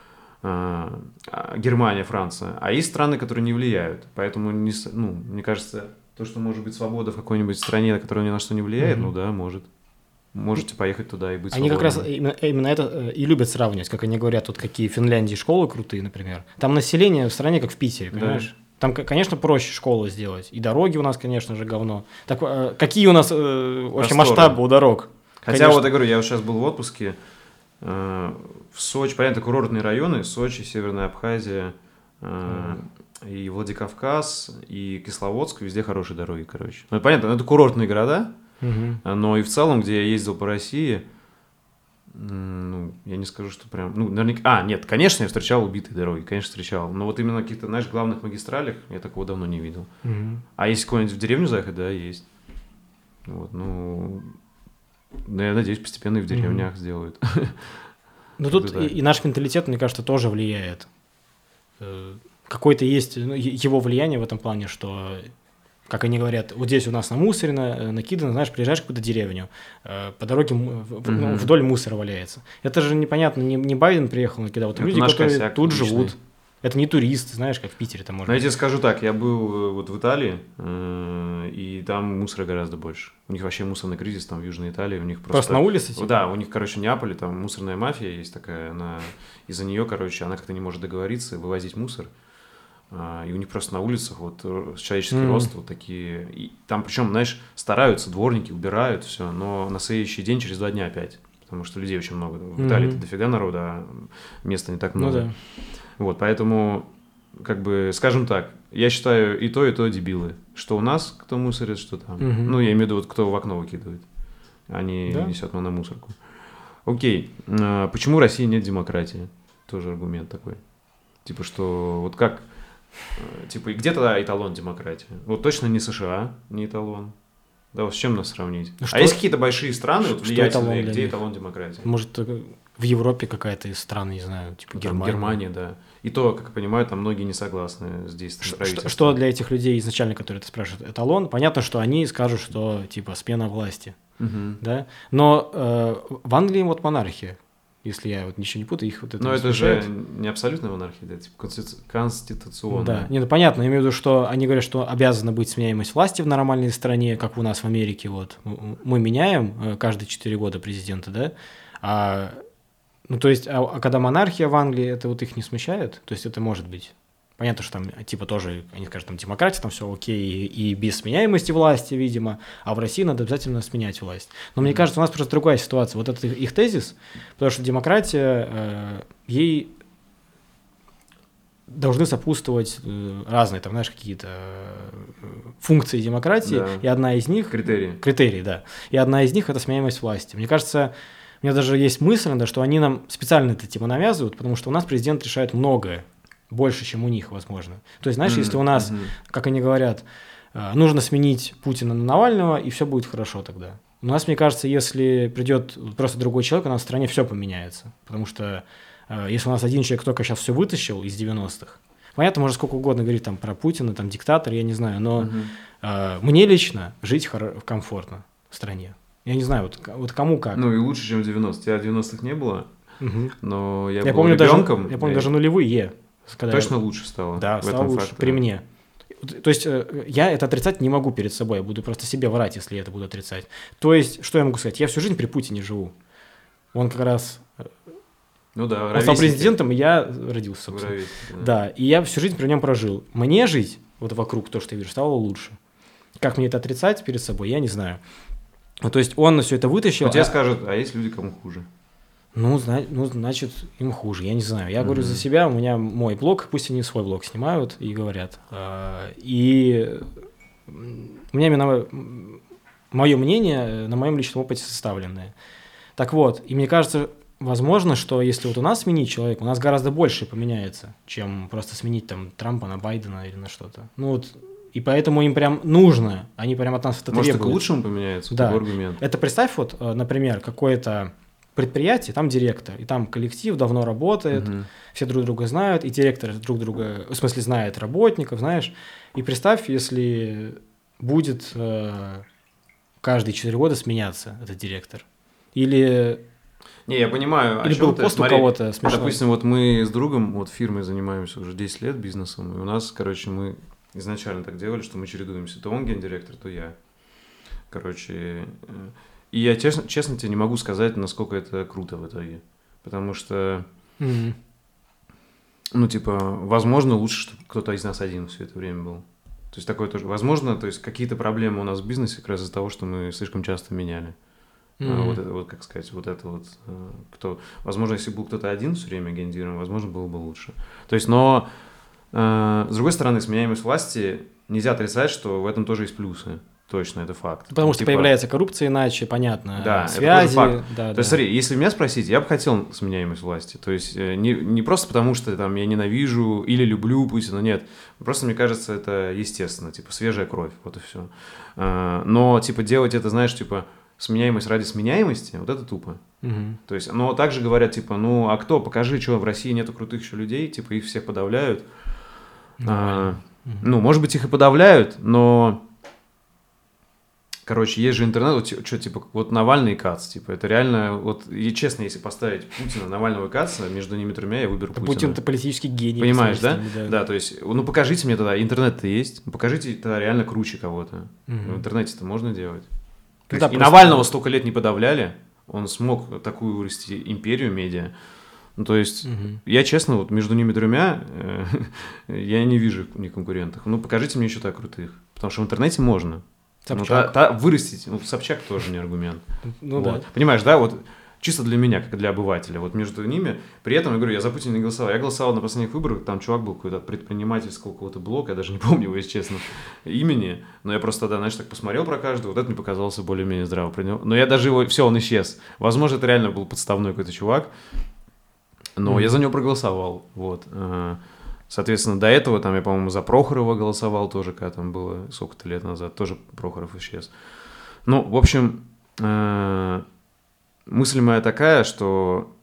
а, а, Германия, Франция. А есть страны, которые не влияют. Поэтому, не, с- ну, мне кажется, то, что может быть свобода в какой-нибудь стране, которая ни на что не влияет, Мгм. ну да, может. Можете поехать туда и быть Они как раз свободными. именно, именно это э, и любят сравнивать, как они говорят, вот какие в Финляндии школы крутые, например. Там население в стране, как в Питере, Да. понимаешь? Там, к- конечно, проще школы сделать. И дороги у нас, конечно же, говно. Так, э, какие у нас э, вообще Просторы. масштабы у дорог? Хотя Конечно. вот я говорю, я вот сейчас был в отпуске э, в Сочи, понятно, курортные районы, Сочи, Северная Абхазия, э, и Владикавказ, и Кисловодск, везде хорошие дороги, короче. Ну, понятно, это курортные города, Мгм. но и в целом, где я ездил по России, м, ну, я не скажу, что прям, ну, наверняка, а, нет, конечно, я встречал убитые дороги, конечно, встречал, но вот именно на каких-то, знаешь, главных магистралях я такого давно не видел. Мгм. А если куда-нибудь в деревню заехать, да, есть. Вот, ну, да, я надеюсь, постепенно и в деревнях сделают. Ну Как тут бы да. и, и наш менталитет, мне кажется, тоже влияет. Э, какое-то есть ну, его влияние в этом плане, что, как они говорят, вот здесь у нас намусорено, накидано, знаешь, приезжаешь в какую-то деревню, по дороге mm-hmm. вдоль мусора валяется. Это же непонятно, не, не Байден приехал накидал, вот люди, которые косяк, тут личный. Живут. Это не турист, знаешь, как в Питере там можно. Но я тебе скажу так, я был вот в Италии, и там мусора гораздо больше. У них вообще мусорный кризис там в Южной Италии, у них просто... Просто на улице? Типа? Да, у них, короче, в Неаполе там мусорная мафия есть такая, она из-за нее, короче, она как-то не может договориться, вывозить мусор. И у них просто на улицах вот человеческий mm. рост вот такие. И там причем, знаешь, стараются, дворники убирают все, но на следующий день через два дня опять. Потому что людей очень много. В Италии-то mm-hmm. дофига народа, а места не так много. Ну, да. Вот, поэтому, как бы, скажем так, я считаю и то, и то дебилы. Что у нас, кто мусорит, что там. Mm-hmm. Ну, я имею в виду, вот, кто в окно выкидывает, а не да? несет на мусорку. Окей. Почему в России нет демократии? Тоже аргумент такой. Типа, что вот как... Типа, и где тогда эталон демократии? Вот точно не США, не эталон. Да, вот с чем нас сравнить? Что? А есть какие-то большие страны, вот влиятельные, где эталон демократии? Может, в Европе какая-то из стран, не знаю, типа там Германия. Германия, да. И то, как я понимаю, там многие не согласны с действием правительства. Что для этих людей изначально, которые ты спрашивают, эталон? Понятно, что они скажут, что типа смена власти, угу. да? Но э, в Англии вот монархия. Если я вот ничего не путаю, их вот это... Но это же не абсолютная монархия, это типа конституционная. Да, не, ну понятно, я имею в виду, что они говорят, что обязана быть сменяемость власти в нормальной стране, как у нас в Америке, вот. Мы меняем каждые четыре года президента, да, а, ну то есть, а, а когда монархия в Англии, это вот их не смущает? То есть это может быть... Понятно, что там типа тоже, они скажут, там демократия, там все окей, и, и без сменяемости власти, видимо, а в России надо обязательно сменять власть. Но мне кажется, у нас просто другая ситуация. Вот это их тезис, потому что демократия, э, ей должны сопутствовать э, разные, там, знаешь, какие-то э, функции демократии, да. И одна из них... Критерии. Критерии, да. И одна из них – это сменяемость власти. Мне кажется, у меня даже есть мысль, да, что они нам специально это типа навязывают, потому что у нас президент решает многое. Больше, чем у них, возможно. То есть, знаешь, mm-hmm. если у нас, mm-hmm. как они говорят, нужно сменить Путина на Навального, и все будет хорошо тогда. У нас, мне кажется, если придет просто другой человек, у нас в стране все поменяется. Потому что если у нас один человек только сейчас все вытащил из девяностых, понятно, можно сколько угодно говорить там, про Путина, там, диктатор, я не знаю, но mm-hmm. э, мне лично жить хор- комфортно в стране. Я не знаю, вот, вот кому как. Ну и лучше, чем в девяностых. Тебя в девяностых не было, mm-hmm. но я, я был помню ребенком. Даже, я помню, и... даже нулевые. Когда Точно я... лучше стало? Да, стало лучше факте. При мне. То есть я это отрицать не могу перед собой, я буду просто себе врать, если я это буду отрицать. То есть, что я могу сказать? Я всю жизнь при Путине живу. Он как раз... Ну да, он стал президентом, и я родился, собственно. Да. да, и я всю жизнь при нем прожил. Мне жить вот вокруг, то, что я вижу, стало лучше. Как мне это отрицать перед собой, я не знаю. Ну, то есть он все это вытащил. Но тебе а... скажут, а есть люди, кому хуже? Ну, зна- ну, значит, им хуже, я не знаю. Я mm-hmm. говорю за себя, у меня мой блог, пусть они свой блог снимают и говорят. И у меня именно мое мнение на моем личном опыте составленное. Так вот, и мне кажется, возможно, что если вот у нас сменить человека, у нас гораздо больше поменяется, чем просто сменить там Трампа на Байдена или на что-то. Ну вот, и поэтому им прям нужно, они прям от нас это требуют. Может, к лучшему поменяется, да. такой аргумент. Это представь вот, например, какое-то предприятие, там директор, и там коллектив давно работает, uh-huh. все друг друга знают, и директор друг друга, в смысле, знает работников, знаешь. И представь, если будет э, каждые четыре года сменяться этот директор. Или... Не, я понимаю, Или был пост у кого-то смешной. Допустим, вот мы с другом, вот фирмой занимаемся уже десять лет бизнесом, и у нас, короче, мы изначально так делали, что мы чередуемся. То он гендиректор, то я. Короче... И я честно, честно тебе не могу сказать, насколько это круто в итоге. Потому что, mm-hmm. ну, типа, возможно, лучше, чтобы кто-то из нас один все это время был. То есть такое тоже. Возможно, то есть какие-то проблемы у нас в бизнесе как раз из-за того, что мы слишком часто меняли. Mm-hmm. А, вот это вот, как сказать, вот это вот, кто... Возможно, если был кто-то один все время гендиром, возможно, было бы лучше. То есть, но, э, с другой стороны, сменяемость власти, нельзя отрицать, что в этом тоже есть плюсы. Точно, это факт. Потому ну, что типа... появляется коррупция иначе, понятно, да, связи. Это тоже факт. Да, То да. есть, смотри, если меня спросить, я бы хотел сменяемость власти. То есть, не, не просто потому, что там, я ненавижу или люблю Путина, нет. Просто, мне кажется, это естественно, типа, свежая кровь, вот и все. Но, типа, делать это, знаешь, типа, сменяемость ради сменяемости, вот это тупо. Угу. То есть, но также говорят, типа, ну, а кто, покажи, что в России нету крутых еще людей, типа, их всех подавляют. А, ну, может быть, их и подавляют, но... Короче, есть же интернет, вот, что, типа, вот Навальный и Кац, типа, это реально, вот, и честно, если поставить Путина, Навального и Каца, между ними тремя я выберу Путина. Путин – это политический гений. Понимаешь, да? да? Да, то есть, ну, покажите мне тогда, интернет-то есть, покажите тогда реально круче кого-то. Угу. В интернете-то можно делать. То да, есть, и Навального столько лет не подавляли, он смог такую вырасти империю медиа. Ну, то есть, угу. я честно, вот между ними тремя э, я не вижу ни конкурентов. Ну, покажите мне еще так крутых, потому что в интернете можно. Ну, та, та, вырастить, ну, Собчак тоже не аргумент. Ну вот. да. Понимаешь, да, вот чисто для меня, как для обывателя, вот между ними, при этом, я говорю, я за Путина не голосовал, я голосовал на последних выборах, там чувак был какой-то от предпринимательского какого-то блока, я даже не помню его, если честно, имени, но я просто тогда, знаешь, так посмотрел про каждого, вот это мне показался более-менее здраво, но я даже его, все, он исчез. Возможно, это реально был подставной какой-то чувак, но mm-hmm. я за него проголосовал, вот. Соответственно, до этого там я, по-моему, за Прохорова голосовал тоже, когда там было сколько-то лет назад, тоже Прохоров исчез. Ну, в общем, э- мысль моя такая, что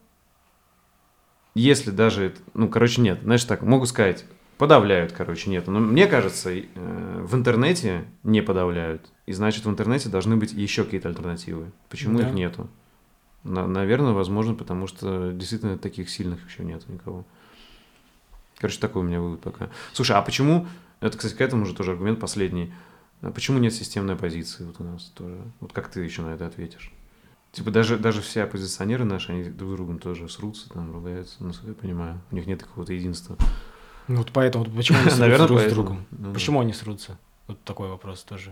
если даже, ну, короче, нет, знаешь, так, могу сказать, подавляют, короче, нет. Но мне кажется, э- в интернете не подавляют, и значит, в интернете должны быть еще какие-то альтернативы. Почему да. их нету? На- наверное, возможно, потому что действительно таких сильных еще нету никого. Короче, такой у меня вывод пока. Слушай, а почему, это, кстати, к этому же тоже аргумент последний, а почему нет системной оппозиции вот у нас тоже? Вот как ты еще на это ответишь? Типа даже, даже все оппозиционеры наши, они друг с другом тоже срутся, там, ругаются, ну, я понимаю, у них нет какого-то единства. Ну вот поэтому, почему они срутся друг с другом? Почему они срутся? Вот такой вопрос тоже.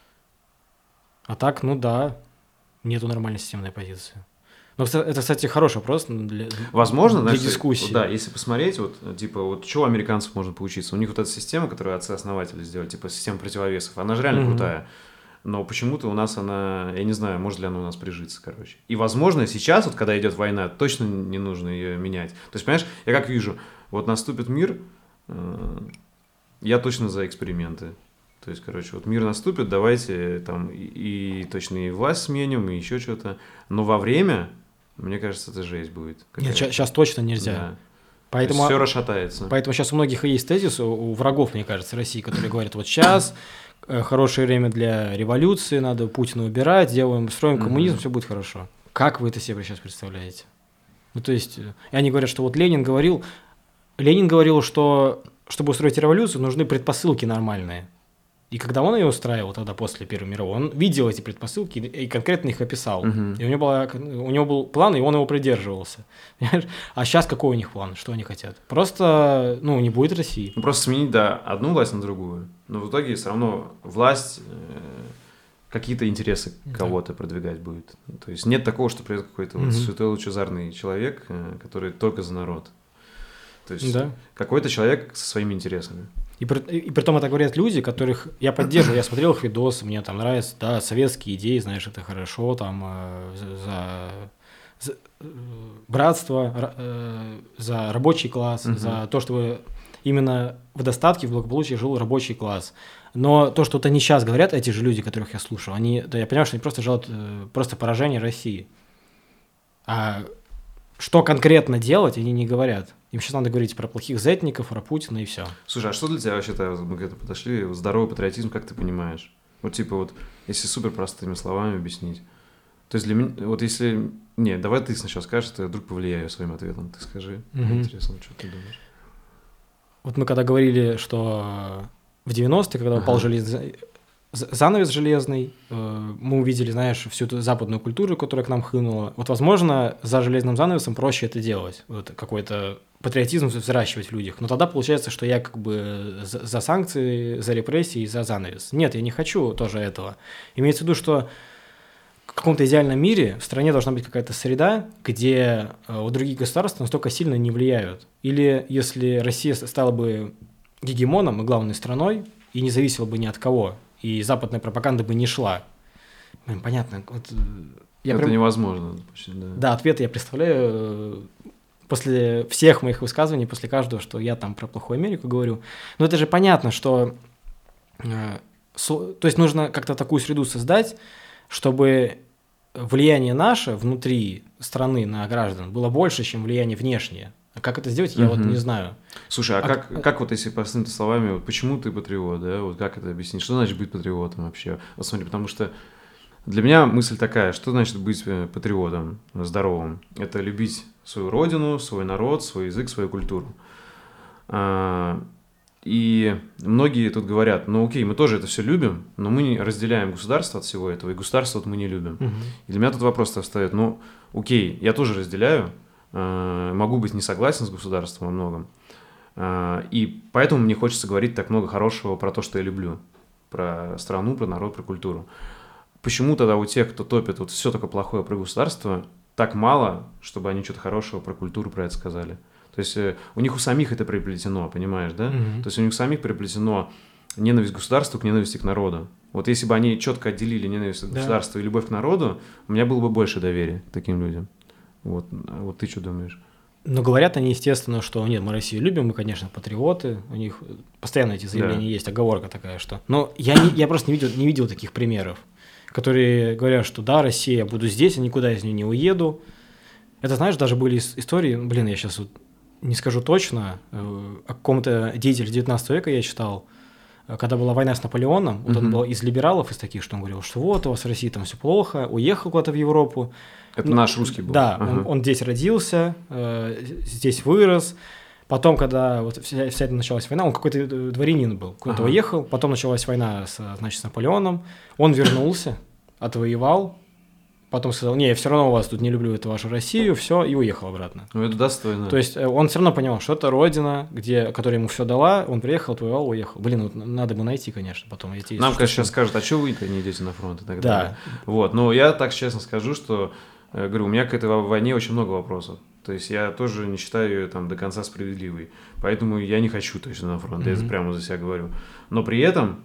А так, ну да, нету нормальной системной оппозиции. Ну, это, кстати, хороший вопрос для, Возможно, для знаешь, дискуссии. Да, если посмотреть, вот, типа, вот что у американцев можно поучиться? У них вот эта система, которую отцы-основатели сделали, типа, система противовесов, она же реально mm-hmm. крутая. Но почему-то у нас она, я не знаю, может ли она у нас прижиться, короче. И, возможно, сейчас, вот, когда идет война, точно не нужно ее менять. То есть, понимаешь, я как вижу, вот наступит мир, э, я точно за эксперименты. То есть, короче, вот мир наступит, давайте там и, и точно и власть сменим, и еще что-то. Но во время... Мне кажется, это жесть будет. Нет, сейчас точно нельзя. Да. Поэтому, все расшатается. Поэтому сейчас у многих и есть тезис, у врагов, мне кажется, России, которые говорят, вот сейчас хорошее время для революции, надо Путина убирать, делаем, строим коммунизм, mm-hmm. все будет хорошо. Как вы это себе сейчас представляете? Ну, то есть, и они говорят, что вот Ленин говорил, Ленин говорил, что чтобы устроить революцию, нужны предпосылки нормальные. И когда он ее устраивал тогда после Первой мировой, он видел эти предпосылки и конкретно их описал. Uh-huh. И у него, была, у него был план, и он его придерживался. А сейчас какой у них план? Что они хотят? Просто, ну, не будет России. Ну, просто сменить, да, одну власть на другую. Но в итоге все равно власть э, какие-то интересы да. кого-то продвигать будет. То есть нет такого, что придет какой-то uh-huh. вот святой лучезарный человек, э, который только за народ. То есть да. какой-то человек со своими интересами. И при, и при том это говорят люди, которых я поддерживаю, я смотрел их видосы, мне там нравятся, да, советские идеи, знаешь, это хорошо, там, э, за, за э, братство, э, за рабочий класс, uh-huh. за то, чтобы именно в достатке, в благополучии жил рабочий класс. Но то, что вот они сейчас говорят, эти же люди, которых я слушаю, они, да, я понимаю, что они просто жалуют э, просто поражение России. А что конкретно делать, они не говорят. Им сейчас надо говорить про плохих зетников, про Путина и все. Слушай, а что для тебя вообще, мы к этому подошли, здоровый патриотизм, как ты понимаешь? Вот типа вот, если супер простыми словами объяснить. То есть для меня, вот если... Нет, давай ты сначала скажешь, то я вдруг повлияю своим ответом. Ты скажи. Угу. Интересно, что ты думаешь. Вот мы когда говорили, что в девяностые, когда ага. упал железный... занавес железный, мы увидели, знаешь, всю эту западную культуру, которая к нам хлынула. Вот, возможно, за железным занавесом проще это делать, вот какой-то патриотизм взращивать в людях. Но тогда получается, что я как бы за, за санкции, за репрессии, за занавес. Нет, я не хочу тоже этого. Имеется в виду, что в каком-то идеальном мире в стране должна быть какая-то среда, где вот другие государства настолько сильно не влияют. Или если Россия стала бы гегемоном и главной страной, и не зависела бы ни от кого, и западная пропаганда бы не шла. Блин, понятно. Вот, я это прям... невозможно. Почти, да. да, ответы я представляю после всех моих высказываний, после каждого, что я там про плохую Америку говорю. Но это же понятно, что... Э, со... То есть нужно как-то такую среду создать, чтобы влияние наше внутри страны на граждан было больше, чем влияние внешнее. А как это сделать, я Мгм. вот не знаю. Слушай, а, А как, к- как вот если простыми словами, вот почему ты патриот, да? Вот как это объяснить? Что значит быть патриотом вообще? Вот смотри, потому что для меня мысль такая, что значит быть э, патриотом э, здоровым? Это любить свою родину, свой народ, свой язык, свою культуру. А, И многие тут говорят, ну окей, мы тоже это все любим, но мы не разделяем государство от всего этого, и государство вот мы не любим. Мгм. И для меня тут вопрос встает, ну окей, я тоже разделяю, э, могу быть не согласен с государством во многом, э, и поэтому мне хочется говорить так много хорошего про то, что я люблю, про страну, про народ, про культуру. Почему тогда у тех, кто топит вот все только плохое про государство, так мало, чтобы они что-то хорошего про культуру про это сказали? То есть э, у них у самих это приплетено, понимаешь, да? Мгм. То есть у них самих приплетено ненависть к государству к ненависти к народу. Вот если бы они четко отделили ненависть к Да. государству и любовь к народу, у меня было бы больше доверия к таким людям. Вот, а вот ты что думаешь? Но говорят они, естественно, что нет, мы Россию любим, мы, конечно, патриоты, у них постоянно эти заявления Да. есть, оговорка такая, что... Но я, не, я просто не видел, не видел таких примеров, которые говорят, что да, Россия, я буду здесь, я никуда из нее не уеду. Это, знаешь, даже были ис- истории, ну, блин, я сейчас вот не скажу точно, э, о каком-то деятеле девятнадцатого века я читал, э, когда была война с Наполеоном, вот он Мгм. был из либералов, из таких, что он говорил, что вот, у вас в России там все плохо, уехал куда-то в Европу. Это Ну, наш русский был. Да, Ага. он, он здесь родился, э, здесь вырос. Потом, когда вот вся, вся эта началась война, он какой-то э, дворянин был, куда-то Ага. уехал. Потом началась война с, значит, с Наполеоном. Он вернулся, отвоевал. Потом сказал, не, я все равно у вас тут не люблю эту вашу Россию, все, и уехал обратно. Ну, это достойно. То есть э, он все равно понимал, что это родина, где, которая ему все дала, он приехал, отвоевал, уехал. Блин, вот надо бы найти, конечно, потом. Эти, Нам, что- конечно, сейчас скажут, а что вы-то не идете на фронт и так Да. далее. Вот, но я так честно скажу, что, э, говорю, у меня к этой войне очень много вопросов. То есть я тоже не считаю ее там до конца справедливой. Поэтому я не хочу точно на фронт, я это Мгм. прямо за себя говорю. Но при этом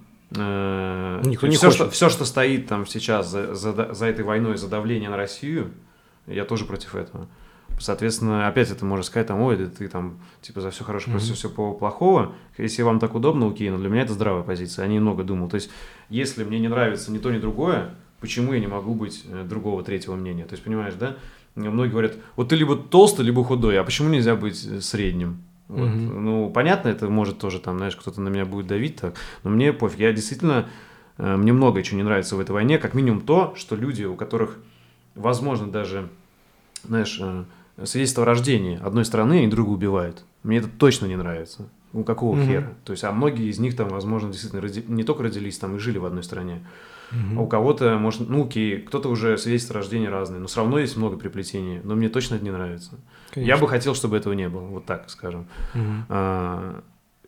э, Никто не все, хочет. что, все, что стоит там сейчас за, за, за этой войной, за давление на Россию, я тоже против этого. Соответственно, опять это можно сказать, там, ой, да ты там, типа, за все хорошее, Мгм. против всего плохого. Если вам так удобно, окей, но для меня это здравая позиция, я немного думал. То есть, если мне не нравится ни то, ни другое, почему я не могу быть э, другого, третьего мнения? То есть, понимаешь, да? Многие говорят, вот ты либо толстый, либо худой, а почему нельзя быть э, средним? Вот. Мгм. Ну, понятно, это может тоже, там, знаешь, кто-то на меня будет давить так, но мне пофиг, я действительно, э, мне много чего не нравится в этой войне, как минимум то, что люди, у которых, возможно, даже, знаешь, э, свидетельство о рождении одной страны, они друга убивают. Мне это точно не нравится. Ну, какого Мгм. хера? То есть, а многие из них там, возможно, действительно роди- не только родились там и жили в одной стране. Мгм. А у кого-то, может, ну окей, кто-то уже свидетельство о рождении разные, но все равно есть много приплетений. Но мне точно это не нравится. Я Конечно. бы хотел, чтобы этого не было, вот так скажем. Мгм. А,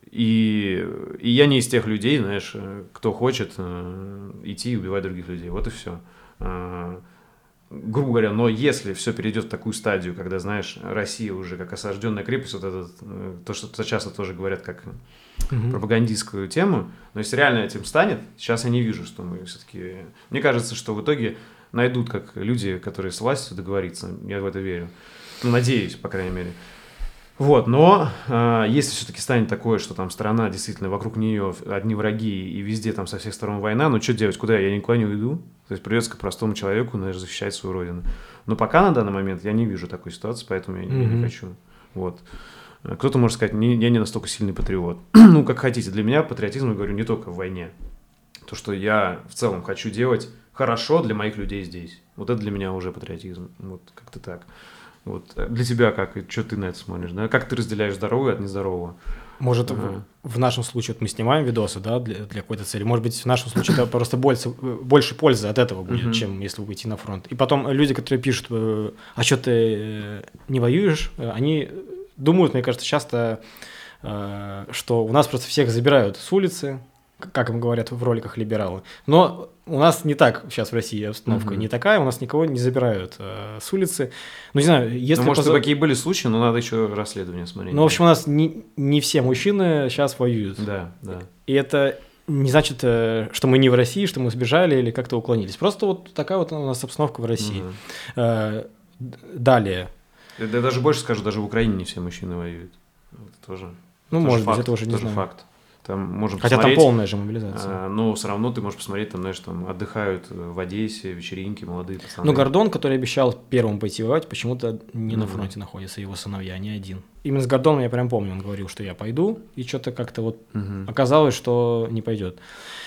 И, и я не из тех людей, знаешь, э, кто хочет э, идти и убивать других людей. Вот и все. Грубо говоря, но если все перейдет в такую стадию, когда, знаешь, Россия уже как осажденная крепость, вот это, э, то, что часто тоже говорят как Мгм. пропагандистскую тему, но если реально этим станет, сейчас я не вижу, что мы все-таки... Мне кажется, что в итоге найдут как люди, которые с властью договориться. Я в это верю. Ну, надеюсь, по крайней мере. Вот, но э, если все-таки станет такое, что там страна, действительно, вокруг нее одни враги и везде там со всех сторон война, ну что делать, куда я? Я никуда не уйду. То есть придется к простому человеку, наверное, защищать свою родину. Но пока на данный момент я не вижу такой ситуации, поэтому я не, Мгм. не хочу. Вот. Кто-то может сказать, не, я не настолько сильный патриот. Ну, как хотите. Для меня патриотизм, я говорю, не только в войне. То, что я в целом хочу делать хорошо для моих людей здесь. Вот это для меня уже патриотизм. Вот как-то так. Вот. Для тебя как? И что ты на это смотришь? Да? Как ты разделяешь здоровое от нездорового? Может, Ага. в, в нашем случае вот мы снимаем видосы, да, для, для какой-то цели. Может быть, в нашем случае это просто больше, больше пользы от этого будет, Мгм. чем если вы идти на фронт. И потом люди, которые пишут, э, а что ты э, не воюешь, э, они думают, мне кажется, часто, э, что у нас просто всех забирают с улицы, к- как им говорят в роликах либералы. Но у нас не так сейчас в России обстановка, Мгм. не такая, у нас никого не забирают э, с улицы. Ну, не знаю, если... Ну, может, поза- какие были случаи, но надо еще расследование смотреть. Ну, в общем, у нас не, не все мужчины сейчас воюют. Да, да. И это не значит, э, что мы не в России, что мы сбежали или как-то уклонились. Просто вот такая вот у нас обстановка в России. Мгм. Э, д- Далее. Я я даже больше скажу, даже в Украине не все мужчины воюют. Это тоже, Ну, тоже может факт, быть, это уже не тоже знаю. факт. Там можем Хотя посмотреть, там полная же мобилизация. А, но все равно ты можешь посмотреть, там, знаешь, там отдыхают в Одессе, вечеринки, молодые пацаны. Но Гордон, который обещал первым пойти воевать, почему-то не Mm-hmm. на фронте находится, его сыновья, не один. Именно с Гордоном я прям помню, он говорил, что я пойду, и что-то как-то вот Mm-hmm. оказалось, что не пойдет.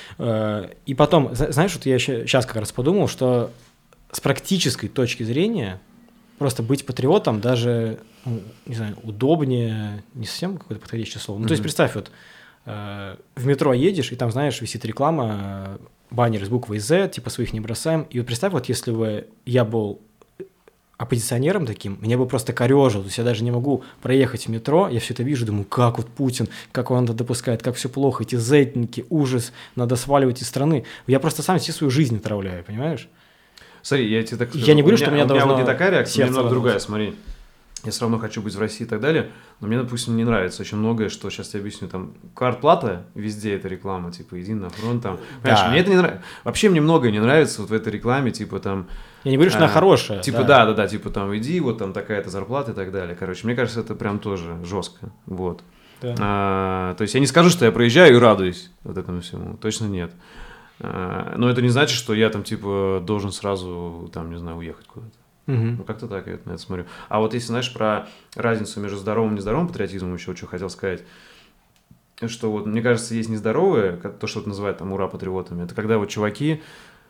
И потом, знаешь, вот я сейчас как раз подумал, что с практической точки зрения просто быть патриотом даже, ну, не знаю, удобнее, не совсем какое-то подходящее слово. Ну, mm-hmm. то есть представь, вот в метро едешь, и там, знаешь, висит реклама, баннер с буквой «З», типа «Своих не бросаем». И вот представь, вот если бы я был оппозиционером таким, меня бы просто корёжило, то есть я даже не могу проехать в метро, я все это вижу, думаю, как вот Путин, как он это допускает, как все плохо, эти зетники, ужас, надо сваливать из страны. Я просто сам себе свою жизнь отравляю, понимаешь? Смотри, я тебе так скажу. Я не говорю, у меня, что у меня должно... У меня вот не такая реакция, сердце немного другая, смотри. Я все равно хочу быть в России и так далее, но мне, допустим, не нравится очень многое, что сейчас я объясню, там, квартплата, везде эта реклама, типа, иди на фронт, там, понимаешь, Да. мне это не нравится, вообще мне многое не нравится вот в этой рекламе, типа, там... Я не говорю, что а, она хорошая. Типа, да-да-да, типа, там, иди, вот там такая-то зарплата и так далее, короче, мне кажется, это прям тоже жестко, вот. Да. А, то есть я не скажу, что я проезжаю и радуюсь вот этому всему, точно нет. А, но это не значит, что я там, типа, должен сразу, там, не знаю, уехать куда-то. Угу. Ну, как-то так я на это смотрю. А вот если, знаешь, про разницу между здоровым и нездоровым патриотизмом еще что хотел сказать, что вот, мне кажется, есть нездоровые, то, что называют там ура-патриотами, это когда вот чуваки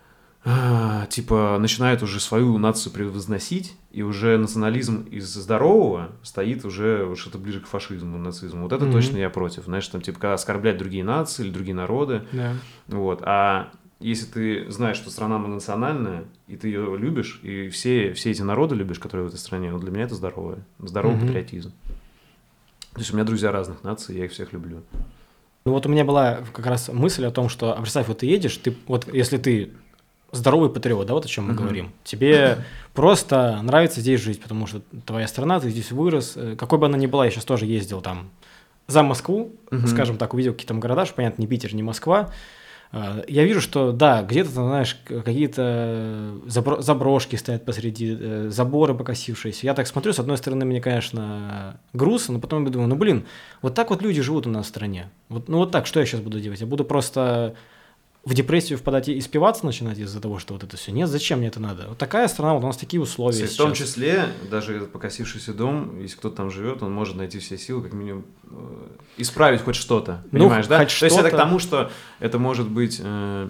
а, типа начинают уже свою нацию превозносить, и уже национализм из здорового стоит уже что-то ближе к фашизму, нацизму. Вот это mm-hmm. точно я против. Знаешь, там типа когда оскорблять другие нации или другие народы. Yeah. Вот. А если ты знаешь, что страна многонациональная, и ты ее любишь, и все, все эти народы любишь, которые в этой стране, ну, для меня это здоровое, здоровый mm-hmm. патриотизм. То есть у меня друзья разных наций, я их всех люблю. Ну вот у меня была как раз мысль о том, что, а представь, вот ты едешь, ты, вот если ты здоровый патриот, да, вот о чем мы mm-hmm. говорим, тебе просто нравится здесь жить, потому что твоя страна, ты здесь вырос, какой бы она ни была, я сейчас тоже ездил там за Москву, mm-hmm. скажем так, увидел какие-то там города, что, понятно, не Питер, не Москва. Я вижу, что, да, где-то там, знаешь, какие-то забро- заброшки стоят посреди, э, заборы покосившиеся. Я так смотрю, с одной стороны, мне, конечно, грустно, но потом я думаю, ну, блин, вот так вот люди живут у нас в стране. Вот, ну, вот так, что я сейчас буду делать? Я буду просто в депрессию впадать и спиваться начинать из-за того, что вот это все. Нет, зачем мне это надо? Вот такая страна, вот у нас такие условия сейчас. В том числе, даже этот покосившийся дом, если кто-то там живет, он может найти все силы, как минимум, э, исправить хоть что-то. Понимаешь, ну, да? Хоть То что-то... есть это к тому, что это может быть э,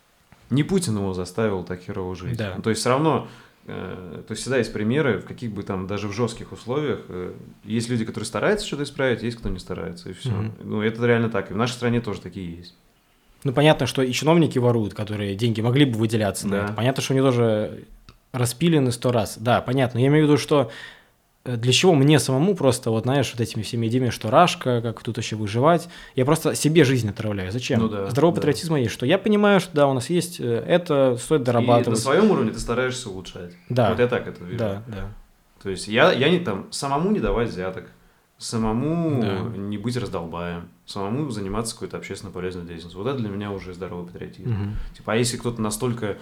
не Путин его заставил так херово жить. Да. Ну, то есть все равно, э, то есть всегда есть примеры, в каких бы там, даже в жестких условиях, э, есть люди, которые стараются что-то исправить, есть кто не старается, и все. Mm-hmm. Ну, это реально так. И в нашей стране тоже такие есть. Ну, понятно, что и чиновники воруют, которые деньги могли бы выделяться да. на это. Понятно, что они тоже распилены сто раз. Да, понятно. Я имею в виду, что для чего мне самому просто, вот знаешь, вот этими всеми идеями, что рашка, как тут еще выживать, я просто себе жизнь отравляю. Зачем? Ну, да, Здоровый да. патриотизм есть, что я понимаю, что да, у нас есть это, стоит дорабатывать. И на своем уровне ты стараешься улучшать. Да. Вот я так это вижу. Да, да. То есть я, я не там, самому не давать взяток, самому да. не быть раздолбаем, самому заниматься какой-то общественно полезной деятельностью. Вот это для меня уже здоровый патриотизм. Угу. Типа, а если кто-то настолько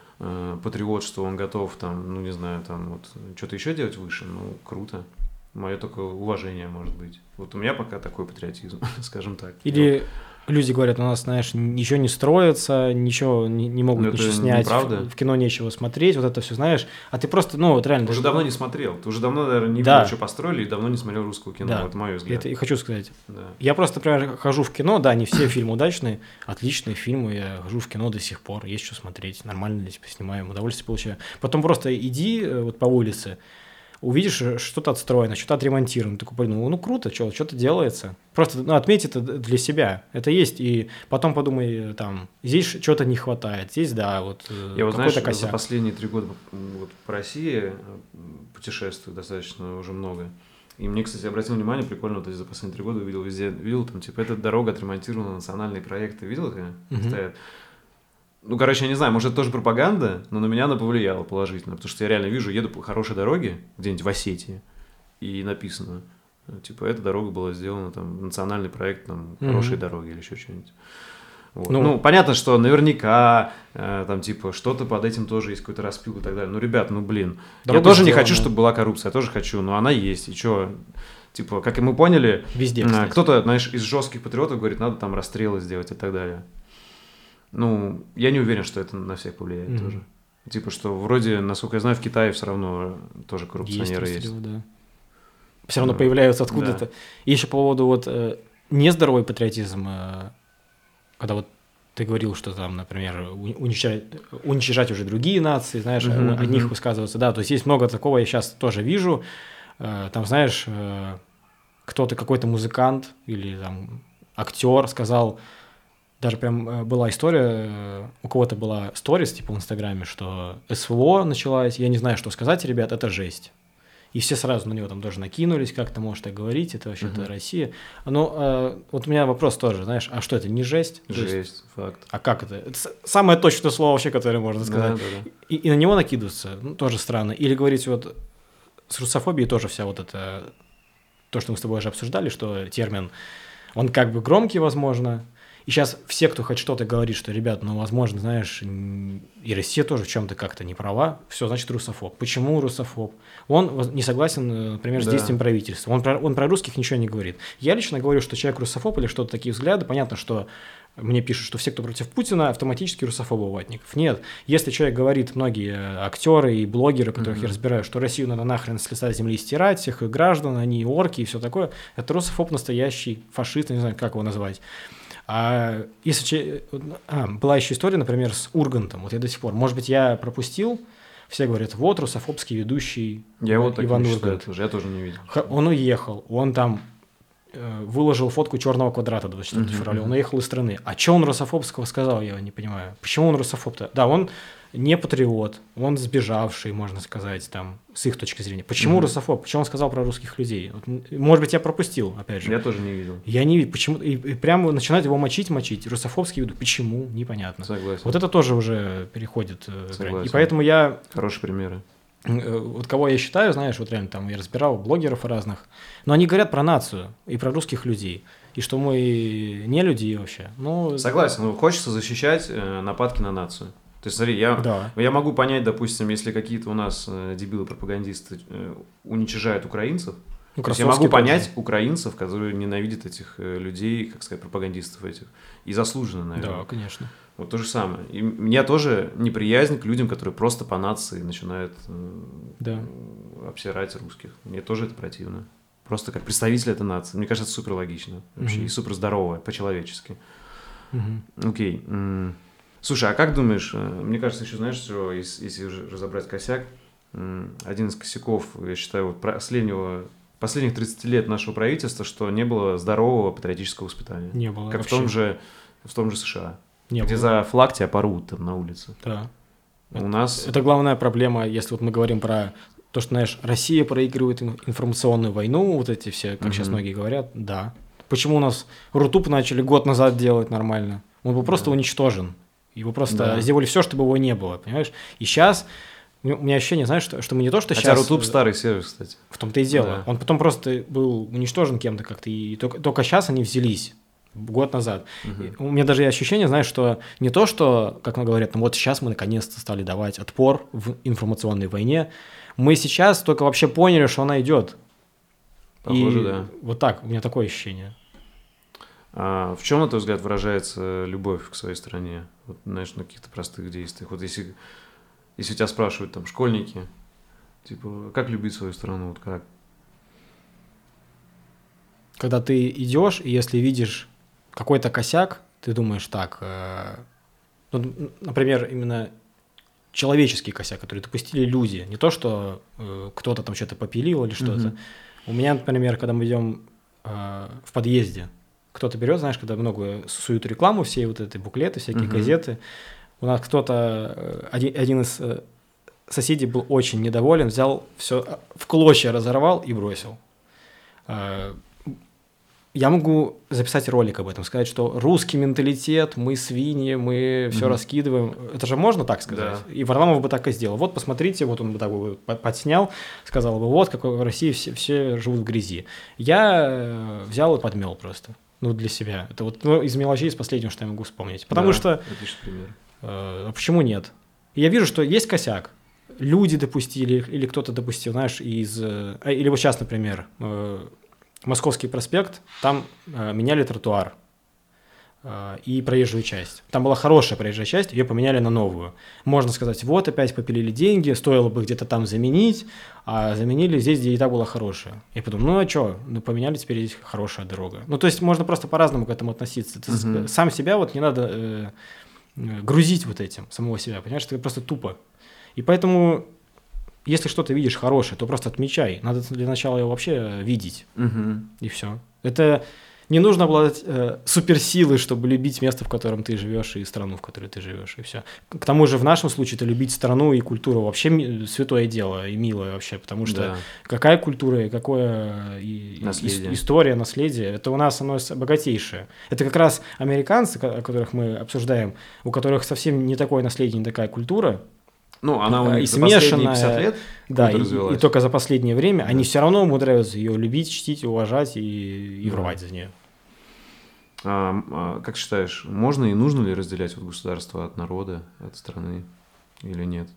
э, патриот, что он готов там, ну не знаю, там вот что-то еще делать выше, ну круто. Мое только уважение может быть. Вот у меня пока такой патриотизм, скажем так. Или люди говорят, у нас, знаешь, ничего не строится, ничего не, не могут ничего снять, в, в кино нечего смотреть, вот это все, знаешь. А ты просто, ну, вот реально... Ты уже давно не смотрел, ты уже давно, наверное, не да. видел, что построили, и давно не смотрел русского кино, да. вот мой взгляд. Это и хочу сказать. Да. Я просто, например, хожу в кино, да, не все фильмы удачные, отличные фильмы, я хожу в кино до сих пор, есть что смотреть, нормально здесь поснимаем, удовольствие получаю. Потом просто иди вот по улице, увидишь, что-то отстроено, что-то отремонтировано. Такой подумал, ну круто, что, что-то делается. Просто ну, отметь это для себя. Это есть. И потом подумай, там, здесь что-то не хватает. Здесь, да, вот Я вот, знаешь, косяк. за последние три года вот, по России путешествую достаточно уже много. И мне, кстати, обратил внимание, прикольно, вот за последние три года увидел везде, видел, там, типа, эта дорога отремонтирована, национальные проекты. Видел это? Uh-huh. Стоят. Ну, короче, я не знаю, может, это тоже пропаганда, но на меня она повлияла положительно, потому что я реально вижу, еду по хорошей дороге где-нибудь в Осетии, и написано, типа, эта дорога была сделана, там, национальный проект, там, хорошие mm-hmm. дороги или еще что-нибудь. Вот. Ну, ну, понятно, что наверняка, э, там, типа, что-то под этим тоже есть, какой-то распил и так далее. Ну, ребят, ну, блин, я тоже сделано. Не хочу, чтобы была коррупция, я тоже хочу, но она есть, и что... Типа, как и мы поняли, Везде, кстати. Кто-то, знаешь, из жестких патриотов говорит, надо там расстрелы сделать и так далее. Ну, я не уверен, что это на всех повлияет mm-hmm. тоже. Типа, что вроде, насколько я знаю, в Китае все равно тоже коррупционеры есть. есть. Да. Все равно ну, появляются откуда-то. Да. И еще по поводу вот э, нездоровый патриотизм, э, когда вот ты говорил, что там, например, уничтожать, уничтожать уже другие нации, знаешь, mm-hmm. о них высказываться. Да, то есть есть много такого, я сейчас тоже вижу. Э, там, знаешь, э, кто-то, какой-то музыкант или там актер сказал, даже прям была история, у кого-то была сторис, типа в Инстаграме, что СВО началась, я не знаю, что сказать, ребят, это жесть. И все сразу на него там тоже накинулись, как ты можешь так говорить, это вообще-то uh-huh. Россия. Но э, вот у меня вопрос тоже, знаешь, а что это, не жесть? Жесть, есть, факт. А как это? Это самое точное слово вообще, которое можно сказать. Да, да, да. И, и на него накидываться, ну, тоже странно. Или говорить вот с русофобией тоже вся вот это, то, что мы с тобой уже обсуждали, что термин, он как бы громкий, возможно. И сейчас все, кто хоть что-то говорит, что, ребят, ну, возможно, знаешь, и Россия тоже в чем-то как-то не права, все, значит, русофоб. Почему русофоб? Он не согласен, например, с да. действием правительства. Он про, он про русских ничего не говорит. Я лично говорю, что человек русофоб или что-то такие взгляды, понятно, что мне пишут, что все, кто против Путина, автоматически русофобы ватников. Нет, если человек говорит, многие актеры и блогеры, которых mm-hmm. я разбираю, что Россию надо нахрен с лица земли стирать, всех их граждан, они орки и все такое, это русофоб настоящий, фашист, не знаю, как его назвать. А если а, была еще история, например, с Ургантом, вот я до сих пор, может быть, я пропустил, все говорят, вот русофобский ведущий я вот Иван так Ургант. Считаю, я тоже не видел. Он уехал, он там э, выложил фотку черного квадрата двадцать четвёртого uh-huh. февраля, он уехал из страны. А что он русофобского сказал, я не понимаю. Почему он русофоб-то? Да, он не патриот, он сбежавший, можно сказать, там, с их точки зрения. Почему mm-hmm. русофоб? Почему он сказал про русских людей? Вот, может быть, я пропустил, опять же. Я тоже не видел. Я не видел. Почему? И, и прямо начинают его мочить, мочить. Русофобский веду. Почему? Непонятно. Согласен. Вот это тоже уже переходит грань. И поэтому я... Хорошие примеры. Вот кого я считаю, знаешь, вот реально там я разбирал блогеров разных, но они говорят про нацию и про русских людей. И что мы не люди вообще. Ну, согласен. Ну, хочется защищать э, нападки на нацию. То есть, смотри, я, да. я могу понять, допустим, если какие-то у нас э, дебилы-пропагандисты э, уничижают украинцев, ну, то есть я могу понять тоже. Украинцев, которые ненавидят этих э, людей, как сказать, пропагандистов этих, и заслуженно, наверное. Да, конечно. Вот то же самое. И у меня тоже неприязнь к людям, которые просто по нации начинают э, да. обсирать русских. Мне тоже это противно. Просто как представитель этой нации. Мне кажется, это супер логично вообще, mm-hmm. и супер здорово, по-человечески. Mm-hmm. Окей. Слушай, а как думаешь, мне кажется, еще, знаешь, что, если, если разобрать косяк, один из косяков, я считаю, вот последнего, последних тридцати лет нашего правительства, что не было здорового патриотического воспитания. Не было Как вообще. в том же, в том же США, не где было. за флаг тебя порвут там на улице. Да. У это, нас... это главная проблема, если вот мы говорим про то, что, знаешь, Россия проигрывает информационную войну, вот эти все, как mm-hmm. сейчас многие говорят, да. Почему у нас Рутуб начали год назад делать нормально? Он был просто да. уничтожен. Его просто да. сделали все, чтобы его не было, понимаешь? И сейчас у меня ощущение, знаешь, что, что мы не то, что Хотя сейчас... Рутуб старый сервис, кстати. В том-то и дело. Да. Он потом просто был уничтожен кем-то как-то, и только, только сейчас они взялись, год назад. Угу. У меня даже есть ощущение, знаешь, что не то, что, как мы говорят, ну вот сейчас мы наконец-то стали давать отпор в информационной войне, мы сейчас только вообще поняли, что она идет. Похоже, и да. Вот так, у меня такое ощущение. А в чем, на твой взгляд, выражается любовь к своей стране? Вот, знаешь, на каких-то простых действиях. Вот если, если тебя спрашивают там школьники, типа, как любить свою страну, вот как? Когда ты идешь, и если видишь какой-то косяк, ты думаешь так, э, ну, например, именно человеческий косяк, который допустили люди, не то, что э, кто-то там что-то попилил или что-то. Mm-hmm. У меня, например, когда мы идем э, в подъезде, кто-то берет, знаешь, когда много суют рекламу, все вот эти буклеты, всякие uh-huh. газеты. У нас кто-то, один, один из соседей был очень недоволен, взял все в клочья, разорвал и бросил. Я могу записать ролик об этом, сказать, что русский менталитет, мы свиньи, мы все uh-huh. раскидываем. Это же можно так сказать? Да. И Варламов бы так и сделал. Вот посмотрите, вот он бы так бы подснял, сказал бы, вот, как в России все, все живут в грязи. Я взял и подмел просто. Ну, для себя. Это вот ну, из мелочей, из последнего, что я могу вспомнить. Потому да, что... пример. Э, а почему нет? Я вижу, что есть косяк. Люди допустили, или кто-то допустил, знаешь, из... Или вот сейчас, например, э, Московский проспект, там э, меняли тротуар э, и проезжую часть. Там была хорошая проезжая часть, ее поменяли на новую. Можно сказать, вот опять попилили деньги, стоило бы где-то там заменить, а заменили здесь, где и та была хорошая. Я подумал, ну а что, ну поменяли, теперь здесь хорошая дорога. Ну то есть можно просто по-разному к этому относиться. Ты uh-huh. сам себя вот не надо э, грузить вот этим, самого себя, понимаешь, это просто тупо. И поэтому... Если что-то видишь хорошее, то просто отмечай. Надо для начала его вообще видеть. Угу. И все. Это не нужно обладать э, суперсилой, чтобы любить место, в котором ты живешь, и страну, в которой ты живешь, и все. К тому же в нашем случае это любить страну и культуру вообще ми- святое дело и милое вообще, потому что да. какая культура и какое и, наследие. И, история, наследие, это у нас оно богатейшее. Это как раз американцы, о которых мы обсуждаем, у которых совсем не такое наследие, не такая культура. Ну, она у них и за последние пятьдесят лет да, и, и только за последнее время да. они все равно умудряются ее любить, чтить, уважать и, и да. рвать за нее. А, а, как считаешь, можно и нужно ли разделять вот государство от народа, от страны или нет?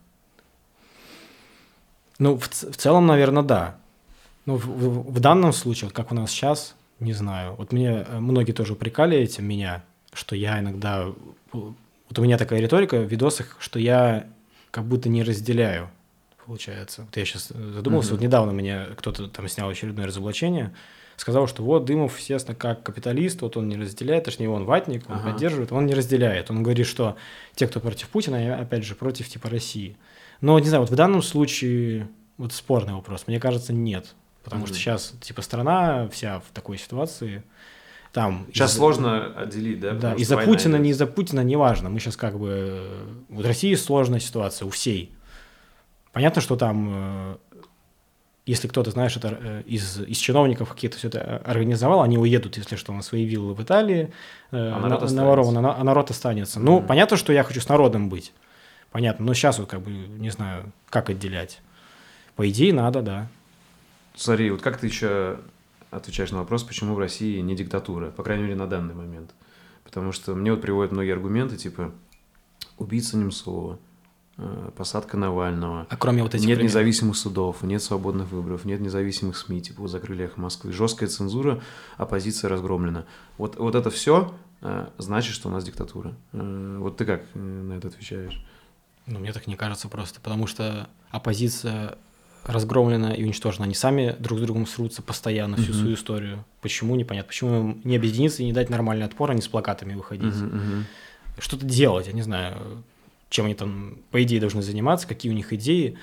Ну, в, в целом, наверное, да. Ну, в, в, в данном случае, вот как у нас сейчас, не знаю. Вот мне многие тоже упрекали этим меня, что я иногда... Вот у меня такая риторика в видосах, что я... как будто не разделяю, получается. Вот я сейчас задумался, uh-huh. вот недавно мне кто-то там снял очередное разоблачение, сказал, что вот Дымов, естественно, как капиталист, вот он не разделяет, точнее, он ватник, он uh-huh. поддерживает, он не разделяет. Он говорит, что те, кто против Путина, они, опять же, против типа России. Но, не знаю, вот в данном случае, вот спорный вопрос, мне кажется, нет. Потому uh-huh. что сейчас, типа, страна вся в такой ситуации... Там сейчас из... сложно отделить, да? Да, из-за Путина, идет. Не из-за Путина, неважно. Мы сейчас как бы... Вот в России сложная ситуация у всей. Понятно, что там, если кто-то, знаешь, это из, из чиновников какие-то все это организовал, они уедут, если что, на свои виллы в Италии, а на, народ, наворовано, а народ останется. Mm-hmm. Ну, понятно, что я хочу с народом быть. Понятно, но сейчас вот как бы не знаю, как отделять. По идее, надо, да. Смотри, вот как ты еще... отвечаешь на вопрос, почему в России не диктатура, по крайней мере, на данный момент. Потому что мне вот приводят многие аргументы, типа убийца Немцова, посадка Навального. А кроме вот этих нет примеров? Независимых судов, нет свободных выборов, нет независимых СМИ, типа вот закрыли «Эхо Москвы», жесткая цензура, оппозиция разгромлена. Вот, вот это все значит, что у нас диктатура. Вот ты как на это отвечаешь? Ну, мне так не кажется просто, потому что оппозиция... разгромлена и уничтожена. Они сами друг с другом срутся постоянно всю uh-huh. свою историю. Почему, непонятно. Почему им не объединиться и не дать нормальный отпор, а не с плакатами выходить. Uh-huh, uh-huh. Что-то делать, я не знаю, чем они там, по идее, должны заниматься, какие у них идеи.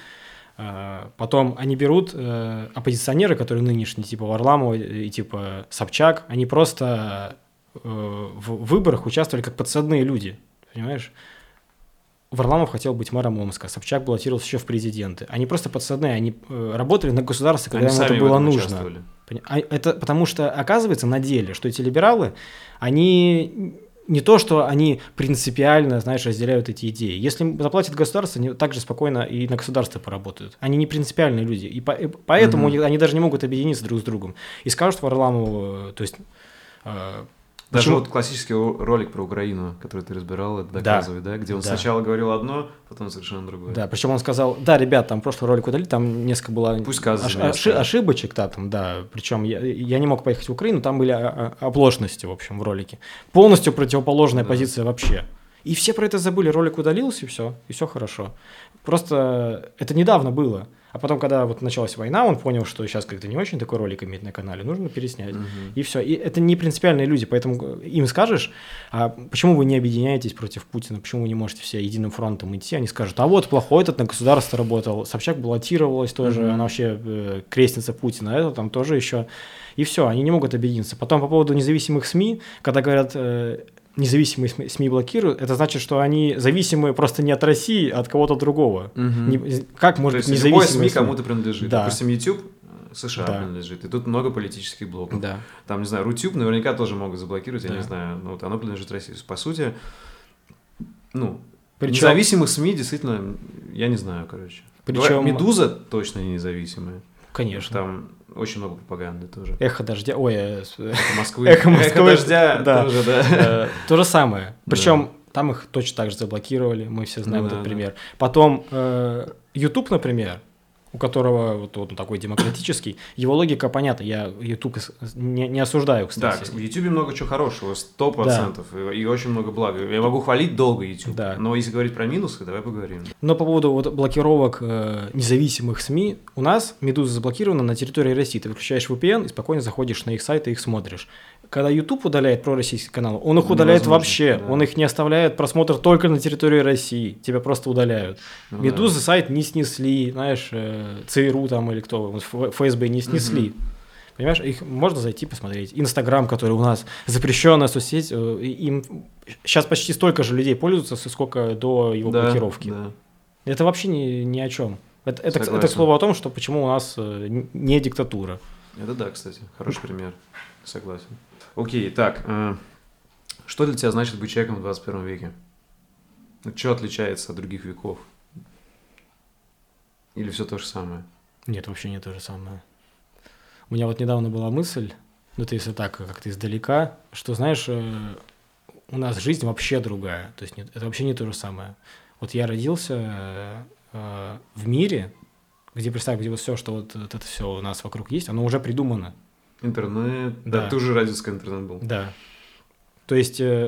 Потом они берут оппозиционеры, которые нынешние, типа Варламова и типа Собчак, они просто в выборах участвовали как подсадные люди, понимаешь? Варламов хотел быть мэром Омска, Собчак баллотировался еще в президенты. Они просто подсадные, они работали на государство, когда им это было нужно. Это потому что оказывается на деле, что эти либералы, они не то, что они принципиально, знаешь, разделяют эти идеи. Если им заплатят государство, они также спокойно и на государство поработают. Они не принципиальные люди, и, по, и поэтому угу. они даже не могут объединиться друг с другом. И скажут Варламову, то есть... Даже Почему? Вот классический ролик про Украину, который ты разбирал, это доказывает, да, да? Где он да. сначала говорил одно, потом совершенно другое. Да, причем он сказал, да, ребят, там прошлый ролик удалили, там несколько было ош- оши- ошибочек, да, там, да, причем я, я не мог поехать в Украину, там были оплошности, в общем, в ролике. Полностью противоположная да. позиция вообще. И все про это забыли, ролик удалился, и все, и все хорошо. Просто это недавно было. А потом, когда вот началась война, он понял, что сейчас как-то не очень такой ролик иметь на канале, нужно переснять. Uh-huh. И все. И это не принципиальные люди, поэтому им скажешь, а почему вы не объединяетесь против Путина, почему вы не можете все единым фронтом идти, они скажут, а вот плохой этот на государство работал, Собчак баллотировалась тоже, uh-huh. она вообще э, крестница Путина, а это там тоже еще. И все, они не могут объединиться. Потом по поводу независимых СМИ, когда говорят... Э, независимые СМИ блокируют, это значит, что они зависимы просто не от России, а от кого-то другого. Угу. Не, как может быть независимый любой СМИ кому-то принадлежит. Да. Допустим, YouTube США да. принадлежит, и тут много политических блоков. Да. Там, не знаю, Рутюб наверняка тоже могут заблокировать, да. я не знаю, но вот оно принадлежит России. По сути, ну, Причем... независимых СМИ действительно, я не знаю, короче. Причем... Медуза точно не независимая. Конечно. Там очень много пропаганды тоже. Эхо дождя, ой, Эхо Москвы. Эхо Москвы. Эхо дождя да. тоже, да. То же самое. Причем там их точно так же заблокировали, мы все знаем этот пример. Потом YouTube, например, у которого вот, вот он такой демократический, его логика понятна, я YouTube не, не осуждаю, кстати. Да, в YouTube много чего хорошего, сто процентов, да. и, и очень много блага. Я могу хвалить долго YouTube, да. но если говорить про минусы, давай поговорим. Но по поводу вот блокировок э, независимых СМИ, у нас «Медуза» заблокирована на территории России. Ты выключаешь ви пи эн и спокойно заходишь на их сайт и их смотришь. Когда YouTube удаляет пророссийские каналы, он их удаляет Невозможно, вообще, да. он их не оставляет просмотр только на территории России, тебя просто удаляют. Ну, «Медуза» да. сайт не снесли, знаешь, э, ЦРУ там или кто, эф эс бэ не снесли. Угу. Понимаешь, их можно зайти посмотреть. Инстаграм, который у нас запрещенная соцсеть, им сейчас почти столько же людей пользуются, сколько до его да, блокировки. Да. Это вообще ни, ни о чем. Это, это, это к слову о том, что почему у нас не диктатура. Это да, кстати, хороший пример. Согласен. Окей, так, э, что для тебя значит быть человеком в двадцать первом веке? Что отличается от других веков? Или все то же самое? Нет, вообще не то же самое. У меня вот недавно была мысль, ну это если так, как-то издалека, что, знаешь, у нас жизнь вообще другая, то есть нет, это вообще не то же самое. Вот я родился э, в мире, где, представь, где вот все, что вот, вот это все у нас вокруг есть, оно уже придумано. Интернет, да, да ты уже родился, когда интернет был. Да, то есть э,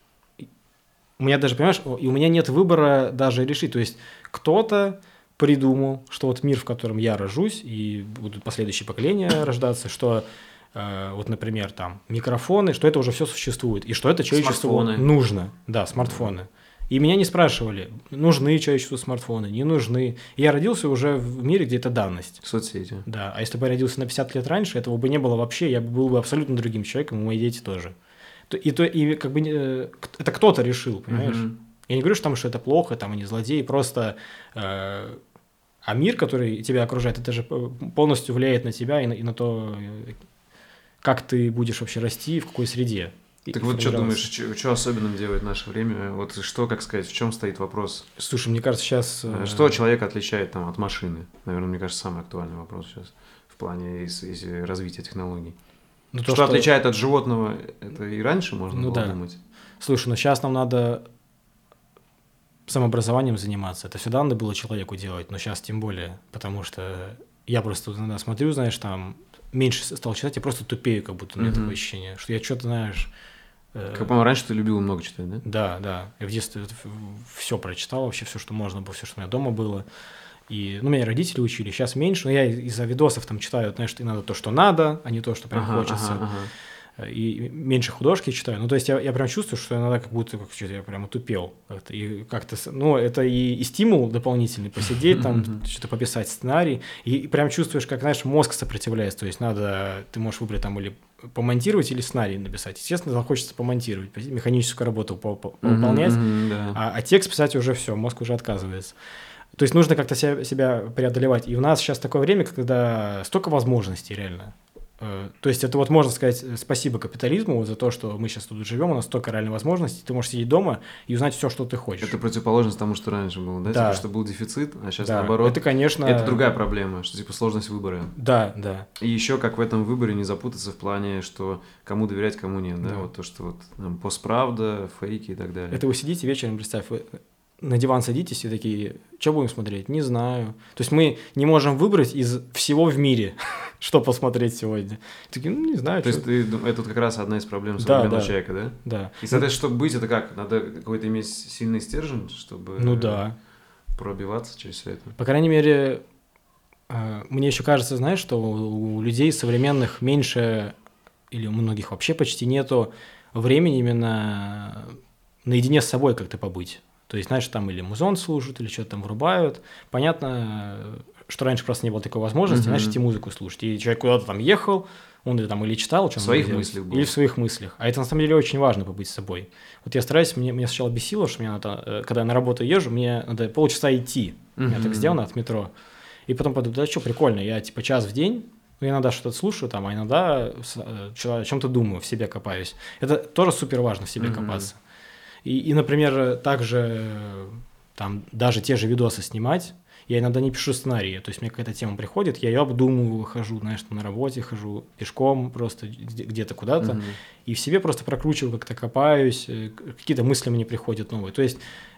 у меня даже, понимаешь, и у меня нет выбора даже решить, то есть кто-то придумал, что вот мир, в котором я рожусь, и будут последующие поколения рождаться, что э, вот, например, там микрофоны, что это уже все существует, и что это человечеству смартфоны. Нужно. Да, смартфоны. И меня не спрашивали, нужны человечеству смартфоны, не нужны. Я родился уже в мире, где это данность. Соцсети. Да, а если бы я родился на пятьдесят лет раньше, этого бы не было вообще, я был бы абсолютно другим человеком, и мои дети тоже. И, то, и как бы э, это кто-то решил, понимаешь? Угу. Я не говорю, что, там, что это плохо, там они злодеи, просто... Э, а мир, который тебя окружает, это же полностью влияет на тебя и на, и на то, как ты будешь вообще расти, в какой среде. Так вот, что думаешь, что, что особенным делает наше время? Вот что, как сказать, в чем стоит вопрос? Слушай, мне кажется, сейчас... Что человека отличает там, от машины? Наверное, мне кажется, самый актуальный вопрос сейчас в плане из, из развития технологий. Ну, то, что, что отличает от животного, это и раньше можно ну, было да. думать. Слушай, ну сейчас нам надо самообразованием заниматься. Это всегда надо было человеку делать, но сейчас тем более, потому что я просто иногда смотрю, знаешь, там меньше стал читать, я просто тупею, как будто у меня mm-hmm. такое ощущение, что я что-то, знаешь... Э... Как, по-моему, раньше ты любил много читать, да? Да, да. Я в детстве все прочитал, вообще все, что можно было, все, что у меня дома было. И, ну, меня родители учили, сейчас меньше, но я из-за видосов там читаю, знаешь, и надо то, что надо, а не то, что прям ага, хочется. Ага, ага. И меньше художки читаю. Ну, то есть я, я прям чувствую, что иногда как будто как, что-то я прям отупел. Как-то, и как-то, ну, это и, и стимул дополнительный, посидеть там, что-то пописать сценарий. И, и прям чувствуешь, как, знаешь, мозг сопротивляется. То есть надо, ты можешь выбрать там или помонтировать, или сценарий написать. Естественно, хочется помонтировать, механическую работу выполнять. А, а текст писать уже все, мозг уже отказывается. То есть нужно как-то себя, себя преодолевать. И у нас сейчас такое время, когда столько возможностей реально. То есть это вот можно сказать спасибо капитализму вот за то, что мы сейчас тут живем, у нас столько реальных возможностей, ты можешь сидеть дома и узнать все, что ты хочешь. Это противоположность тому, что раньше было, да? Да. Типа, что был дефицит, а сейчас да. наоборот. Это, конечно... Это другая проблема, что типа сложность выбора. Да, да. И еще как в этом выборе не запутаться в плане, что кому доверять, кому нет, да? да. Вот то, что вот там, постправда, фейки и так далее. Это вы сидите вечером, представь, вы на диван садитесь и такие, что будем смотреть? Не знаю. То есть мы не можем выбрать из всего в мире, что посмотреть сегодня. Такие, ну, не знаю. То есть ты, это как раз одна из проблем современного да, да. человека, да? Да. И, соответственно, чтобы быть, это как? Надо какой-то иметь сильный стержень, чтобы ну, да. пробиваться через все это? По крайней мере, мне еще кажется, знаешь, что у людей современных меньше, или у многих вообще почти нету времени именно наедине с собой как-то побыть. То есть, знаешь, там или музон слушают, или что-то там врубают. Понятно, что раньше просто не было такой возможности, mm-hmm. знаешь, идти музыку слушать. И человек куда-то там ехал, он там или читал, что в своих мыслях или в своих мыслях. А это на самом деле очень важно побыть с собой. Вот я стараюсь, мне, меня сначала бесило, что мне надо, когда я на работу езжу, мне надо полчаса идти. Mm-hmm. У меня так сделано от метро. И потом подумал, да что, прикольно, я типа час в день, ну, иногда что-то слушаю, там, а иногда о чем-то думаю, в себе копаюсь. Это тоже супер важно, в себе mm-hmm. копаться. И, и, например, также там даже те же видосы снимать, я иногда не пишу сценарии, то есть мне какая-то тема приходит, я ее обдумываю, хожу, знаешь, там на работе хожу, пешком просто где-то куда-то, mm-hmm. и в себе просто прокручиваю, как-то копаюсь, какие-то мысли мне приходят новые. То есть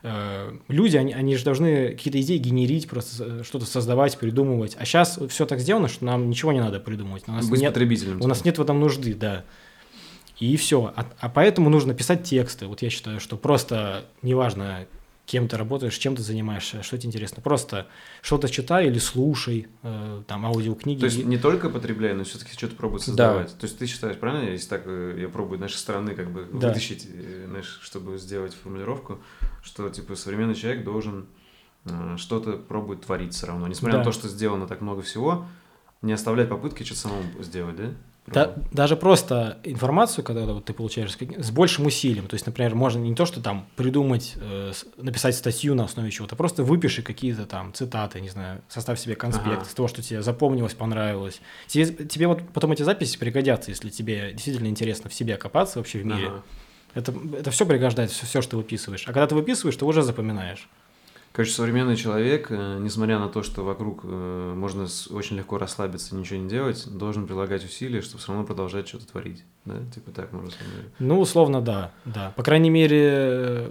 люди, они, они же должны какие-то идеи генерить, просто что-то создавать, придумывать. А сейчас все так сделано, что нам ничего не надо придумывать. У нас Быть нет, потребителем. У нас нет в этом нужды, да. И все. А, а поэтому нужно писать тексты. Вот я считаю, что просто неважно, кем ты работаешь, чем ты занимаешься, что тебе интересно. Просто что-то читай или слушай, э, там, аудиокниги. То есть не только потребляй, но все-таки что-то пробуй создавать. Да. То есть ты считаешь, правильно, если так я пробую нашей стороны как бы да. вытащить, знаешь, чтобы сделать формулировку, что типа современный человек должен э, что-то пробовать творить все равно. Несмотря да. на то, что сделано так много всего, не оставлять попытки что-то самому сделать, да? Да, даже просто информацию, когда вот ты получаешь с большим усилием, то есть, например, можно не то, что там придумать, э, написать статью на основе чего-то, просто выпиши какие-то там цитаты, не знаю, составь себе конспект ага. из того, что тебе запомнилось, понравилось. Тебе, тебе вот потом эти записи пригодятся, если тебе действительно интересно в себе копаться вообще в мире. Ага. Это, это все пригождается, все, все, что ты выписываешь. А когда ты выписываешь, ты уже запоминаешь. Короче, современный человек, несмотря на то, что вокруг можно очень легко расслабиться и ничего не делать, должен прилагать усилия, чтобы все равно продолжать что-то творить. Да? Типа так можно сказать. Ну, условно, да. да. По крайней мере,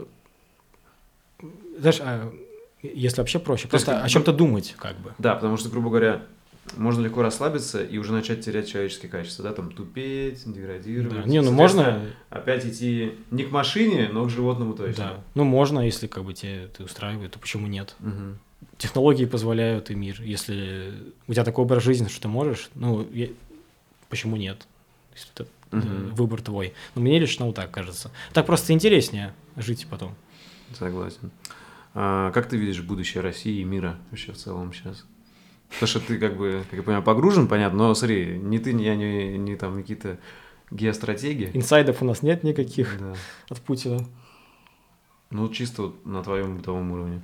знаешь, если вообще проще, то просто есть, о чем-то думать как бы. Да, потому что, грубо говоря, можно легко расслабиться и уже начать терять человеческие качества, да, там тупеть, деградировать. Да. Не, ну можно опять идти не к машине, но к животному точно. Да, ну можно, если как бы тебе ты устраивает, то почему нет? Угу. Технологии позволяют и мир, если у тебя такой образ жизни, что ты можешь, ну я... почему нет? Если это угу. выбор твой. Но мне лично вот так кажется. Так просто интереснее жить потом. Согласен. А как ты видишь будущее России и мира вообще в целом сейчас? Потому что ты, как бы, как я понимаю, погружен, понятно, но смотри, ни ты, ни я, не, не там какие-то геостратегии. Инсайдов у нас нет никаких да. от Путина. Ну, чисто вот на твоем бытовом уровне.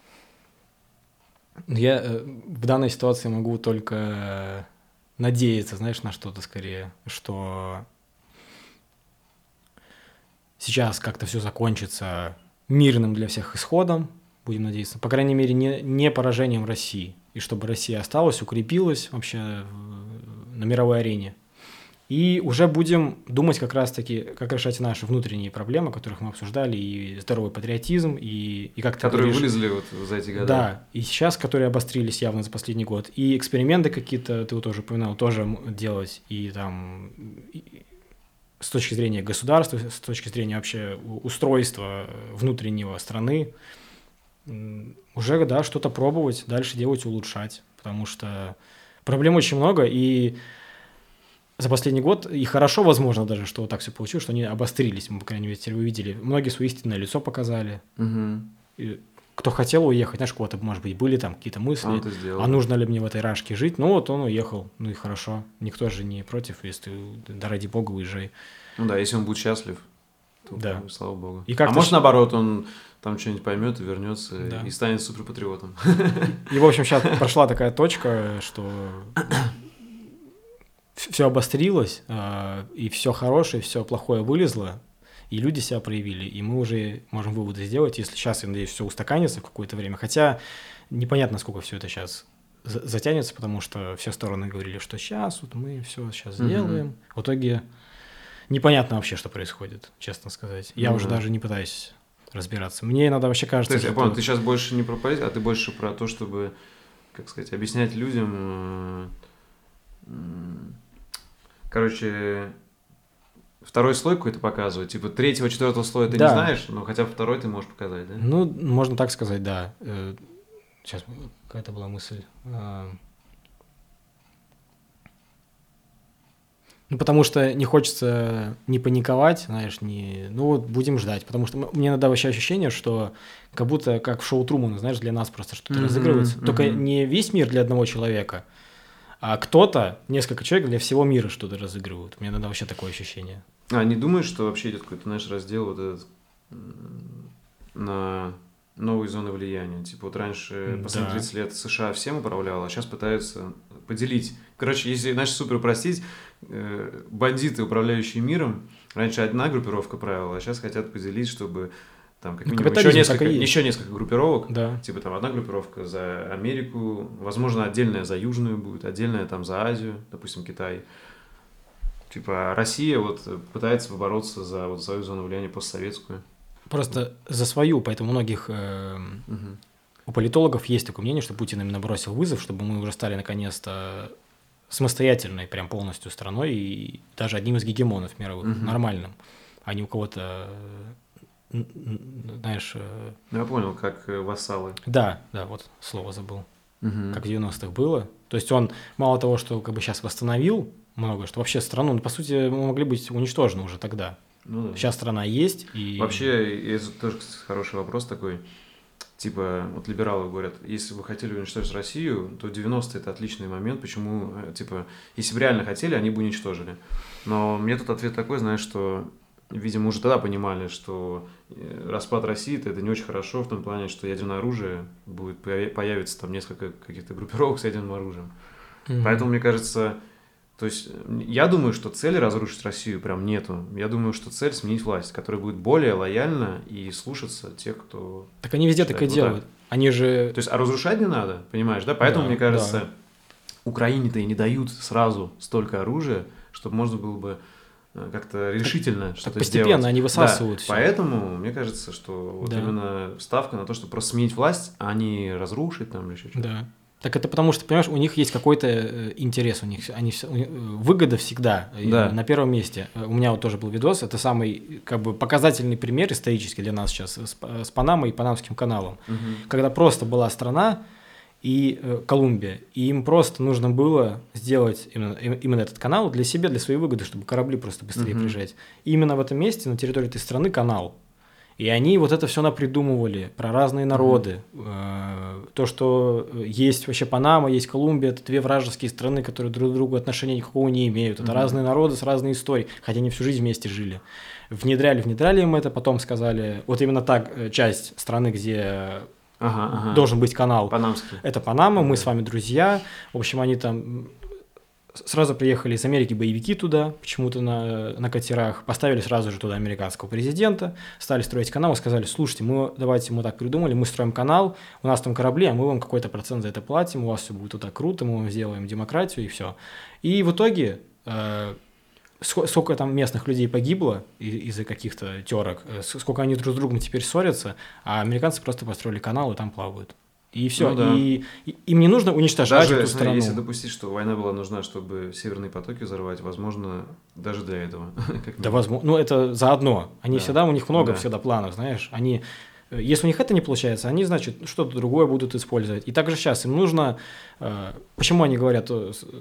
Я э, в данной ситуации могу только надеяться, знаешь, на что-то скорее, что сейчас как-то все закончится мирным для всех исходом, будем надеяться, по крайней мере, не, не поражением России. И чтобы Россия осталась, укрепилась вообще на мировой арене. И уже будем думать как раз-таки, как решать наши внутренние проблемы, которых мы обсуждали, и здоровый патриотизм, и, и как ты которые говоришь, вылезли вот за эти годы. Да, и сейчас, которые обострились явно за последний год. И эксперименты какие-то, ты вот тоже упоминал, тоже делать. И там и, с точки зрения государства, с точки зрения вообще устройства внутреннего страны, уже, да, что-то пробовать, дальше делать, улучшать, потому что проблем очень много, и за последний год, и хорошо, возможно, даже, что вот так все получилось, что они обострились, мы, по крайней мере, вы видели, многие свое истинное лицо показали, угу. и кто хотел уехать, знаешь, у кого-то, может быть, были там какие-то мысли, а нужно ли мне в этой рашке жить, ну вот он уехал, ну и хорошо, никто же не против, если ты, да ради бога, уезжай. Ну да, если он будет счастлив, то, да. слава богу. И а может, ш... наоборот, он там что-нибудь поймет и вернется, да. и станет суперпатриотом. И, в общем, сейчас прошла такая точка, что все обострилось, и все хорошее, все плохое вылезло, и люди себя проявили, и мы уже можем выводы сделать, если сейчас, я надеюсь, все устаканится в какое-то время, хотя непонятно, сколько все это сейчас затянется, потому что все стороны говорили, что сейчас вот мы все сейчас сделаем, в итоге непонятно вообще, что происходит, честно сказать. Я mm-hmm. уже даже не пытаюсь разбираться. Мне иногда вообще кажется... То есть, что я понял, ты сейчас больше не про политику, а ты больше про то, чтобы, как сказать, объяснять людям... Короче, второй слой какой-то показывать. Типа третьего, четвертого слоя ты да. не знаешь, но хотя бы второй ты можешь показать, да? Ну, можно так сказать, да. Сейчас, какая-то была мысль... Ну, потому что не хочется не паниковать, знаешь, не... Ну, вот будем ждать, потому что мне иногда вообще ощущение, что как будто как в шоу Трумана, знаешь, для нас просто что-то mm-hmm, разыгрывается. Mm-hmm. Только не весь мир для одного человека, а кто-то, несколько человек для всего мира что-то разыгрывают. У меня иногда вообще такое ощущение. А не думаешь, что вообще идет какой-то, знаешь, раздел вот этот на новые зоны влияния? Типа вот раньше, последние тридцать лет США всем управлял, а сейчас пытаются поделить. Короче, если, знаешь, супер упростить, э, бандиты, управляющие миром, раньше одна группировка правила, а сейчас хотят поделить, чтобы там как минимум еще несколько, еще несколько группировок, да. типа там одна группировка за Америку, возможно, отдельная за Южную будет, отдельная там за Азию, допустим, Китай. Типа Россия вот пытается побороться за вот свою зону влияния постсоветскую. Просто за свою, поэтому у многих э, угу. у политологов есть такое мнение, что Путин именно бросил вызов, чтобы мы уже стали наконец-то самостоятельной прям полностью страной и даже одним из гегемонов мировых, угу. нормальным, а не у кого-то, знаешь… Я понял, как вассалы. Да, да, вот слово забыл. Угу. Как в девяностых было. То есть он мало того, что как бы сейчас восстановил много, что вообще страну, ну, по сути, мы могли быть уничтожены уже тогда. Ну, да. Сейчас страна есть. И… Вообще, это тоже, кстати, хороший вопрос такой. Типа, вот либералы говорят, если вы хотели уничтожить Россию, то девяностые – это отличный момент, почему, типа, если бы реально хотели, они бы уничтожили. Но мне тут ответ такой, знаешь, что, видимо, уже тогда понимали, что распад России – это не очень хорошо, в том плане, что ядерное оружие будет, появится там несколько каких-то группировок с ядерным оружием. Mm-hmm. Поэтому, мне кажется… То есть, я думаю, что цели разрушить Россию прям нету. Я думаю, что цель сменить власть, которая будет более лояльна и слушаться тех, кто… Так они везде так и делают. Так. Они же… То есть, а разрушать не надо, понимаешь, да? Поэтому, да, мне кажется, да. Украине-то и не дают сразу столько оружия, чтобы можно было бы как-то решительно так, что-то постепенно сделать. Постепенно они высасывают да. все. Поэтому, мне кажется, что вот да. именно ставка на то, чтобы просто сменить власть, а не разрушить там или еще что-то. Да. Так это потому что, понимаешь, у них есть какой-то интерес, у них они, выгода всегда да. на первом месте. У меня вот тоже был видос, это самый как бы показательный пример исторический для нас сейчас с, с Панамой и Панамским каналом, угу. когда просто была страна и э, Колумбия, и им просто нужно было сделать именно, именно этот канал для себя, для своей выгоды, чтобы корабли просто быстрее угу. приезжать. И именно в этом месте, на территории этой страны, канал. И они вот это все напридумывали про разные народы. Mm-hmm. То, что есть вообще Панама, есть Колумбия, это две вражеские страны, которые друг к другу отношения никакого не имеют. Это mm-hmm. разные народы с разной историей, хотя они всю жизнь вместе жили. Внедряли, внедряли им это, потом сказали, вот именно так часть страны, где ага, ага. должен быть канал. Панамский. Это Панама, мы mm-hmm. с вами друзья. В общем, они там… Сразу приехали из Америки боевики туда, почему-то на, на катерах, поставили сразу же туда американского президента, стали строить канал и сказали, слушайте, мы давайте мы так придумали, мы строим канал, у нас там корабли, а мы вам какой-то процент за это платим, у вас все будет туда круто, мы вам сделаем демократию и все. И в итоге, э, сколько там местных людей погибло из-за каких-то терок, сколько они друг с другом теперь ссорятся, а американцы просто построили канал и там плавают. И все, ну, да. и, и им не нужно уничтожать даже, эту страну. Если допустить, что война была нужна, чтобы северные потоки взорвать, возможно, даже для этого. Да, возможно. Ну, это заодно. Они да. всегда, у них много да. всегда планов, знаешь. Они, если у них это не получается, они, значит, что-то другое будут использовать. И также сейчас им нужно… Почему они говорят,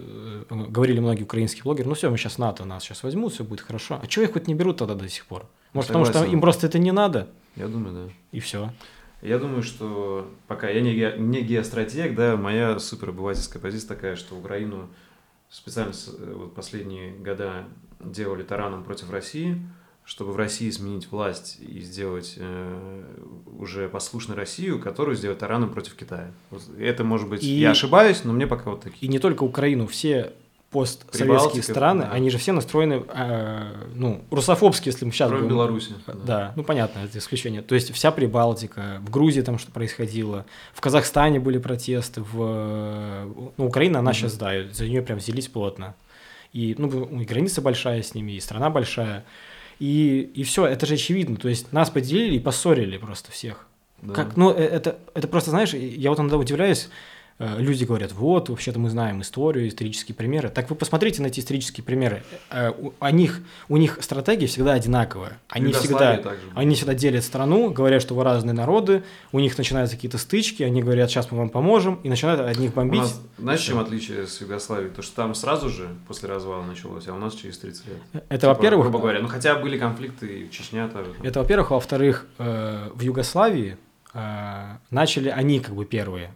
говорили многие украинские блогеры, ну все, мы сейчас НАТО нас сейчас возьмут, все будет хорошо. А чего их хоть не берут тогда до сих пор? Может, Согласен. Потому что им просто это не надо? Я думаю, да. И все. Я думаю, что пока я не, ге, не геостратег, да, моя суперобывательская позиция такая, что Украину специально вот последние года делали тараном против России, чтобы в России сменить власть и сделать э, уже послушную Россию, которую сделать тараном против Китая. Вот это, может быть, и, я ошибаюсь, но мне пока вот такие. И не только Украину, все постсоветские Прибалтика, страны, да. они же все настроены, э, ну, русофобски, если мы сейчас Кроме будем… Беларуси. Да. да, ну понятно, это исключение. То есть вся Прибалтика, в Грузии там что происходило, в Казахстане были протесты, в… Ну, Украина, она mm-hmm. сейчас, да, за нее прям взялись плотно. И, ну, и граница большая с ними, и страна большая. И, и все, это же очевидно. То есть нас поделили и поссорили просто всех. Да. Как, ну, это, это просто, знаешь, я вот иногда удивляюсь, люди говорят, вот, вообще-то мы знаем историю, исторические примеры. Так вы посмотрите на эти исторические примеры. У них, у них стратегия всегда одинаковая. Они всегда, они всегда делят страну, говорят, что вы разные народы, у них начинаются какие-то стычки, они говорят, сейчас мы вам поможем, и начинают от них бомбить. У нас, знаешь, чем отличие с Югославией? То, что там сразу же после развала началось, а у нас через тридцать лет. Это, типа, во-первых… Грубо говоря, ну хотя были конфликты, и Чечня тоже. Это, во-первых. Во-вторых, в Югославии начали они как бы первые.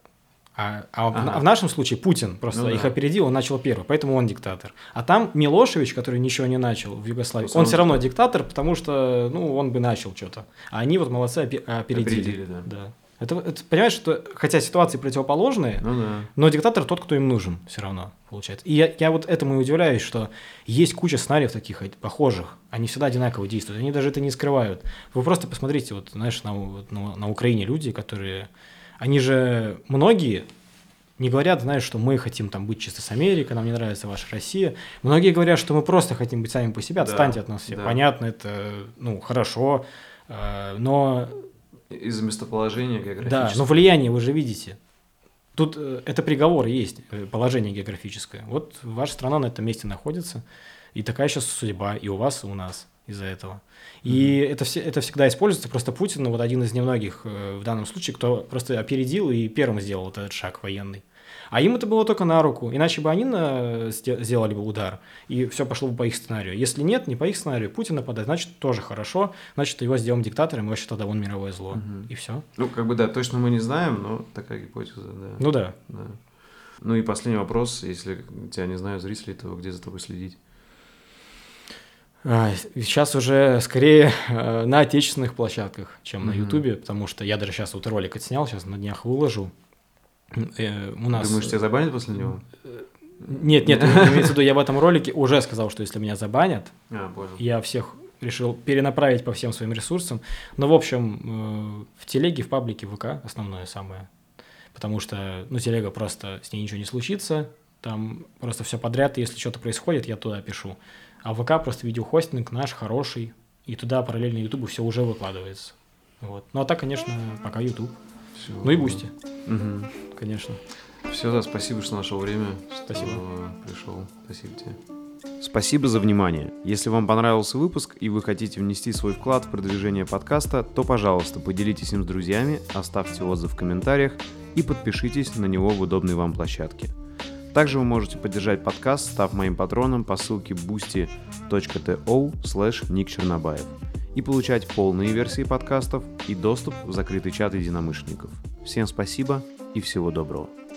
А, а ага. в нашем случае Путин просто ну, их да. опередил, он начал первый, поэтому он диктатор. А там Милошевич, который ничего не начал в Югославии, он, он все равно диктатор, потому что ну, он бы начал что-то. А они вот молодцы опередили. Опередили, да. да. Это, это, понимаешь, что хотя ситуации противоположные, ну, да. но диктатор тот, кто им нужен все равно, получается. И я, я вот этому и удивляюсь, что есть куча сценариев таких похожих, они всегда одинаково действуют, они даже это не скрывают. Вы просто посмотрите, вот, знаешь, на, на, на Украине люди, которые… Они же многие не говорят, знаешь, что мы хотим там быть чисто с Америкой, нам не нравится ваша Россия. Многие говорят, что мы просто хотим быть сами по себе, отстаньте да, от нас всех. Да. Понятно, это ну, хорошо. Но... Из-за местоположения географического. Да, но влияние вы же видите. Тут это приговор есть, положение географическое. Вот ваша страна на этом месте находится, и такая сейчас судьба и у вас, и у нас из-за этого. И mm-hmm. это, все, это всегда используется, просто Путин, вот один из немногих в данном случае, кто просто опередил и первым сделал вот этот шаг военный. А им это было только на руку, иначе бы они на... сделали бы удар, и все пошло бы по их сценарию. Если нет, не по их сценарию, Путин нападает, значит, тоже хорошо, значит, его сделаем диктатором, и вообще тогда он мировое зло, угу. и все. Ну, как бы, да, точно мы не знаем, но такая гипотеза, да. Ну, да. да. Ну, и последний вопрос, если тебя не знаю зрители, то где за тобой следить? А, сейчас уже скорее э, на отечественных площадках, чем угу. на Ютубе, потому что я даже сейчас вот ролик отснял, сейчас на днях выложу. Э, у нас... Думаешь, тебя забанят после него? Нет, нет, имеется в виду, я в этом ролике уже сказал, что если меня забанят, а, понял. я всех решил перенаправить по всем своим ресурсам. Но, в общем, в телеге, в паблике, в ВК основное самое. Потому что, ну, телега просто, с ней ничего не случится, там просто все подряд, и если что-то происходит, я туда пишу. А в ВК просто видеохостинг наш хороший, и туда параллельно Ютубу все уже выкладывается. Вот. Ну, а так, конечно, пока Ютуб. Все. Ну и Бусти. Угу. Конечно. Все, да, спасибо, что нашел время. Спасибо. Что пришел. Спасибо тебе. Спасибо за внимание. Если вам понравился выпуск и вы хотите внести свой вклад в продвижение подкаста, то, пожалуйста, поделитесь им с друзьями, оставьте отзыв в комментариях и подпишитесь на него в удобной вам площадке. Также вы можете поддержать подкаст, став моим патроном по ссылке boosty точка то слэш ник чернобаев и получать полные версии подкастов и доступ в закрытый чат единомышленников. Всем спасибо и всего доброго.